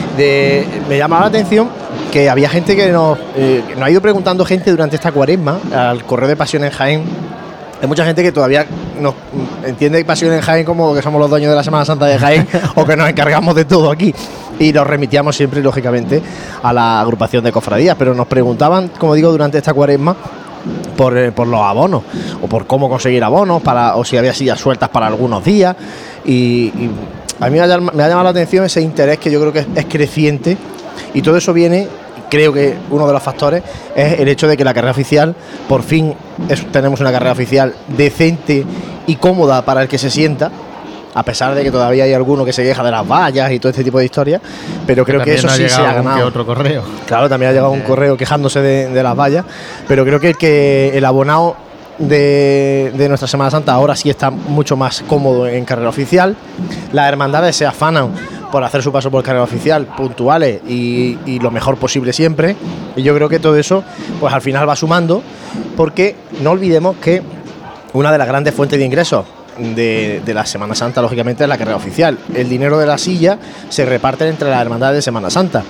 Me llamaba la atención que había gente que nos ha ido preguntando gente durante esta cuaresma al correo de Pasión en Jaén. Hay mucha gente que todavía nos entiende Pasión en Jaén como que somos los dueños de la Semana Santa de Jaén o que nos encargamos de todo aquí. Y nos remitíamos siempre, lógicamente, a la agrupación de cofradías. Pero nos preguntaban, como digo, durante esta cuaresma por los abonos o por cómo conseguir abonos o si había sillas sueltas para algunos días. Y a mí me ha llamado la atención ese interés que yo creo que es creciente, y todo eso viene, creo que uno de los factores es el hecho de que la carrera oficial, por fin tenemos una carrera oficial decente y cómoda para el que se sienta, a pesar de que todavía hay alguno que se queja de las vallas y todo este tipo de historias, pero creo que eso sí se ha ganado. Otro correo. Claro, también ha llegado un correo quejándose de las vallas, pero creo que el abonado de nuestra Semana Santa ahora sí está mucho más cómodo en carrera oficial. Las hermandades se afanan por hacer su paso por carrera oficial puntuales y lo mejor posible siempre, y yo creo que todo eso pues al final va sumando, porque no olvidemos que una de las grandes fuentes de ingresos de la Semana Santa lógicamente es la carrera oficial. El dinero de la silla se reparte entre las hermandades de Semana Santa.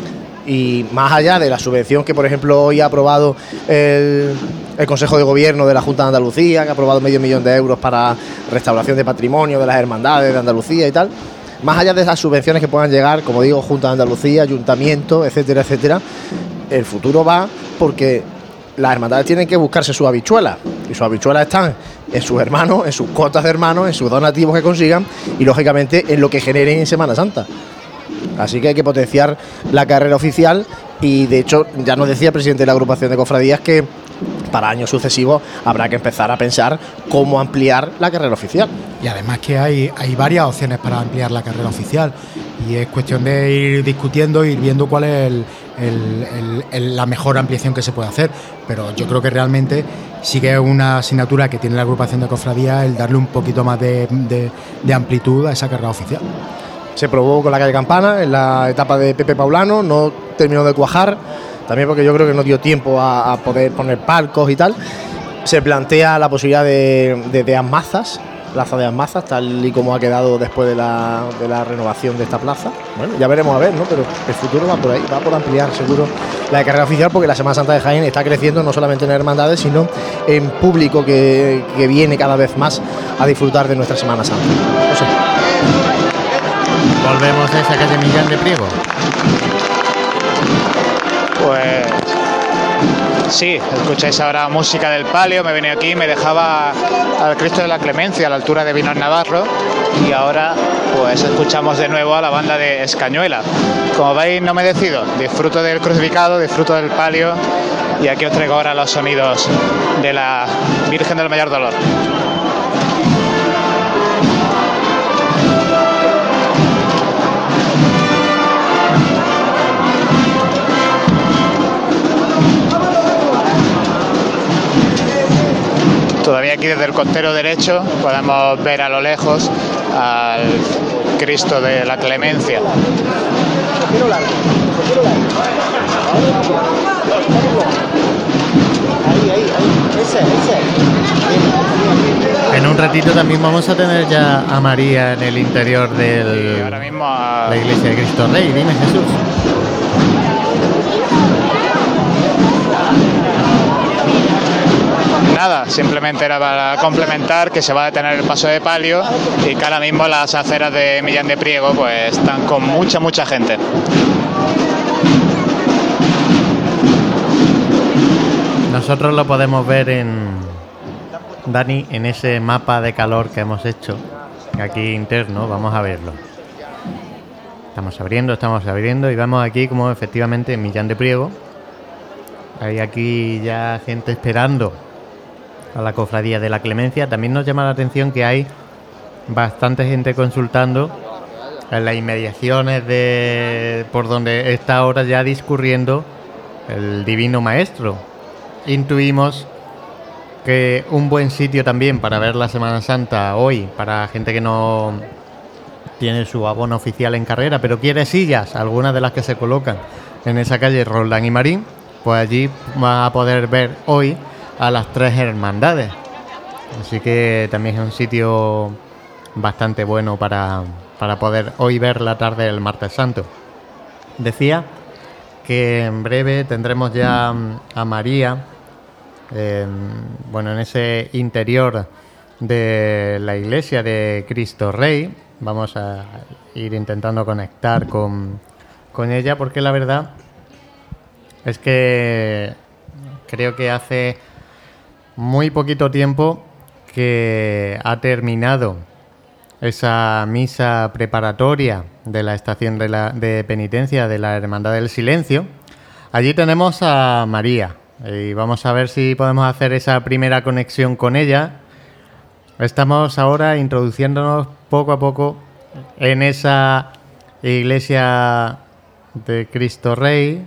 Y más allá de la subvención que, por ejemplo, hoy ha aprobado el Consejo de Gobierno de la Junta de Andalucía, que ha aprobado $500,000 de euros para restauración de patrimonio de las hermandades de Andalucía y tal, más allá de esas subvenciones que puedan llegar, como digo, Junta de Andalucía, Ayuntamiento, etcétera, etcétera, el futuro va porque las hermandades tienen que buscarse sus habichuelas, y sus habichuelas están en sus hermanos, en sus cuotas de hermanos, en sus donativos que consigan y, lógicamente, en lo que generen en Semana Santa. Así que hay que potenciar la carrera oficial, y de hecho ya nos decía el presidente de la agrupación de cofradías que para años sucesivos habrá que empezar a pensar cómo ampliar la carrera oficial. Y además que hay varias opciones para ampliar la carrera oficial, y es cuestión de ir discutiendo, ir viendo cuál es la mejor ampliación que se puede hacer, pero yo creo que realmente sí que es una asignatura que tiene la agrupación de cofradías el darle un poquito más de amplitud a esa carrera oficial. Se probó con la calle Campana en la etapa de Pepe Paulano, no terminó de cuajar, también porque yo creo que no dio tiempo a poder poner palcos y tal. Se plantea la posibilidad de Asmazas, plaza de Asmazas, tal y como ha quedado después de la renovación de esta plaza. Bueno, ya veremos a ver, ¿no? Pero el futuro va por ahí, va por ampliar seguro la carrera oficial, porque la Semana Santa de Jaén está creciendo no solamente en hermandades, sino en público que viene cada vez más a disfrutar de nuestra Semana Santa. No sé. Volvemos a esa calle Millán de Priego. Pues sí, escucháis ahora música del palio. Me venía aquí, me dejaba al Cristo de la Clemencia a la altura de Vinos Navarro, y ahora pues escuchamos de nuevo a la banda de Escañuela. Como veis, no me decido, disfruto del crucificado, disfruto del palio, y aquí os traigo ahora los sonidos de la Virgen del Mayor Dolor. Todavía aquí desde el costero derecho podemos ver a lo lejos al Cristo de la Clemencia. En un ratito también vamos a tener ya a María en el interior de la iglesia de Cristo Rey. Dime, Jesús. Nada, simplemente era para complementar que se va a detener el paso de palio y que ahora mismo las aceras de Millán de Priego pues están con mucha gente. Nosotros lo podemos ver Dani, en ese mapa de calor que hemos hecho aquí interno. Vamos a verlo. Estamos abriendo y vemos aquí como efectivamente en Millán de Priego hay aquí ya gente esperando a la cofradía de la Clemencia. También nos llama la atención que hay bastante gente consultando en las inmediaciones por donde está ahora ya discurriendo el Divino Maestro. Intuimos que un buen sitio también para ver la Semana Santa hoy, para gente que no tiene su abono oficial en carrera, pero quiere sillas, algunas de las que se colocan en esa calle Roldán y Marín, pues allí va a poder ver hoy a las 3 hermandades. Así que también es un sitio bastante bueno para poder hoy ver la tarde del Martes Santo. Decía que en breve tendremos ya a María en ese interior de la iglesia de Cristo Rey. Vamos a ir intentando conectar con ella, porque la verdad es que creo que hace muy poquito tiempo que ha terminado esa misa preparatoria de la estación de penitencia de la Hermandad del Silencio. Allí tenemos a María y vamos a ver si podemos hacer esa primera conexión con ella. Estamos ahora introduciéndonos poco a poco en esa iglesia de Cristo Rey.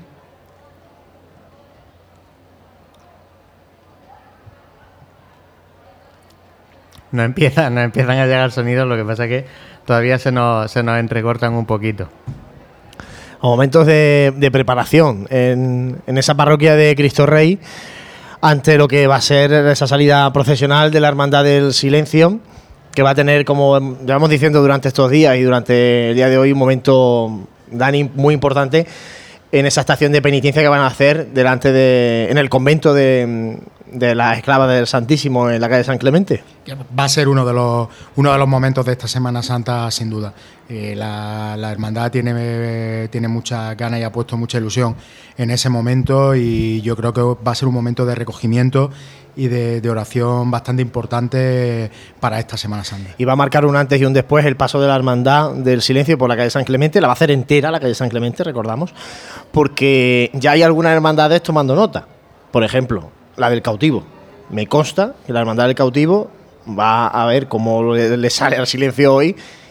No empiezan a llegar sonidos, lo que pasa es que todavía se nos entrecortan un poquito. A momentos de preparación en esa parroquia de Cristo Rey, ante lo que va a ser esa salida procesional de la Hermandad del Silencio, que va a tener, como llevamos diciendo durante estos días y durante el día de hoy, un momento, Dani, muy importante en esa estación de penitencia que van a hacer en el convento de la Esclava del Santísimo en la calle San Clemente. Va a ser uno de los momentos de esta Semana Santa, sin duda. La hermandad tiene muchas ganas y ha puesto mucha ilusión en ese momento, y yo creo que va a ser un momento de recogimiento y de oración bastante importante para esta Semana Santa. Y va a marcar un antes y un después el paso de la Hermandad del Silencio por la calle San Clemente. La va a hacer entera la calle San Clemente, recordamos, porque ya hay algunas hermandades tomando nota. Por ejemplo, la del Cautivo. Me consta que la Hermandad del Cautivo va a ver cómo le sale al Silencio hoy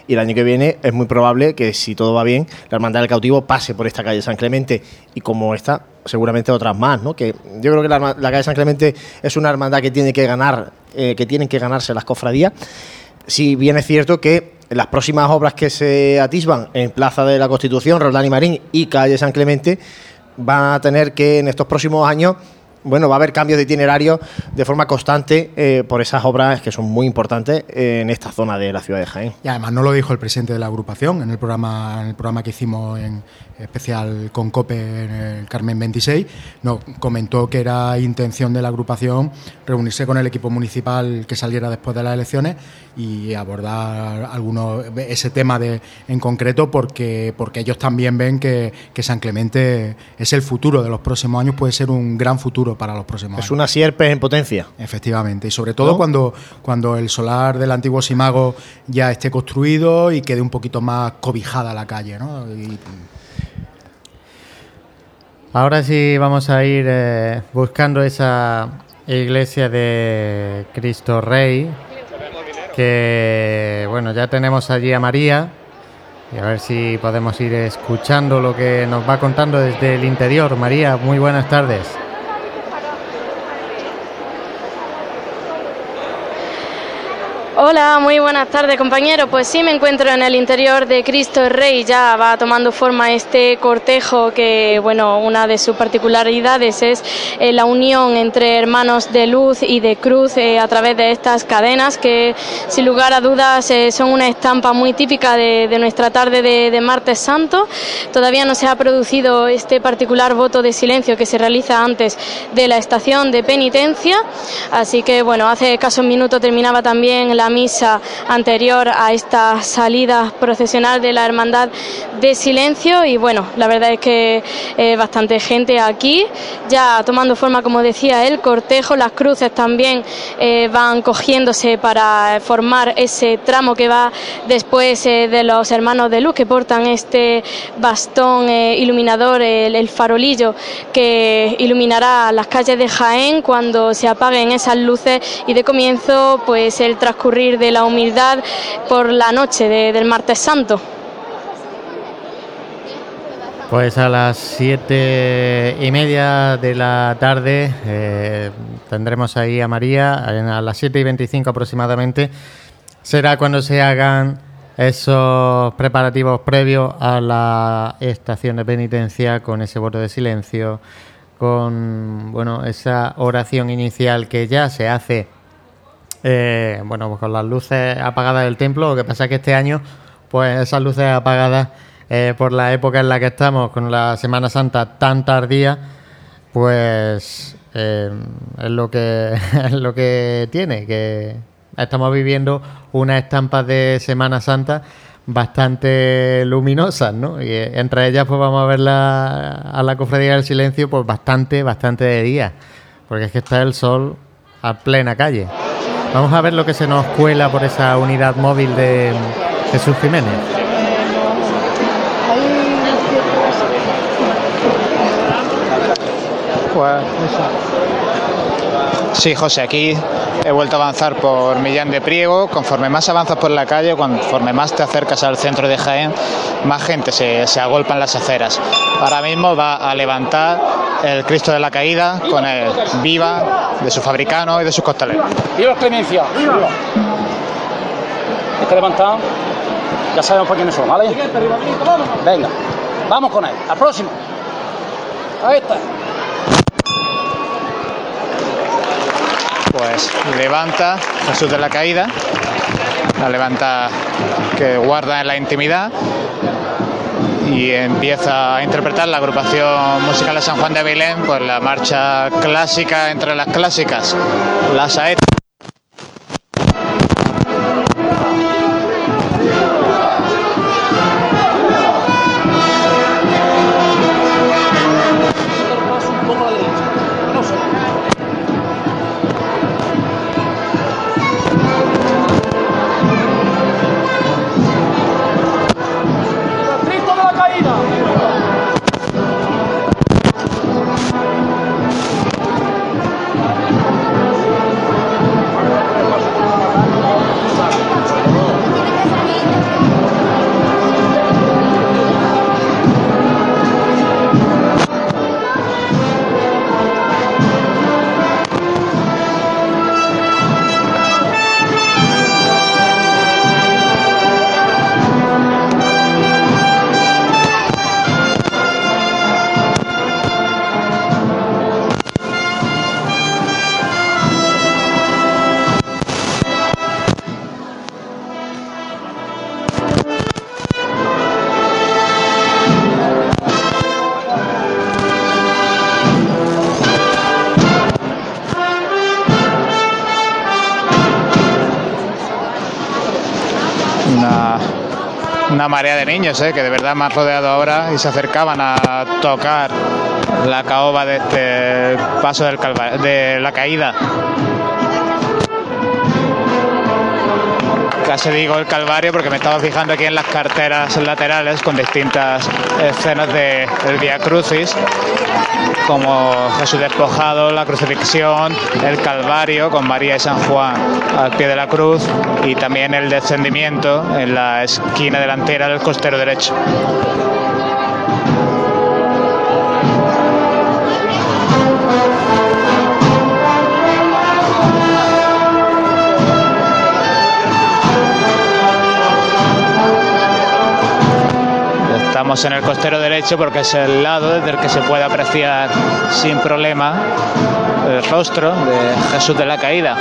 y el año que viene es muy probable que, si todo va bien, la Hermandad del Cautivo pase por esta calle San Clemente, y como esta, seguramente otras más, ¿no? Que yo creo que la calle San Clemente es una hermandad que tiene que ganar, que tienen que ganarse las cofradías. Si bien es cierto que las próximas obras que se atisban en Plaza de la Constitución, Roldán y Marín y calle San Clemente, van a tener que, en estos próximos años, bueno, va a haber cambios de itinerario de forma constante por esas obras que son muy importantes en esta zona de la ciudad de Jaén. Y además no lo dijo el presidente de la agrupación en el programa que hicimos en especial con COPE en el Carmen 26, no, comentó que era intención de la agrupación reunirse con el equipo municipal que saliera después de las elecciones y abordar ese tema en concreto, porque ellos también ven que San Clemente es el futuro de los próximos años, puede ser un gran futuro para los próximos años. Es una sierpe en potencia. Efectivamente, y sobre todo cuando el solar del antiguo Simago ya esté construido y quede un poquito más cobijada la calle, ¿no? Ahora sí vamos a ir buscando esa iglesia de Cristo Rey, que bueno, ya tenemos allí a María, y a ver si podemos ir escuchando lo que nos va contando desde el interior. María, muy buenas tardes. Hola, muy buenas tardes, compañeros. Pues sí, me encuentro en el interior de Cristo Rey. Ya va tomando forma este cortejo que, bueno, una de sus particularidades es la unión entre hermanos de luz y de cruz a través de estas cadenas que, sin lugar a dudas, son una estampa muy típica de nuestra tarde de Martes Santo. Todavía no se ha producido este particular voto de silencio que se realiza antes de la estación de penitencia, así que, bueno, hace escasos minutos terminaba también la misa anterior a esta salida procesional de la Hermandad de Silencio y, bueno, la verdad es que bastante gente aquí, ya tomando forma, como decía, el cortejo. Las cruces también van cogiéndose para formar ese tramo que va después de los hermanos de luz, que portan este bastón iluminador, el farolillo que iluminará las calles de Jaén cuando se apaguen esas luces y de comienzo pues el transcurrir de la humildad por la noche del Martes Santo. Pues a las 7:30 de la tarde tendremos ahí a María. A las 7:25 aproximadamente será cuando se hagan esos preparativos previos a la estación de penitencia, con ese voto de silencio, con, bueno, esa oración inicial que ya se hace bueno, pues con las luces apagadas del templo. Lo que pasa es que este año, pues esas luces apagadas, por la época en la que estamos, con la Semana Santa tan tardía, pues es lo que tiene, que estamos viviendo unas estampas de Semana Santa bastante luminosas, ¿no? Y entre ellas pues vamos a ver a la Cofradía del Silencio pues bastante de día, porque es que está el sol a plena calle. Vamos a ver lo que se nos cuela por esa unidad móvil de Jesús Jiménez. Pues, sí, José, aquí he vuelto a avanzar por Millán de Priego. Conforme más avanzas por la calle, conforme más te acercas al centro de Jaén, más gente se agolpa en las aceras. Ahora mismo va a levantar el Cristo de la Caída con el Viva de su fabricano y de sus costaleros. ¡Viva Clemencia! ¡Viva! Está levantado, ya sabemos por quiénes son, ¿vale? Venga, vamos con él. Al próximo. Ahí está. Pues levanta Jesús de la Caída, la levanta que guarda en la intimidad, y empieza a interpretar la agrupación musical de San Juan de Avilén, pues la marcha clásica entre las clásicas, la saeta. una marea de niños, que de verdad me han rodeado ahora y se acercaban a tocar la caoba de este paso de la caída. Casi digo el Calvario porque me estaba fijando aquí en las carteras laterales con distintas escenas del Vía Crucis, como Jesús despojado, la crucifixión, el Calvario con María y San Juan al pie de la cruz, y también el descendimiento en la esquina delantera del costero derecho. Estamos en el costero derecho porque es el lado desde el que se puede apreciar sin problema el rostro de Jesús de la Caída.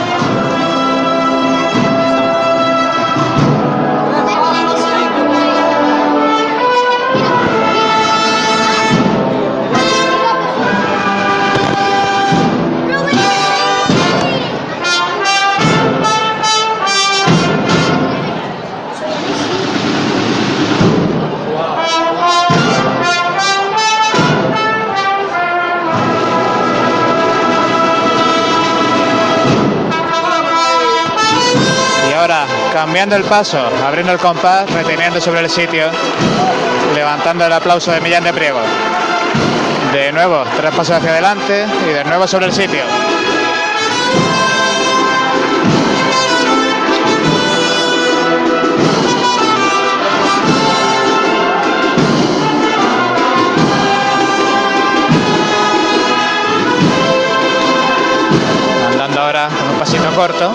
Cambiando el paso, abriendo el compás, reteniendo sobre el sitio, levantando el aplauso de Millán de Priego. De nuevo, 3 pasos hacia adelante y de nuevo sobre el sitio. Andando ahora con un pasito corto.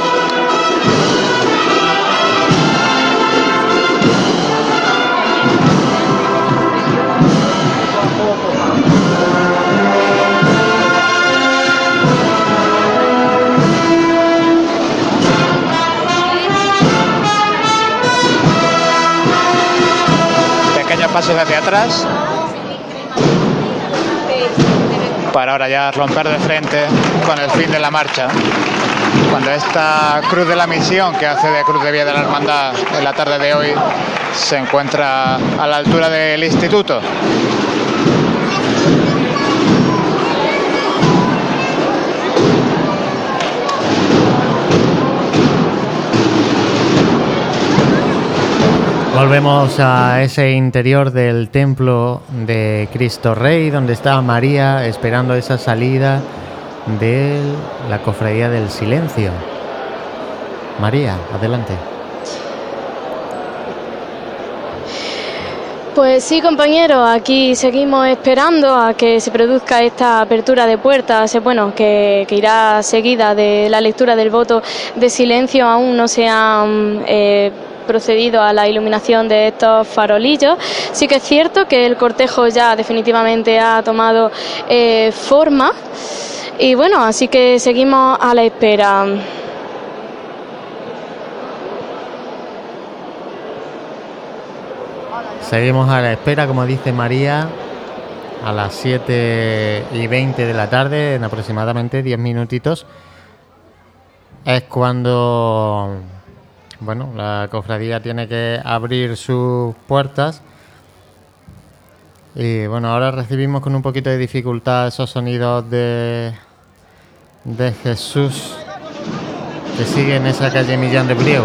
Pasos hacia atrás para ahora ya romper de frente con el fin de la marcha, cuando esta cruz de la misión, que hace de cruz de vía de la hermandad en la tarde de hoy, se encuentra a la altura del instituto. Volvemos a ese interior del templo de Cristo Rey, donde está María esperando esa salida de la Cofradía del Silencio. María, adelante. Pues sí, compañeros, aquí seguimos esperando a que se produzca esta apertura de puertas, bueno, que irá seguida de la lectura del voto de silencio. Aún no se han procedido a la iluminación de estos farolillos. Sí que es cierto que el cortejo ya definitivamente ha tomado forma y bueno, así que seguimos a la espera. Seguimos a la espera, como dice María, a las 7:20 de la tarde, en aproximadamente 10 minutitos, es cuando, bueno, la cofradía tiene que abrir sus puertas. Y bueno, ahora recibimos con un poquito de dificultad esos sonidos de Jesús que sigue en esa calle Millán de Priego.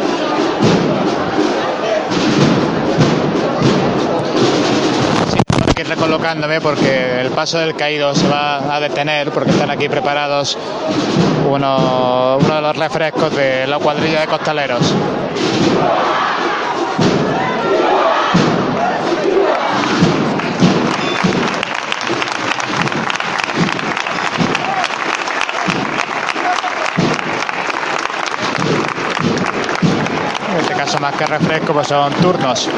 Recolocándome porque el paso del caído se va a detener, porque están aquí preparados uno de los refrescos de la cuadrilla de costaleros. En este caso, más que refresco, pues son turnos.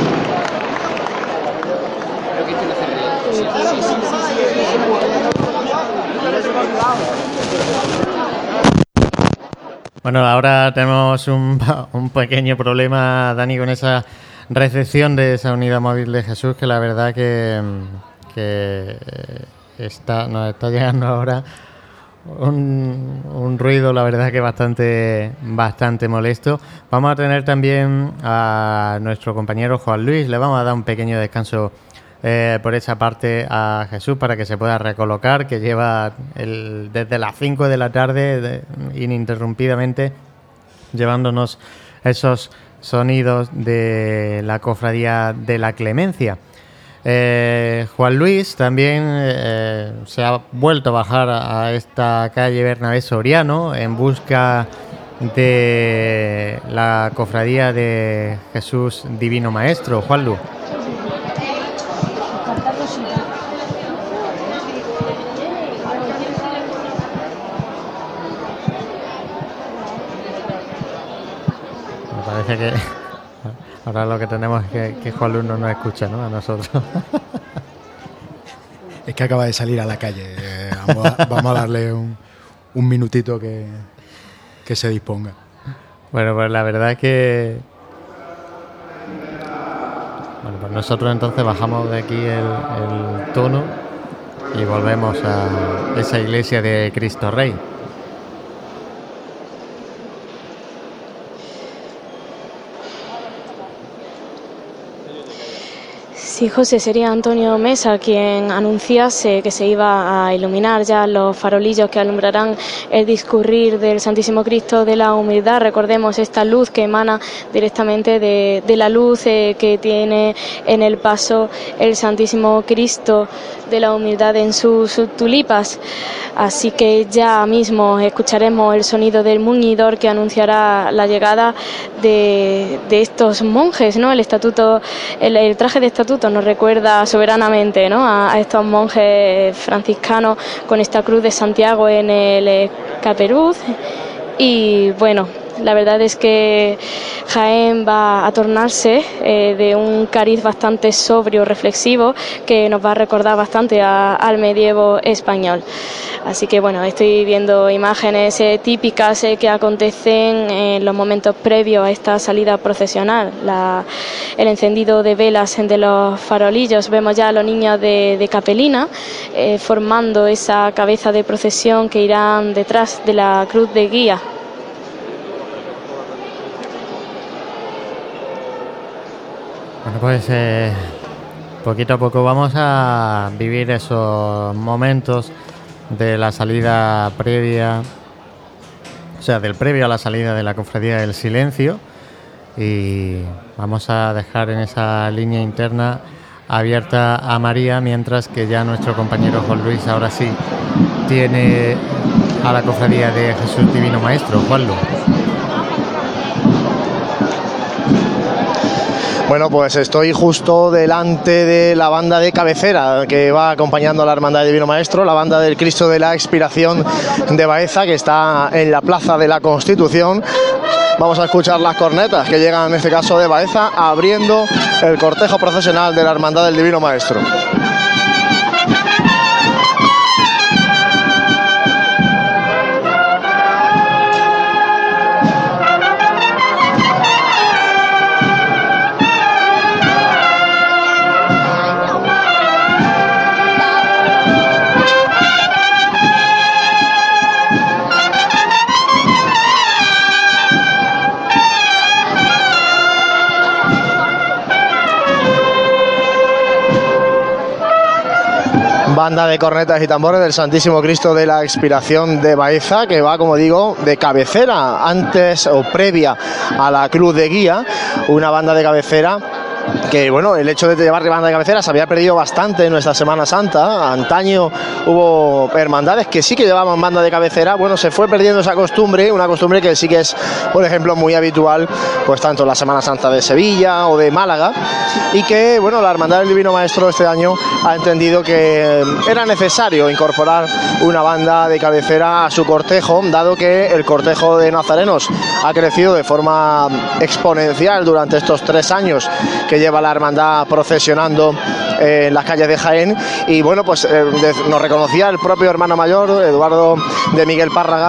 Bueno, ahora tenemos un pequeño problema, Dani, con esa recepción de esa unidad móvil de Jesús, que la verdad que nos está llegando ahora un ruido, la verdad que bastante molesto. Vamos a tener también a nuestro compañero Juan Luis. Le vamos a dar un pequeño descanso por esa parte a Jesús para que se pueda recolocar, que lleva desde las 5 de la tarde ininterrumpidamente llevándonos esos sonidos de la Cofradía de la Clemencia. Juan Luis también se ha vuelto a bajar a esta calle Bernabé Soriano en busca de la Cofradía de Jesús Divino Maestro. Juan Luis. Me parece que ahora lo que tenemos es que Juan Luis no nos escucha, ¿no? A nosotros. Es que acaba de salir a la calle. Vamos a darle un minutito que se disponga. Bueno, pues la verdad es que... Bueno, pues nosotros entonces bajamos de aquí el tono y volvemos a esa iglesia de Cristo Rey. Sí, José, sería Antonio Mesa quien anunciase que se iba a iluminar ya los farolillos que alumbrarán el discurrir del Santísimo Cristo de la Humildad. Recordemos esta luz que emana directamente de la luz que tiene en el paso el Santísimo Cristo de la Humildad en sus tulipas. Así que ya mismo escucharemos el sonido del muñidor que anunciará la llegada de estos monjes, ¿no? El traje de estatuto nos recuerda soberanamente, ¿no? a estos monjes franciscanos con esta cruz de Santiago en el caperuz. Y bueno, la verdad es que Jaén va a tornarse de un cariz bastante sobrio, reflexivo, que nos va a recordar bastante al medievo español. Así que bueno, estoy viendo imágenes típicas que acontecen en los momentos previos a esta salida procesional. El encendido de velas de los farolillos. Vemos ya a los niños de capelina formando esa cabeza de procesión que irán detrás de la cruz de guía. Bueno, pues poquito a poco vamos a vivir esos momentos de la salida previa, o sea, del previo a la salida de la Cofradía del Silencio, y vamos a dejar en esa línea interna abierta a María, mientras que ya nuestro compañero Juan Luis ahora sí tiene a la Cofradía de Jesús Divino Maestro. Juan Luis. Bueno, pues estoy justo delante de la banda de cabecera que va acompañando a la Hermandad del Divino Maestro, la banda del Cristo de la Expiración de Baeza, que está en la Plaza de la Constitución. Vamos a escuchar las cornetas que llegan en este caso de Baeza, abriendo el cortejo procesional de la Hermandad del Divino Maestro. Banda de cornetas y tambores del Santísimo Cristo de la Expiración de Baeza, que va, como digo, de cabecera, antes o previa a la cruz de guía. Una banda de cabecera que, bueno, el hecho de llevar banda de cabecera se había perdido bastante en nuestra Semana Santa. Antaño hubo hermandades que sí que llevaban banda de cabecera. Bueno, se fue perdiendo esa costumbre, una costumbre que sí que es, por ejemplo, muy habitual, pues tanto en la Semana Santa de Sevilla o de Málaga, y que, bueno, la Hermandad del Divino Maestro este año ha entendido que era necesario incorporar una banda de cabecera a su cortejo, dado que el cortejo de nazarenos ha crecido de forma exponencial durante estos 3 años que lleva la hermandad procesionando en las calles de Jaén. Y bueno, pues nos reconocía el propio hermano mayor, Eduardo de Miguel Párraga,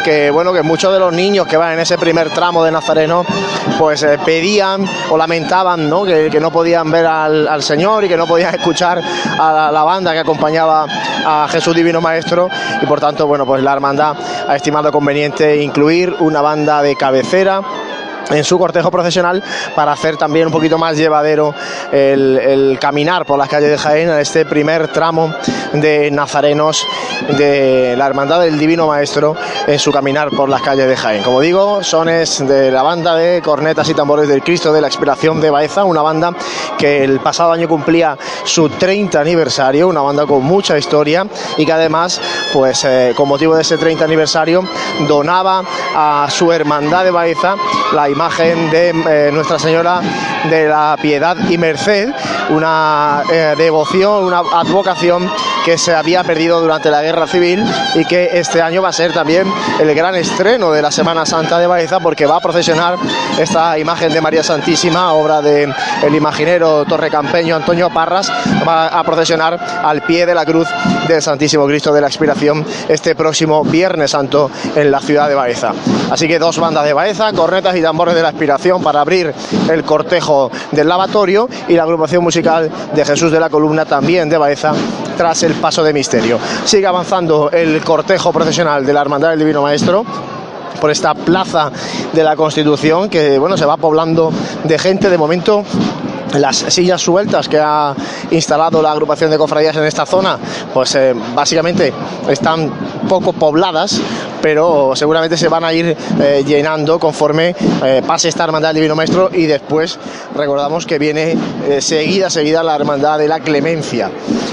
que bueno, que muchos de los niños que van en ese primer tramo de Nazareno pues pedían o lamentaban, ¿no? Que no podían ver al Señor y que no podían escuchar a la banda que acompañaba a Jesús Divino Maestro, y por tanto, bueno, pues la hermandad ha estimado conveniente incluir una banda de cabecera en su cortejo procesional para hacer también un poquito más llevadero el caminar por las calles de Jaén en este primer tramo de nazarenos de la Hermandad del Divino Maestro en su caminar por las calles de Jaén. Como digo, sones de la banda de cornetas y tambores del Cristo de la Expiración de Baeza, una banda que el pasado año cumplía su 30 aniversario, una banda con mucha historia y que además, pues con motivo de ese 30 aniversario, donaba a su Hermandad de Baeza la imagen de Nuestra Señora de la Piedad y Merced, una devoción, una advocación que se había perdido durante la Guerra Civil y que este año va a ser también el gran estreno de la Semana Santa de Baeza, porque va a procesionar esta imagen de María Santísima, obra del imaginero torrecampeño Antonio Parras, va a procesionar al pie de la cruz del Santísimo Cristo de la Expiración este próximo Viernes Santo en la ciudad de Baeza. Así que dos bandas de Baeza, cornetas y tambores de la Expiración para abrir el cortejo del lavatorio, y la agrupación musical de Jesús de la Columna también de Baeza tras el paso de misterio. Sigue avanzando el cortejo procesional de la Hermandad del Divino Maestro por esta plaza de la Constitución, que bueno, se va poblando de gente. De momento, las sillas sueltas que ha instalado la agrupación de cofradías en esta zona, pues básicamente están poco pobladas, pero seguramente se van a ir llenando conforme pase esta Hermandad del Divino Maestro, y después recordamos que viene seguida la Hermandad de la Clemencia.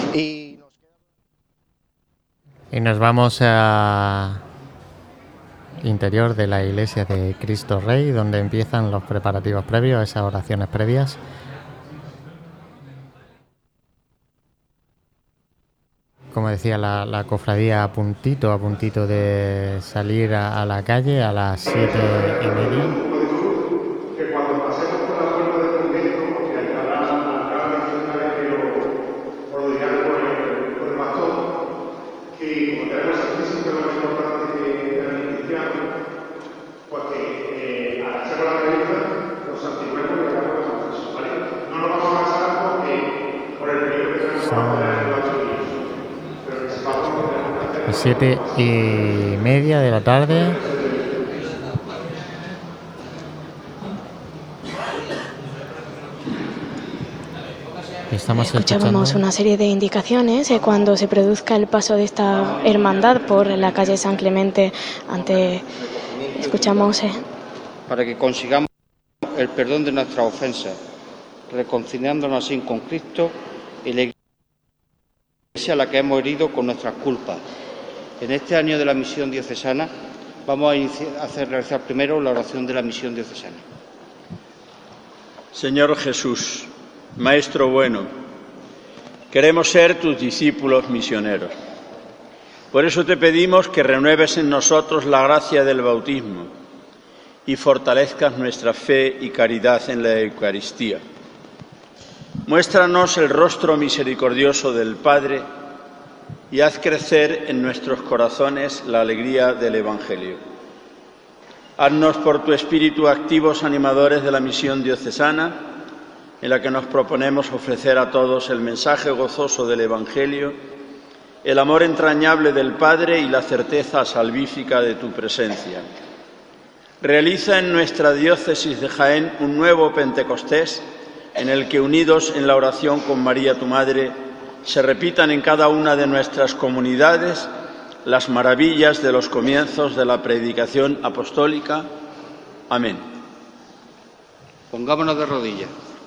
Y nos vamos a interior de la iglesia de Cristo Rey, donde empiezan los preparativos previos, esas oraciones previas. Como decía, la cofradía a puntito de salir a la calle a las 7:30. Las 7:30 de la tarde. Escuchábamos una serie de indicaciones cuando se produzca el paso de esta hermandad por la calle San Clemente. Escuchamos para que consigamos el perdón de nuestras ofensas, reconciliándonos así con Cristo y la Iglesia a la que hemos herido con nuestras culpas. En este año de la misión diocesana vamos a realizar primero la oración de la misión diocesana. Señor Jesús, Maestro bueno, queremos ser tus discípulos misioneros. Por eso te pedimos que renueves en nosotros la gracia del bautismo y fortalezcas nuestra fe y caridad en la Eucaristía. Muéstranos el rostro misericordioso del Padre y haz crecer en nuestros corazones la alegría del Evangelio. Haznos por tu Espíritu activos animadores de la misión diocesana, en la que nos proponemos ofrecer a todos el mensaje gozoso del Evangelio, el amor entrañable del Padre y la certeza salvífica de tu presencia. Realiza en nuestra diócesis de Jaén un nuevo Pentecostés, en el que, unidos en la oración con María tu Madre, se repitan en cada una de nuestras comunidades las maravillas de los comienzos de la predicación apostólica. Amén. Pongámonos de rodillas.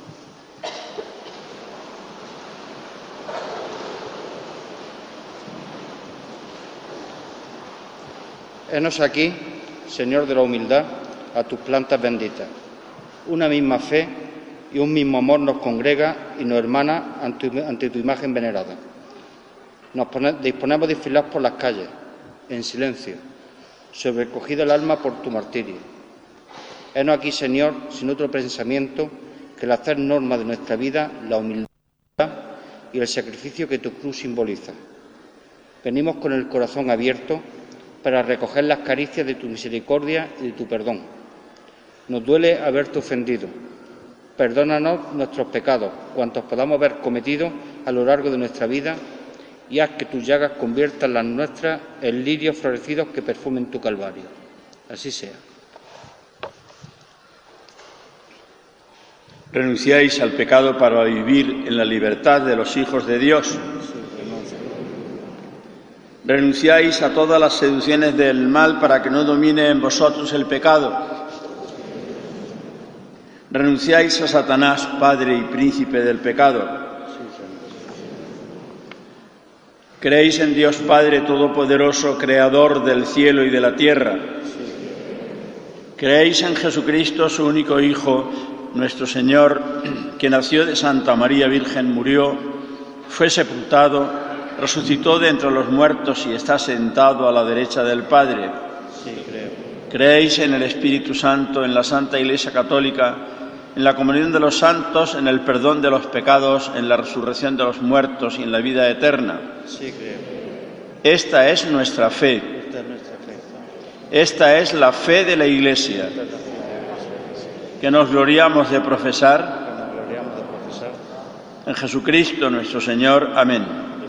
Henos aquí, Señor de la humildad, a tus plantas benditas. Una misma fe y un mismo amor nos congrega y nos hermana ante tu imagen venerada. Nos disponemos a desfilar por las calles, en silencio, sobrecogida el alma por tu martirio. Henos aquí, Señor, sin otro pensamiento que el hacer norma de nuestra vida, la humildad y el sacrificio que tu cruz simboliza. Venimos con el corazón abierto para recoger las caricias de tu misericordia y de tu perdón. Nos duele haberte ofendido. Perdónanos nuestros pecados, cuantos podamos haber cometido a lo largo de nuestra vida, y haz que tus llagas conviertan las nuestras en lirios florecidos que perfumen tu calvario. Así sea. Renunciáis al pecado para vivir en la libertad de los hijos de Dios. Renunciáis a todas las seducciones del mal para que no domine en vosotros el pecado. Renunciáis a Satanás, padre y príncipe del pecado. Creéis en Dios Padre Todopoderoso, Creador del cielo y de la tierra. Creéis en Jesucristo, su único Hijo, nuestro Señor, que nació de Santa María Virgen, murió, fue sepultado, resucitó de entre los muertos y está sentado a la derecha del Padre. Sí, creo. Creéis en el Espíritu Santo, en la Santa Iglesia Católica, en la comunión de los santos, en el perdón de los pecados, en la resurrección de los muertos y en la vida eterna. Sí, creo. Esta es nuestra fe. Esta es nuestra fe. Esta es la fe de la Iglesia, que nos gloriamos de profesar en Jesucristo nuestro Señor. Amén.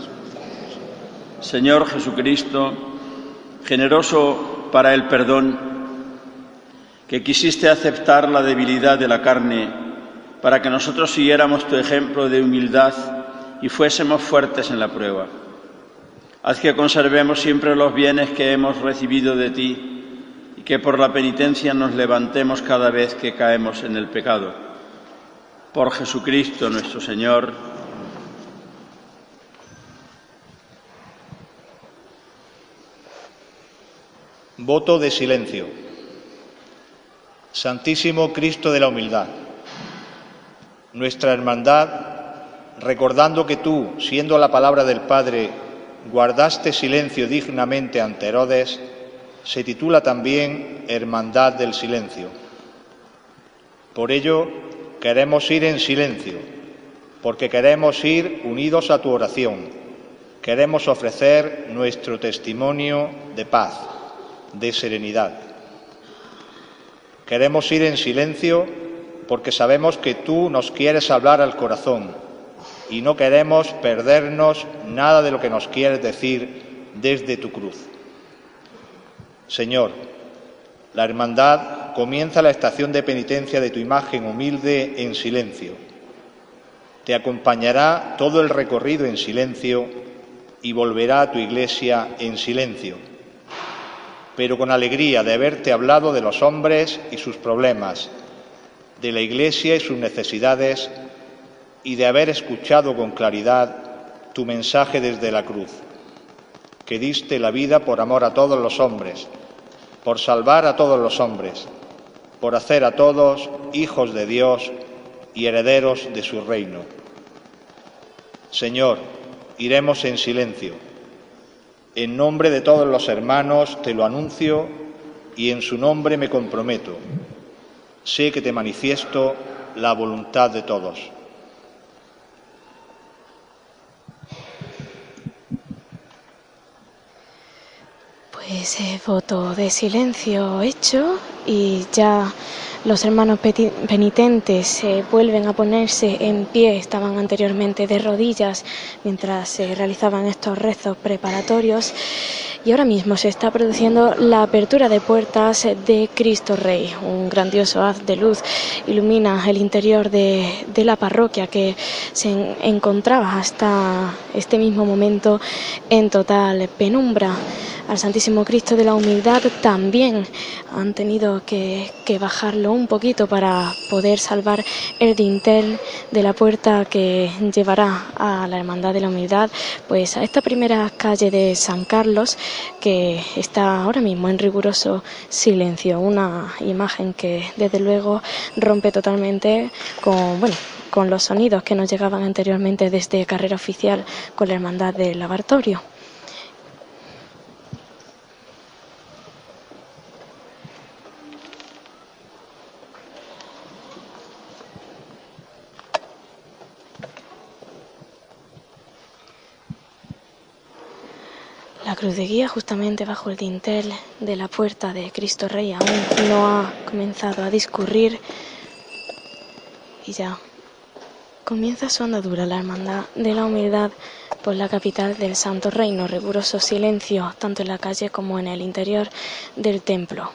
Señor Jesucristo, generoso para el perdón, que quisiste aceptar la debilidad de la carne para que nosotros siguiéramos tu ejemplo de humildad y fuésemos fuertes en la prueba. Haz que conservemos siempre los bienes que hemos recibido de ti y que por la penitencia nos levantemos cada vez que caemos en el pecado. Por Jesucristo nuestro Señor. Voto de silencio. Santísimo Cristo de la Humildad, nuestra hermandad, recordando que tú, siendo la palabra del Padre, guardaste silencio dignamente ante Herodes, se titula también Hermandad del Silencio. Por ello, queremos ir en silencio, porque queremos ir unidos a tu oración, queremos ofrecer nuestro testimonio de paz, de serenidad. Queremos ir en silencio porque sabemos que tú nos quieres hablar al corazón y no queremos perdernos nada de lo que nos quieres decir desde tu cruz. Señor, la hermandad comienza la estación de penitencia de tu imagen humilde en silencio. Te acompañará todo el recorrido en silencio y volverá a tu iglesia en silencio, pero con alegría de haberte hablado de los hombres y sus problemas, de la Iglesia y sus necesidades, y de haber escuchado con claridad tu mensaje desde la cruz, que diste la vida por amor a todos los hombres, por salvar a todos los hombres, por hacer a todos hijos de Dios y herederos de su reino. Señor, iremos en silencio. En nombre de todos los hermanos te lo anuncio y en su nombre me comprometo. Sé que te manifiesto la voluntad de todos. Pues voto de silencio hecho y ya los hermanos penitentes vuelven a ponerse en pie, estaban anteriormente de rodillas mientras se realizaban estos rezos preparatorios y ahora mismo se está produciendo la apertura de puertas de Cristo Rey. Un grandioso haz de luz ilumina el interior de la parroquia que se encontraba hasta este mismo momento en total penumbra. Al Santísimo Cristo de la Humildad también han tenido que bajarlo un poquito para poder salvar el dintel de la puerta que llevará a la Hermandad de la Humildad, pues a esta primera calle de San Carlos, que está ahora mismo en riguroso silencio. Una imagen que desde luego rompe totalmente con los sonidos que nos llegaban anteriormente desde Carrera Oficial con la Hermandad del Lavatorio. La cruz de guía justamente bajo el dintel de la puerta de Cristo Rey aún no ha comenzado a discurrir y ya comienza su andadura la Hermandad de la Humildad por la capital del Santo Reino. Riguroso silencio tanto en la calle como en el interior del templo.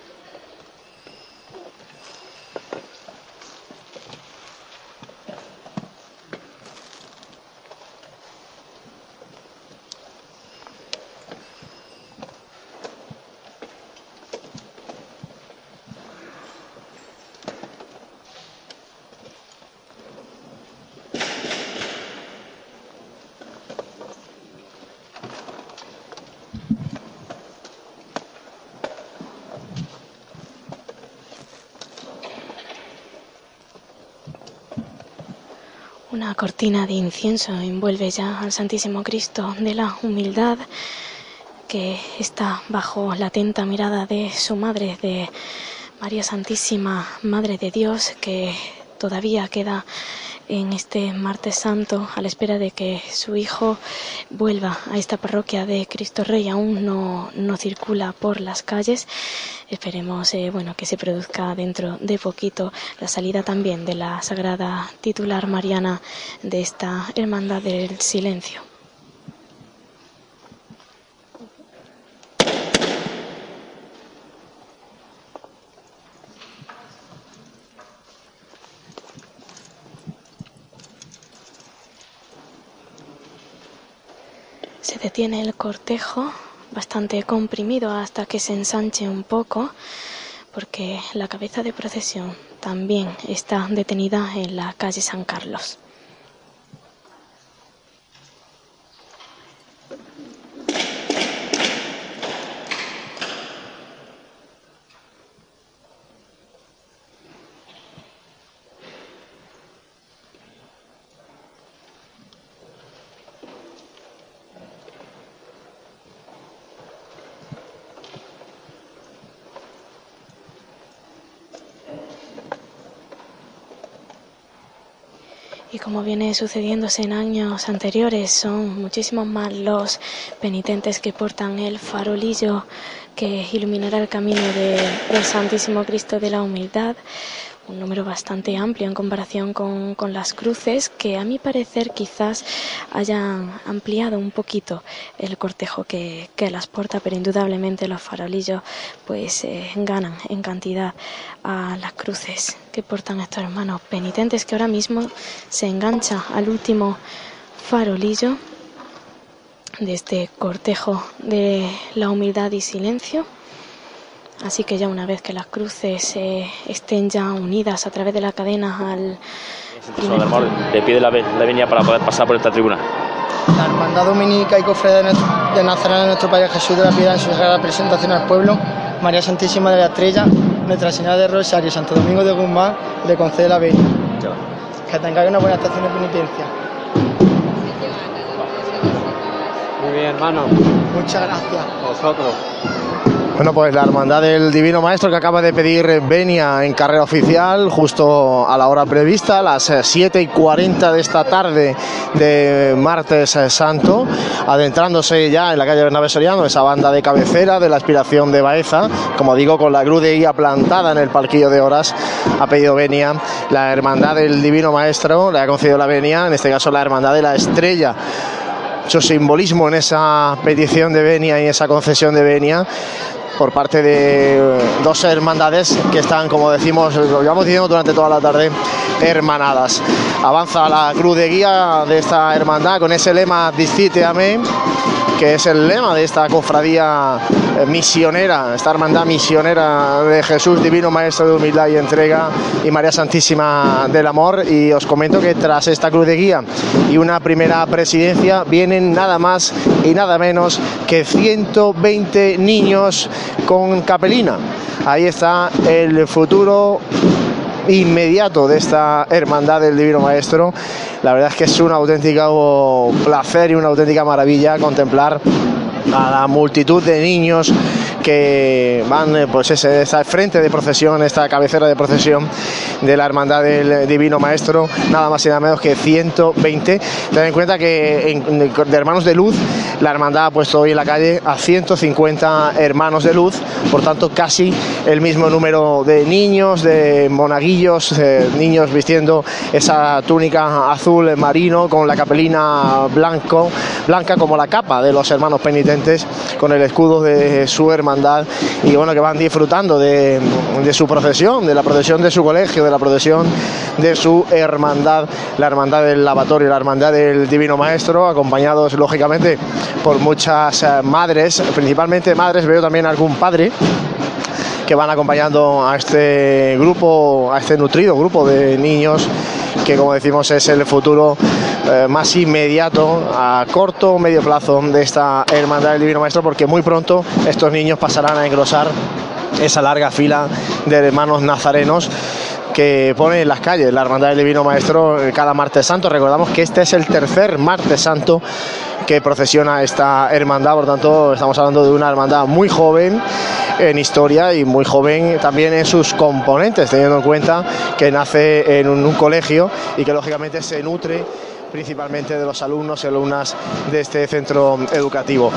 Una cortina de incienso envuelve ya al Santísimo Cristo de la Humildad, que está bajo la atenta mirada de su madre, de María Santísima, Madre de Dios, que todavía queda en este martes santo a la espera de que su hijo vuelva a esta parroquia de Cristo Rey. Aún no circula por las calles. Esperemos que se produzca dentro de poquito la salida también de la sagrada titular mariana de esta Hermandad del Silencio. Se detiene el cortejo, bastante comprimido hasta que se ensanche un poco, porque la cabeza de procesión también está detenida en la calle San Carlos. Y como viene sucediéndose en años anteriores, son muchísimos más los penitentes que portan el farolillo que iluminará el camino del Santísimo Cristo de la Humildad. Un número bastante amplio en comparación con las cruces, que a mi parecer quizás hayan ampliado un poquito el cortejo que las porta, pero indudablemente los farolillos pues ganan en cantidad a las cruces que portan estos hermanos penitentes, que ahora mismo se engancha al último farolillo de este cortejo de la humildad y silencio. Así que ya una vez que las cruces estén ya unidas a través de la cadena al Santísimo del Amor, le pide la venia para poder pasar por esta tribuna. La Hermandad Dominica y Cofradía de Nazaret de nuestro Padre Jesús de la Piedad en su sagrada presentación al pueblo, María Santísima de la Estrella, Nuestra Señora de Rosario y Santo Domingo de Guzmán, le concede la venia. Que tengáis una buena estación de penitencia. Muy bien, hermano. Muchas gracias. Vosotros. Bueno, pues la Hermandad del Divino Maestro, que acaba de pedir venia en carrera oficial justo a la hora prevista, a las 7:40 de esta tarde de martes santo, adentrándose ya en la calle Bernabé Soriano, esa banda de cabecera de la Aspiración de Baeza, como digo, con la cruz de guía plantada en el palquillo de horas, ha pedido venia. La Hermandad del Divino Maestro le ha concedido la venia, en este caso la Hermandad de la Estrella. Mucho simbolismo en esa petición de venia y esa concesión de venia por parte de dos hermandades que están, como decimos, lo llevamos diciendo durante toda la tarde, hermanadas. Avanza la cruz de guía de esta hermandad con ese lema Discite Amén, que es el lema de esta cofradía misionera, esta hermandad misionera de Jesús, Divino Maestro de Humildad y Entrega, y María Santísima del Amor. Y os comento que tras esta cruz de guía y una primera presidencia vienen nada más y nada menos que 120 niños con capelina. Ahí está el futuro inmediato de esta hermandad del Divino Maestro. La verdad es que es un auténtico placer y una auténtica maravilla contemplar a la multitud de niños que van pues esta frente de procesión, esta cabecera de procesión de la Hermandad del Divino Maestro, nada más y nada menos que 120. Ten en cuenta que de Hermanos de Luz, la Hermandad ha puesto hoy en la calle a 150 Hermanos de Luz, por tanto casi el mismo número de niños, de monaguillos, niños vistiendo esa túnica azul marino con la capelina blanca como la capa de los hermanos penitentes, con el escudo de su hermandad, y bueno, que van disfrutando de su procesión, de la procesión de su colegio, de la procesión de su hermandad, la Hermandad del Lavatorio, la Hermandad del Divino Maestro, acompañados lógicamente por muchas madres, principalmente madres, veo también algún padre que van acompañando a este grupo, a este nutrido grupo de niños, que como decimos es el futuro más inmediato, a corto o medio plazo, de esta Hermandad del Divino Maestro, porque muy pronto estos niños pasarán a engrosar esa larga fila de hermanos nazarenos que pone en las calles la Hermandad del Divino Maestro cada martes santo. Recordamos que este es el tercer martes santo que procesiona esta hermandad, por tanto estamos hablando de una hermandad muy joven en historia y muy joven también en sus componentes, teniendo en cuenta que nace en un colegio y que lógicamente se nutre principalmente de los alumnos y alumnas de este centro educativo.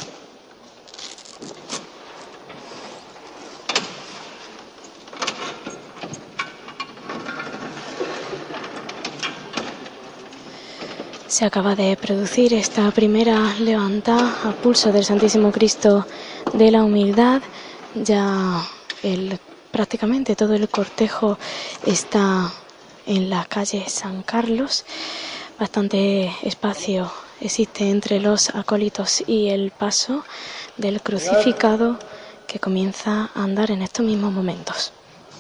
Se acaba de producir esta primera levantada a pulso del Santísimo Cristo de la Humildad. Ya prácticamente todo el cortejo está en la calle San Carlos. Bastante espacio existe entre los acólitos y el paso del crucificado, que comienza a andar en estos mismos momentos.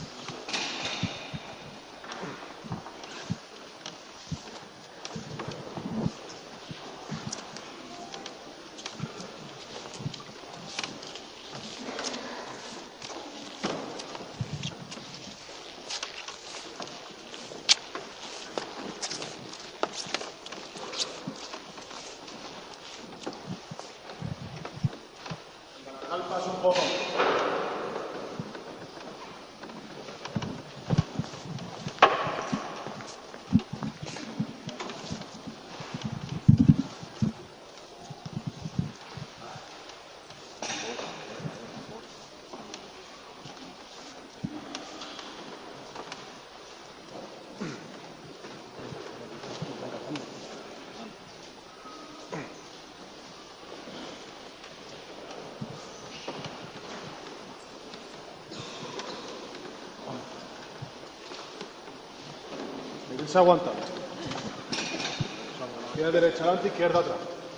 Se aguanta. Izquierda, derecha, adelante, izquierda, atrás.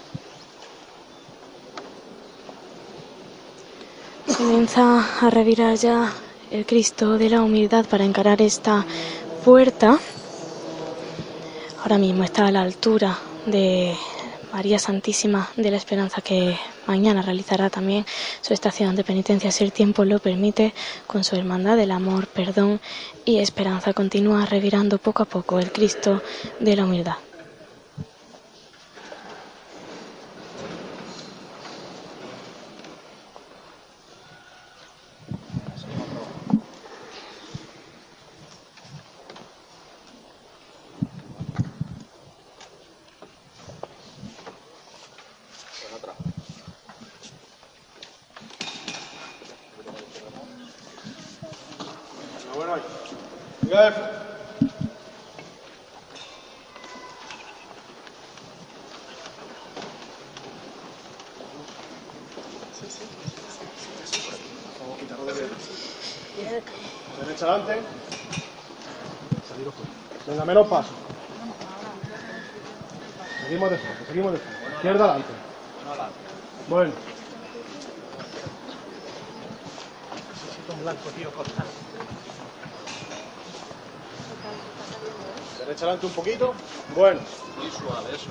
Comienza a revirar ya el Cristo de la Humildad para encarar esta puerta. Ahora mismo está a la altura de María Santísima de la Esperanza, que mañana realizará también su estación de penitencia, si el tiempo lo permite, con su hermandad del amor, perdón y esperanza. Continúa revirando poco a poco el Cristo de la Humildad. Derecha adelante. Venga, menos paso. Seguimos de frente, seguimos de frente. Izquierda adelante. Bueno. Necesito un blanco, tío, corta. Derecha adelante un poquito. Bueno. Muy suave, eso.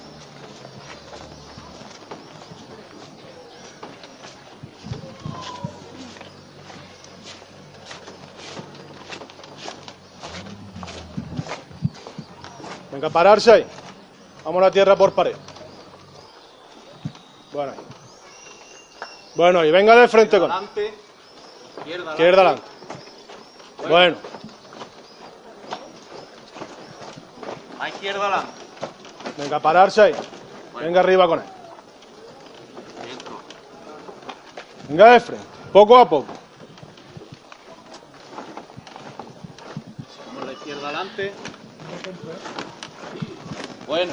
Venga, pararse ahí. Vamos a la tierra por pared. Bueno, ahí. Bueno, y venga de frente con él. Izquierda adelante. Bueno. A izquierda adelante. Venga, pararse ahí. Venga arriba con él. Venga de frente, poco a poco. Vamos la izquierda adelante. Bueno.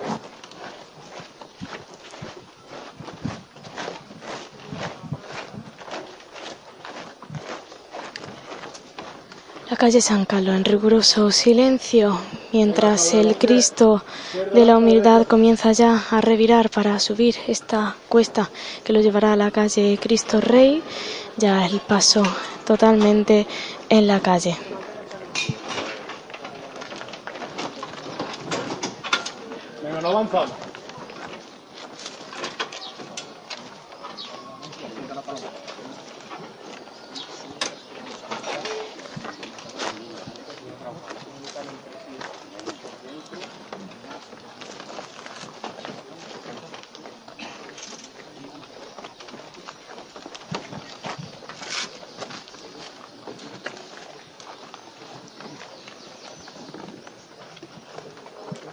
La calle San Carlos en riguroso silencio, mientras el Cristo de la Humildad comienza ya a revirar para subir esta cuesta que lo llevará a la calle Cristo Rey, ya el paso totalmente en la calle. Venga, no avanzamos.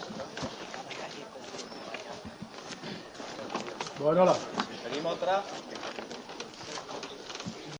Bueno, seguimos atrás.